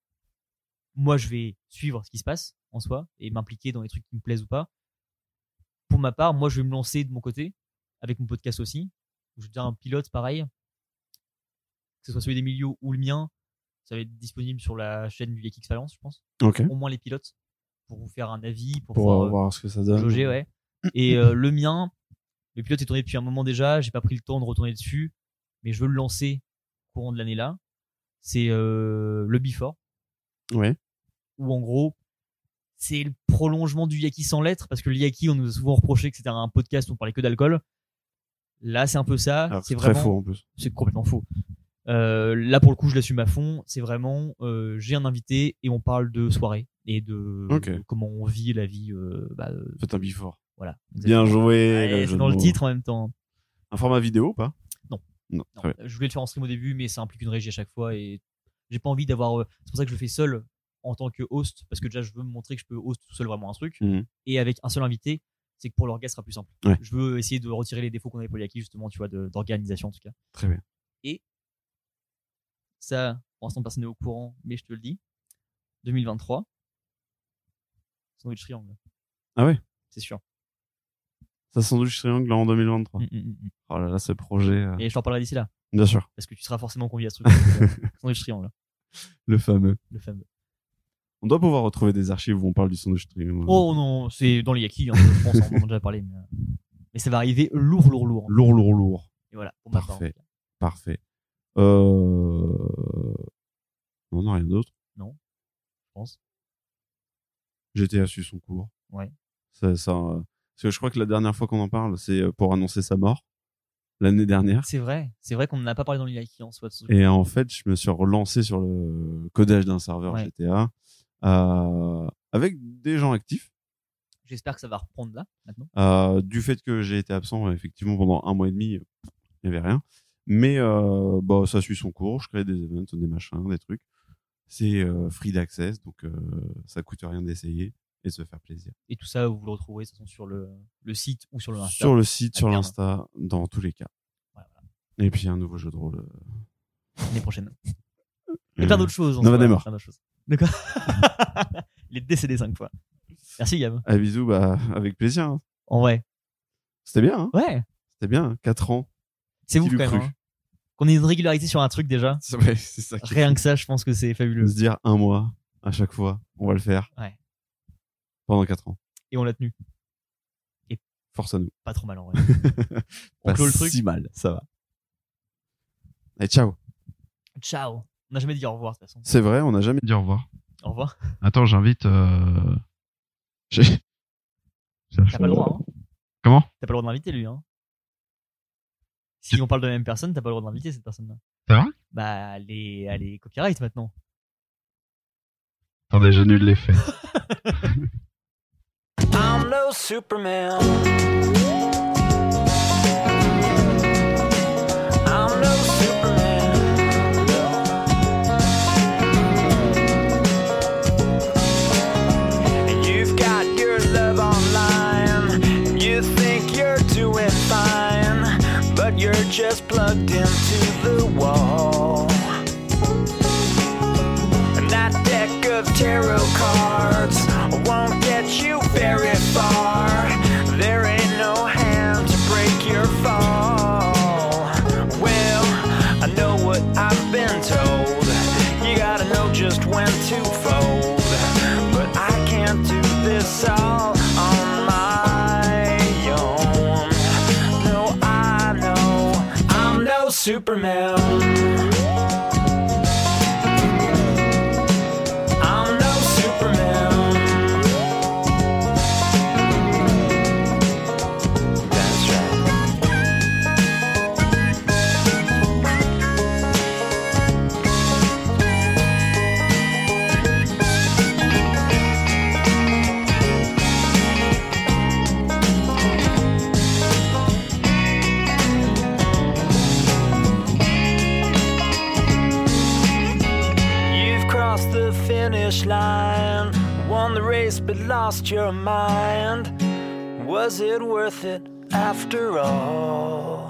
Moi je vais suivre ce qui se passe en soi et m'impliquer dans les trucs qui me plaisent ou pas. Pour ma part, moi je vais me lancer de mon côté avec mon podcast aussi. Je vais dire un pilote pareil, que ce soit celui d'Emilio ou le mien, ça va être disponible sur la chaîne du Yaki Experience, je pense. Ok. Au moins les pilotes, pour vous faire un avis, pour, Pour pouvoir, euh, euh, voir ce que ça donne. jauger, ouais. Et euh, le mien, le pilote est tourné depuis un moment déjà, j'ai pas pris le temps de retourner dessus, mais je veux le lancer au courant de l'année là. C'est euh, le Before, Ouais. où en gros, c'est le prolongement du Yaki sans lettres, parce que le Yaki, on nous a souvent reproché que c'était un podcast où on parlait que d'alcool. Là, c'est un peu ça. Alors, C'est c'est très vraiment, faux en plus. c'est complètement faux. Euh, là, pour le coup, je l'assume à fond. C'est vraiment, euh, j'ai un invité et on parle de soirée et de Ok. euh, comment on vit la vie. Euh, bah, euh, Faites un before. voilà. Bien joué. Ouais, le jeu c'est de dans le mots. titre en même temps. Un format vidéo ou pas? Non. Non. Non, Très bien. je voulais le faire en stream au début, mais ça implique une régie à chaque fois et j'ai pas envie d'avoir. euh, C'est pour ça que je le fais seul en tant que host, parce que déjà, je veux me montrer que je peux host tout seul vraiment un truc Mhm. et avec un seul invité. C'est que pour l'orga, ce sera plus simple. Ouais. Je veux essayer de retirer les défauts qu'on avait pour Yaki, justement, tu vois, de- d'organisation en tout cas. Très bien. Ça, pour l'instant, personne n'est au courant, mais je te le dis. deux mille vingt-trois. Sandwich Triangle. Ah ouais? C'est sûr. Ça sandwich triangle en deux mille vingt-trois. Mm, mm, mm. Oh là là, ce projet. euh, Et je t'en parlerai d'ici là, Bien sûr. parce que tu seras forcément convié à ce truc. Sandwich Triangle, Le fameux. le fameux. On doit pouvoir retrouver des archives où on parle du son de stream. Oh non, c'est dans les Yaki, hein, je pense, on en a déjà parlé. Mais, mais ça va arriver lourd, lourd, lourd. Lourd, lourd, lourd. Et voilà, pour ma part, Parfait. en tout cas. Parfait. Euh... Non, non, rien d'autre. Non, je pense. G T A suit son cours. Ouais. Ça, ça, euh, parce que je crois que la dernière fois qu'on en parle, c'est pour annoncer sa mort. L'année dernière. C'est vrai, c'est vrai qu'on n'en a pas parlé dans les Yaki en soi. De ce Et en fait, je me suis relancé sur le codage d'un serveur Ouais. G T A euh, avec des gens actifs. J'espère que ça va reprendre là, maintenant. Euh, du fait que j'ai été absent, effectivement, pendant un mois et demi, il n'y avait rien. Mais euh, bah, ça suit son cours. Je crée des events, des machins, des trucs. C'est euh, free d'access, donc euh, ça coûte rien d'essayer et de se faire plaisir. Et tout ça, vous le retrouverez de toute façon, sur le, le site ou sur le Insta. Sur le site, sur Interne. l'Insta, dans tous les cas. Voilà, voilà. Et puis un nouveau jeu de rôle. euh, L'année prochaine. Et plein d'autres choses. en Nova soi, Demor. plein d'autres choses. De quoi Il est décédé cinq fois. Merci Gab. Ah, bisous, bah, avec plaisir. hein. En vrai. C'était bien, hein Ouais. C'était bien, hein. quatre ans. C'est Qui ouf l'eût quand même. cru hein. Qu'on ait une régularité sur un truc déjà. C'est ouais, c'est ça. qui est Rien fou. que ça, je pense que c'est De fabuleux. se dire un mois à chaque fois, on va le faire. Ouais. Pendant quatre ans. Et on l'a tenu. Force à nous. Pas trop mal en vrai. On Pas clôt le truc. si mal, ça va. Allez, ciao. Ciao. On n'a jamais dit au revoir de toute façon. C'est vrai, on n'a jamais dit au revoir. Au revoir. Attends, j'invite. Euh... j'ai- T'as pas le droit, hein. Comment T'as pas le droit d'inviter lui, hein. Si on parle de la même personne, t'as pas le droit d'inviter cette personne-là. C'est vrai Bah, elle est, elle est copyright maintenant. Attendez, j'annule les faits. I'm no Superman. I'm no Superman. And you've got your love online. And you think you're doing fine. But you're just plugged into the wall. And that deck of tarot cards won't get you very far. There ain't no hand to break your fall. Well, I know what I've been told. You gotta know just when to fold. But I can't do this all on my own. No, I know I'm no Superman. I'm no Superman. That's right. You've crossed the finish line, won the race but lost your mind. Was it worth it after all?